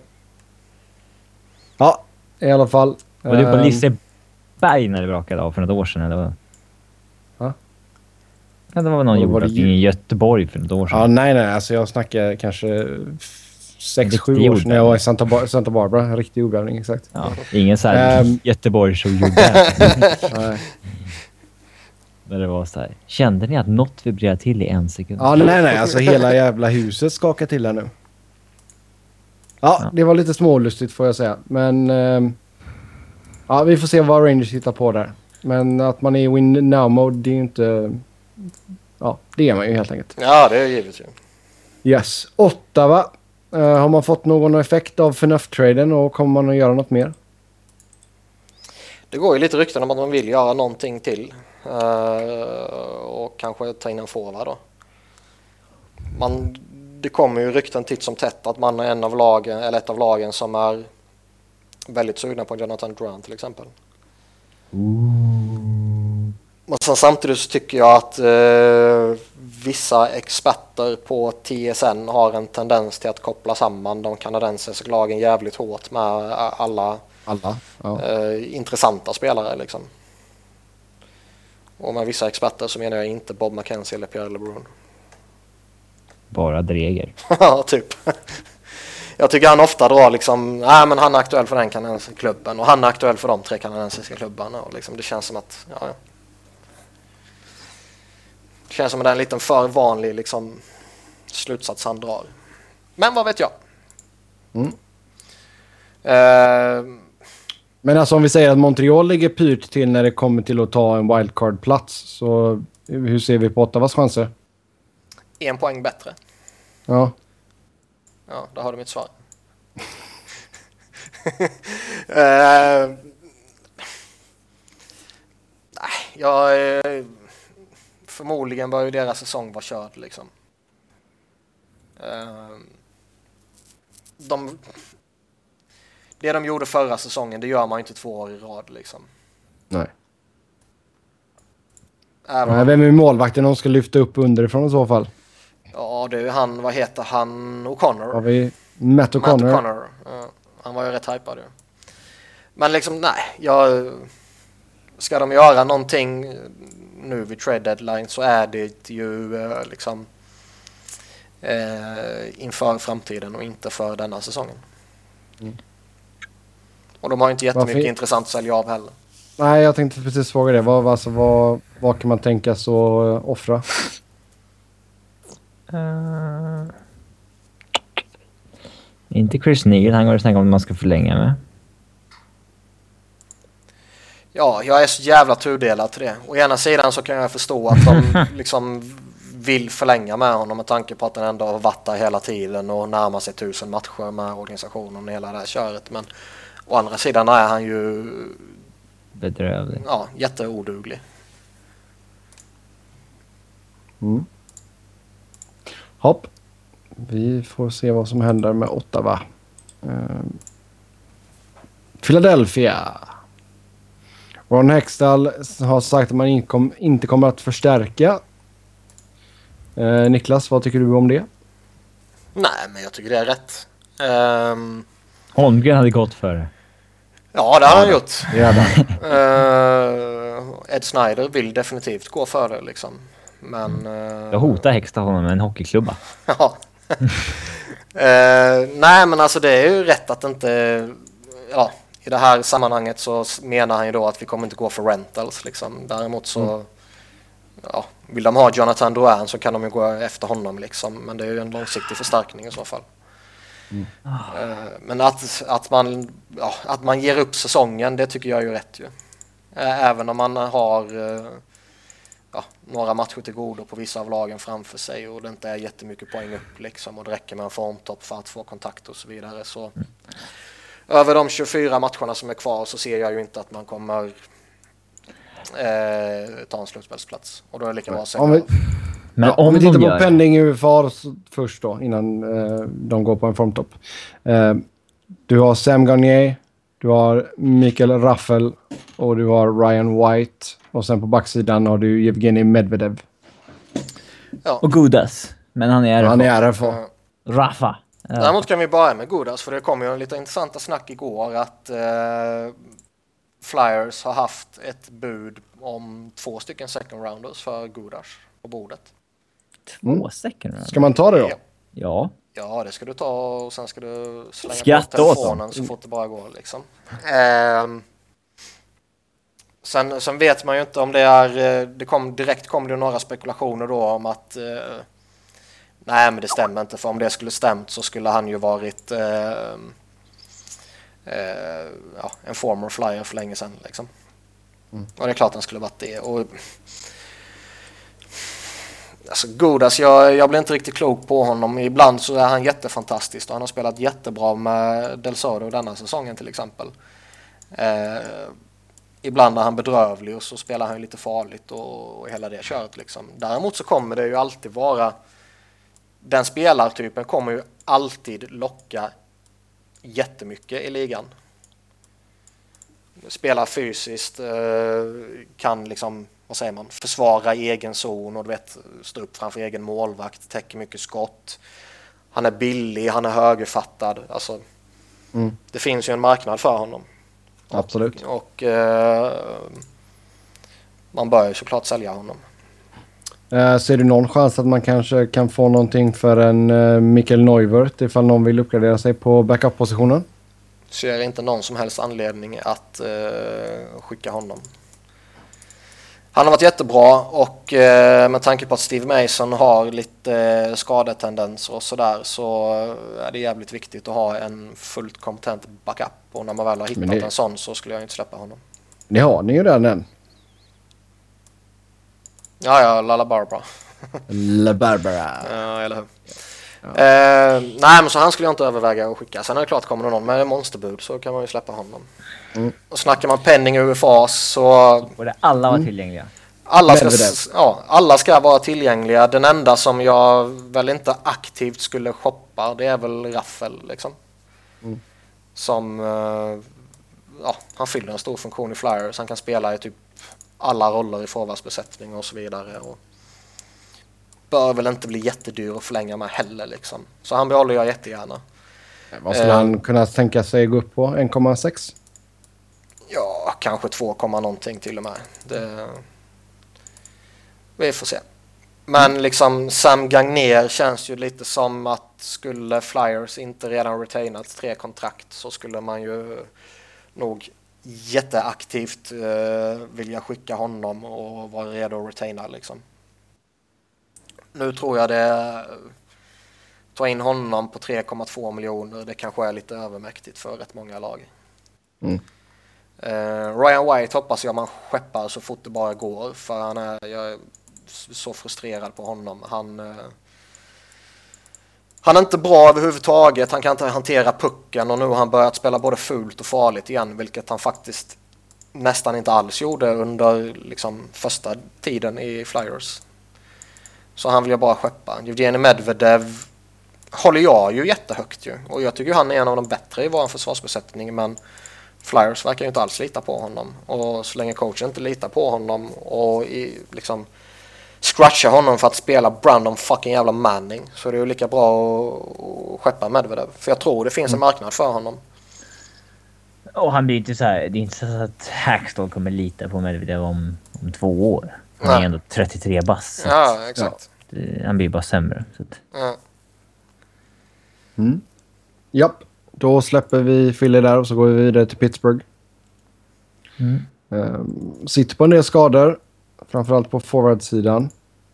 Ja, i alla fall. Var du på Liseberg när det brakade av för något år sedan, eller vad? Ja. Ja, det var väl någon jordbävning i Göteborg för något år sedan. Ja, nej. Alltså jag snackar kanske 6-7 år sedan när jag var i Santa Barbara. En riktig jordbävning, exakt. Ja, ingen så här Göteborg så jordbävning. Där det var så här. Kände ni att något vibrerade till i en sekund? Ja, nej. Alltså hela jävla huset skakar till här nu. Ja, det var lite smålustigt får jag säga. Men ja, vi får se vad Rangers hittar på där. Men att man är i win now mode, det är ju inte... Ja, det är man ju helt enkelt. Ja, det är givet ju. Yes. Ottawa. Har man fått någon effekt av FNUF-traden och kommer man att göra något mer? Det går ju lite rykten om att man vill göra någonting till. Och kanske ta in en forward då. Det kommer ju rykten titt som tätt att man är ett av lagen som är väldigt sugna på Jonathan Drouin till exempel. Men sen samtidigt så tycker jag att vissa experter på TSN har en tendens till att koppla samman de kanadensiska lagen jävligt hårt med alla intressanta spelare liksom. Och med vissa experter så menar jag inte Bob McKenzie eller Pierre LeBrun. Bara Dreger. Ja, typ. Jag tycker han ofta drar liksom, men han är aktuell för den kanadensiska klubben och han är aktuell för de 3 kanadensiska klubbarna. Och liksom, det känns som att, det känns som att det är en liten för vanlig liksom, slutsats han drar. Men vad vet jag? Men alltså om vi säger att Montreal ligger pyrt till när det kommer till att ta en wildcard-plats, så hur ser vi på Ottawas chanser? 1 poäng bättre. Ja. Ja, där har du mitt svar. Förmodligen bör ju deras säsong vara körd liksom. Det de gjorde förra säsongen, det gör man ju inte 2 år i rad liksom. Nej. Vem är målvakten de ska lyfta upp underifrån i så fall? Ja, det är han, vad heter han? O'Connor. Har vi Matt O'Connor? Ja, han var ju rätt hypad ju. Men liksom, ska de göra någonting nu vid trade deadline så är det ju liksom inför framtiden och inte för denna säsongen. Och de har inte jättemycket intressant att sälja av heller. Nej, jag tänkte precis fråga det. Vad kan man tänka så offra? Inte Chris Neal, han går att snacka om att man ska förlänga med. Ja, jag är så jävla tudelad till det. Å ena sidan så kan jag förstå att de liksom vill förlänga med honom med tanke på att den ändå har varit där hela tiden och närmar sig 1000 matcher med organisationen och hela det här köret. Men å andra sidan är han ju bedrövlig. Ja, jätteoduglig. Hopp. Vi får se vad som händer med Ottawa. Philadelphia. Ron Hextall har sagt att man inte kommer att förstärka. Niklas, vad tycker du om det? Nej, men jag tycker det är rätt. Holmgren hade gått för det. Ja, det har han gjort. Ja, Ed Snyder vill definitivt gå för det liksom. Men jag hotar Hextall honom med en hockeyklubba. Ja. Nej, men alltså det är ju rätt att inte i det här sammanhanget så menar han ju då att vi kommer inte gå för rentals liksom. Däremot så vill de ha Jonathan Drouin så kan de ju gå efter honom liksom. Men det är ju en långsiktig förstärkning i så fall. Men att man ger upp säsongen, det tycker jag är ju rätt ju. Även om man har några matcher till godo på vissa av lagen framför sig och det inte är jättemycket poäng upp liksom, och det räcker med en formtopp för att få kontakt och så vidare. Så över de 24 matcherna som är kvar så ser jag ju inte att man kommer ta en slutspelsplats. Och då är det lika bra att säga. Men om vi tittar på pending UFA först då, innan de går på en formtopp. Du har Sam Gagner, du har Mikael Raffel och du har Ryan White. Och sen på backsidan har du Evgenij Medvedev. Ja. Och Gudas. Men han är RFA. Han är RFA. Rafa. Däremot kan vi börja med Gudas, för det kom ju en lite intressanta snack igår att Flyers har haft ett bud om 2 stycken second rounders för Gudas på bordet. 2 second rounders? Ska man ta det då? Ja. Ja, det ska du ta och sen ska du slänga Skratta på telefonen så fort det bara går liksom. Sen vet man ju inte om det är... Direkt kom det några spekulationer då om att... nej, men det stämmer inte. För om det skulle stämt så skulle han ju varit en former flyer för länge sedan. Liksom. Och det är klart han skulle varit det. Och, alltså Gudas, jag blir inte riktigt klok på honom. Ibland så är han jättefantastisk och han har spelat jättebra med Del Soto denna säsongen till exempel. Ibland är han bedrövlig och så spelar han lite farligt och hela det köret liksom. Däremot så kommer det ju alltid vara, den spelartypen kommer ju alltid locka jättemycket i ligan. Spelar fysiskt, kan liksom, vad säger man, försvara egen zon och du vet, stå upp framför egen målvakt, täcker mycket skott. Han är billig, han är högerfattad. Alltså, det finns ju en marknad för honom. Absolut. Och man bör ju såklart sälja honom. Ser du någon chans att man kanske kan få någonting för en Mikael Neuwirth ifall någon vill uppgradera sig på backup-positionen? Ser inte någon som helst anledning att skicka honom. Han har varit jättebra och med tanke på att Steve Mason har lite skadetendenser och sådär så är det jävligt viktigt att ha en fullt kompetent backup. Och när man väl har hittat en sån så skulle jag inte släppa honom. Det har ni ju redan än. Ja, Lalla Barbara. La Barbara. Ja, eller hur? Ja. Nej, men så han skulle jag inte överväga att skicka. Sen är det klart, kommer det någon med monsterbud så kan man ju släppa honom. Och snackar man penning och UFA så... Borde alla vara tillgängliga? Alla ska vara tillgängliga. Den enda som jag väl inte aktivt skulle shoppa, det är väl Raffel liksom. Som han fyller en stor funktion i Flyers. Han kan spela i typ alla roller i forwardsbesättning och så vidare. Och bör väl inte bli jättedyr att förlänga med heller liksom. Så han behåller jag jättegärna. Vad skulle han kunna tänka sig gå upp på? 1,6? Ja, kanske 2, någonting till och med. Vi får se. Men liksom Sam Gagner känns ju lite som att skulle Flyers inte redan retainat 3 kontrakt så skulle man ju nog jätteaktivt vilja skicka honom och vara redo att retaina liksom. Nu tror jag det ta in honom på 3,2 miljoner, det kanske är lite övermäktigt för rätt många lag. Ryan White hoppas jag man skeppar så fort det bara går, för jag är så frustrerad på honom. Han är inte bra överhuvudtaget, han kan inte hantera pucken och nu har han börjat spela både fult och farligt igen, vilket han faktiskt nästan inte alls gjorde under liksom första tiden i Flyers. Så han vill jag bara skeppa. Evgenij Medvedev håller jag ju jättehögt ju. Och jag tycker han är en av de bättre i vår försvarsbesättning. Men Flyers verkar ju inte alls lita på honom. Och så länge coachen inte litar på honom och liksom scratcha honom för att spela Brandon fucking jävla Manning, så är det ju lika bra att skeppa Medvedev. För jag tror det finns en marknad för honom. Och han blir inte så här, det är inte så att Hackstall kommer lita på Medvedev om 2 år. Han är ändå 33 bass. Ja, exakt. Han blir bara sämre. Så att. Japp. Då släpper vi Philly där och så går vi vidare till Pittsburgh. Sitter på en del skador. Framförallt på forwardsidan.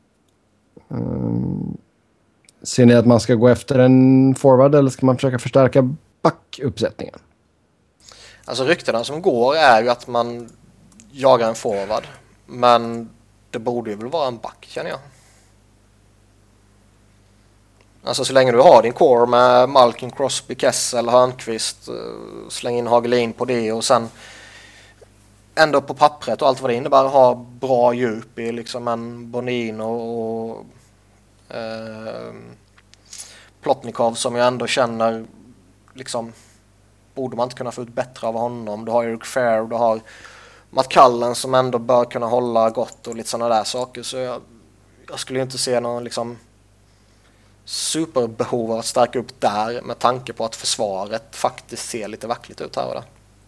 Ser ni att man ska gå efter en forward eller ska man försöka förstärka backuppsättningen? Alltså ryktena som går är ju att man jagar en forward. Men det borde ju väl vara en back, känner jag. Alltså så länge du har din core med Malkin, Crosby, Kessel, Hörnqvist, släng in Hagelin på det och sen ändå på pappret och allt vad det innebär ha bra djup i liksom en Bonino och Plotnikov som jag ändå känner liksom borde man inte kunna få ut bättre av honom. Du har Eric Fair, du har Matt Cullen som ändå bör kunna hålla gott och lite sådana där saker. Så jag skulle inte se någon liksom superbehov av att stärka upp där med tanke på att försvaret faktiskt ser lite vackligt ut här och där.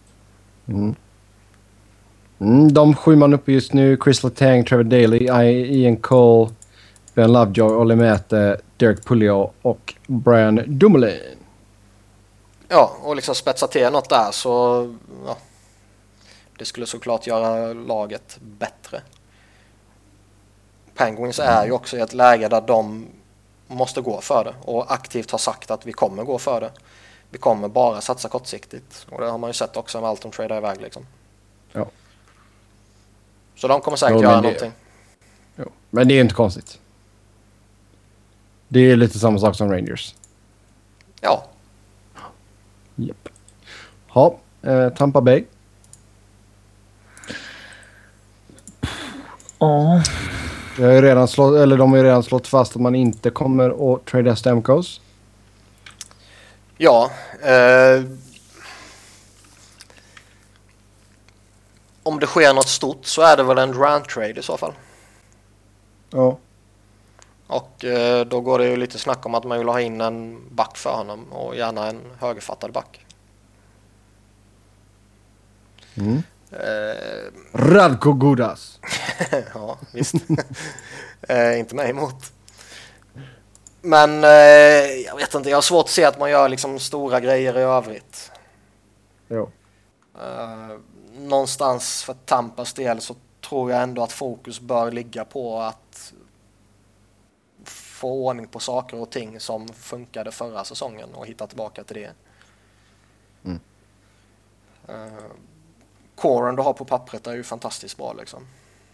De 7 man uppe just nu, Chris Letang, Trevor Daley, Ian Cole, Ben Lovejoy, Olli Määttä, Derek Pullio och Brian Dumoulin. Ja, och liksom spetsa till något där så ja, det skulle såklart göra laget bättre. Penguins är ju också i ett läge där de måste gå för det och aktivt har sagt att vi kommer gå för det. Vi kommer bara satsa kortsiktigt och det har man ju sett också med allt de tradar iväg liksom. Ja. Så de kommer säkert göra någonting. Jo, men det är inte konstigt. Det är lite samma sak som Rangers. Ja. Japp. Ja, Tampa Bay. Ja. De har ju redan slått fast att man inte kommer att trada Stamkos. Ja. Om det sker något stort så är det väl en Durant trade i så fall. Ja. Och då går det ju lite snack om att man vill ha in en back för honom och gärna en högerfattad back. Radko Gudas. Ja, visst. Inte mig emot. Men jag vet inte, jag har svårt att se att man gör liksom stora grejer i övrigt. Jo. Någonstans för Tampas del så tror jag ändå att fokus bör ligga på att få ordning på saker och ting som funkade förra säsongen och hitta tillbaka till det. Coren du har på pappret är ju fantastiskt bra liksom.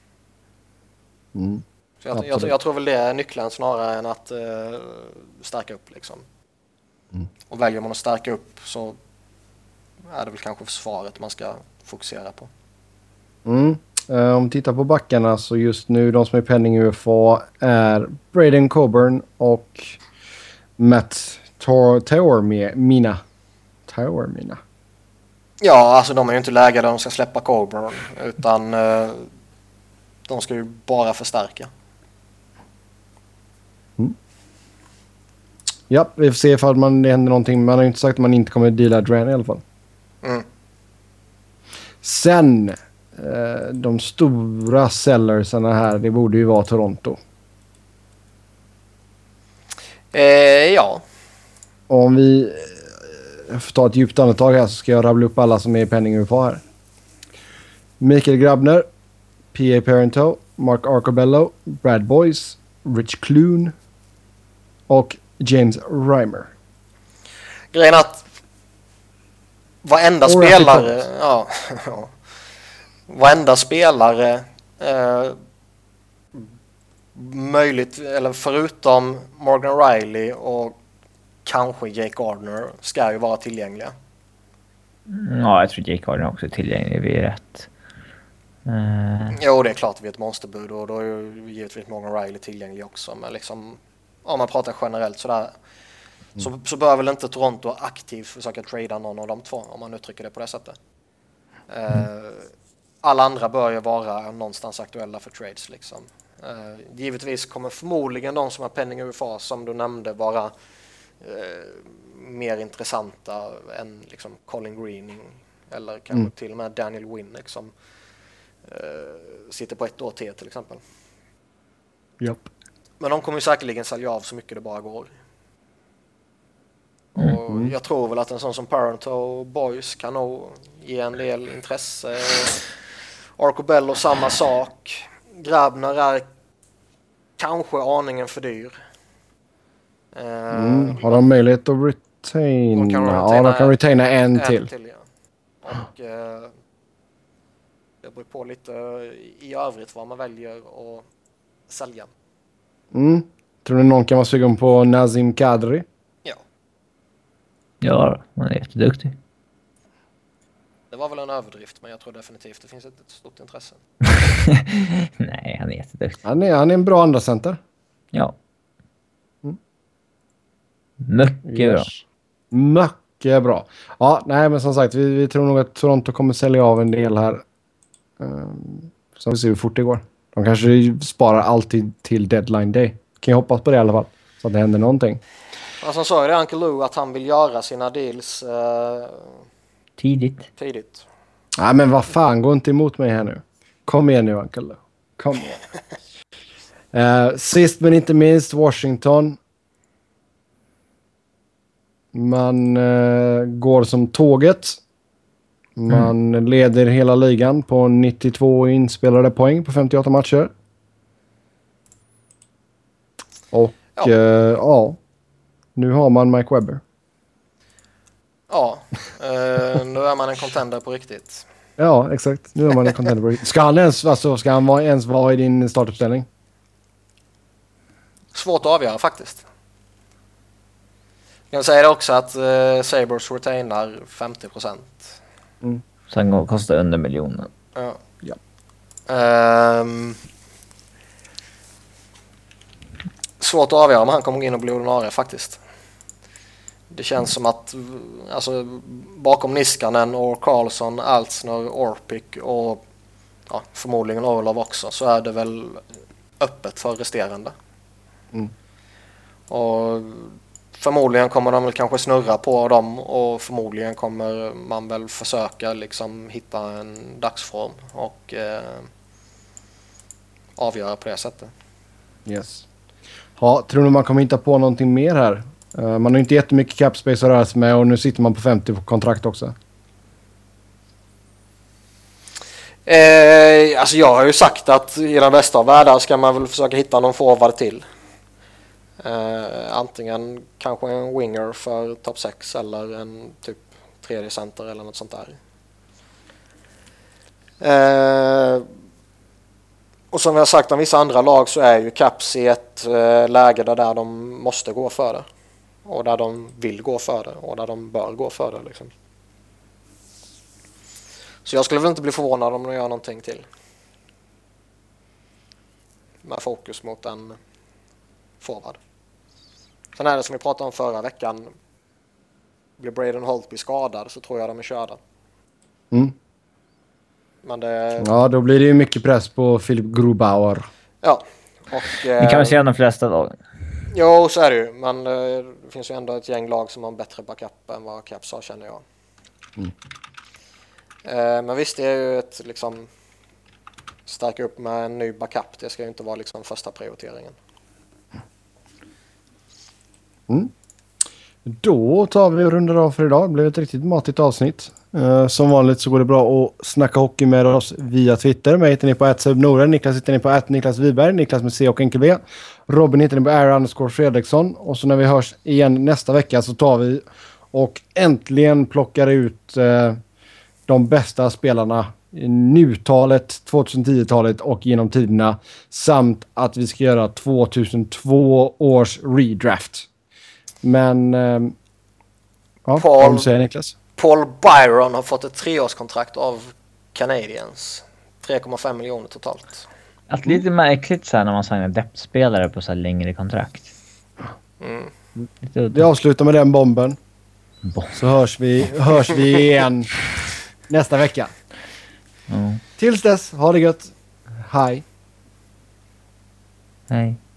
Så jag tror väl det är nyckeln snarare än att stärka upp liksom. Och väljer man att stärka upp så är det väl kanske försvaret man ska fokusera på. Om vi tittar på backarna så just nu de som är penning i UFA är Braden Coburn och Matt Taormina. Ja, alltså de är ju inte läge där de ska släppa Coburn utan de ska ju bara förstärka. Ja, vi får se ifall det händer någonting. Man har ju inte sagt att man inte kommer att deala Dran i alla fall. Sen, de stora sellersarna här, det borde ju vara Toronto. Ja. Och om vi får ta ett djupt andetag här så ska jag rabbla upp alla som är i penning UFA här. Mikael Grabner, P.A. Parento, Mark Arcobello, Brad Boyce, Rich Clune och James Reimer. Grejen är att varenda spelare möjligt, eller förutom Morgan Riley och kanske Jake Gardner ska ju vara tillgängliga. Ja, jag tror Jake Gardner också är tillgänglig vid rätt. Jo, det är klart vi är ett monsterbud och då är ju givetvis Morgan Riley tillgänglig också. Men liksom, om man pratar generellt sådär så bör väl inte Toronto aktivt försöka trada någon av de två, om man uttrycker det på det sättet. Alla andra bör ju vara någonstans aktuella för trades liksom. Givetvis kommer förmodligen de som har penning UFA som du nämnde vara mer intressanta än liksom Colin Greening eller kanske till och med Daniel Winnick som sitter på 1 år till exempel. Japp. Men de kommer ju säkerligen sälja av så mycket det bara går. Och jag tror väl att en sån som Parenteau och Boys kan nog ge en del intresse. Arcobello samma sak. Grabner är kanske aningen för dyr. Har de möjlighet att retaina? De kan retaina en till. Ja. Och det beror på lite i övrigt vad man väljer att sälja. Tror du någon kan vara sugen på Nazim Kadri? Ja, han är jätteduktig. Det var väl en överdrift, men jag tror definitivt det finns ett stort intresse. Nej, han är jätteduktig. Han är en bra andra center. Ja. Mycket bra. Mycket bra. Ja, nej, men som sagt, vi tror nog att Toronto kommer sälja av en del här. Så vi ser hur fort det går. De kanske sparar alltid till deadline day. Kan jag hoppas på det i alla fall. Så att det händer någonting. Ja, som sa ju det Uncle Lou att han vill göra sina deals Tidigt. Nej, men vad fan, gå inte emot mig här nu. Kom igen nu, Uncle Lou. Kom igen. Sist men inte minst, Washington. Man går som tåget. Man leder hela ligan på 92 inspelade poäng på 58 matcher. Och nu har man Mike Webber. Ja, nu är man en contender på riktigt. Ja, exakt. Nu är man en contender på riktigt. Ska han ens vara i din startuppställning? Svårt att avgöra faktiskt. Jag kan säga det också att Sabres retainar 50%. Sen kostar under miljonen. Ja. Svårt att avgöra om han kommer in och bli ordinarie faktiskt. Det känns som att alltså, bakom Niskanen och Karlsson, Altsner, Orpik och förmodligen Orlov också, så är det väl öppet för resterande. Och förmodligen kommer de väl kanske snurra på dem och förmodligen kommer man väl försöka liksom hitta en dagsform och avgöra på det sättet. Yes. Ja, tror du man kommer hitta på någonting mer här? Man har inte jättemycket cap space att röra sig med och nu sitter man på 50 på kontrakt också. Alltså jag har ju sagt att i den bästa av världar ska man väl försöka hitta någon forward till. Antingen kanske en winger för top 6 eller en typ tredje center eller något sånt där. Och som vi har sagt om vissa andra lag så är ju Caps i ett läge där de måste gå för det. Och där de vill gå för det. Och där de bör gå för det liksom. Så jag skulle väl inte bli förvånad om de gör någonting till. Med fokus mot en forward. Sen är det som vi pratade om förra veckan. Blir Braden Holtby skadad så tror jag de är körda. Men det... Ja, då blir det ju mycket press på Philip Grubauer. Ja. Och, det kan vi se de flesta dagar. Jo, så är det ju. Men det finns ju ändå ett gäng lag som har en bättre backup än vad Caps har, känner jag. Men visst, det är ju ett liksom stärka upp med en ny backup. Det ska ju inte vara liksom första prioriteringen. Då tar vi och rundar av för idag. Det blev ett riktigt matigt avsnitt. Som vanligt så går det bra att snacka hockey med oss via Twitter. Mig hittar ni på @sebnoren, Niklas hittar ni på @Niklas Wiberg, Niklas med C och enkel V. Robin hittar ni på @Fredriksson. Och så när vi hörs igen nästa vecka så tar vi och äntligen plockar ut de bästa spelarna i nutalet, 2010-talet och genom tiderna. Samt att vi ska göra 2002 års redraft. Men vad du säger, Niklas? Paul Byron har fått ett 3-årskontrakt av Canadiens. 3,5 miljoner totalt. Att lite märkligt så här när man signar depth-spelare på så här längre kontrakt. Vi avslutar med den bomben. Så hörs vi igen nästa vecka. Tills dess, ha det gött. Hej. Hej.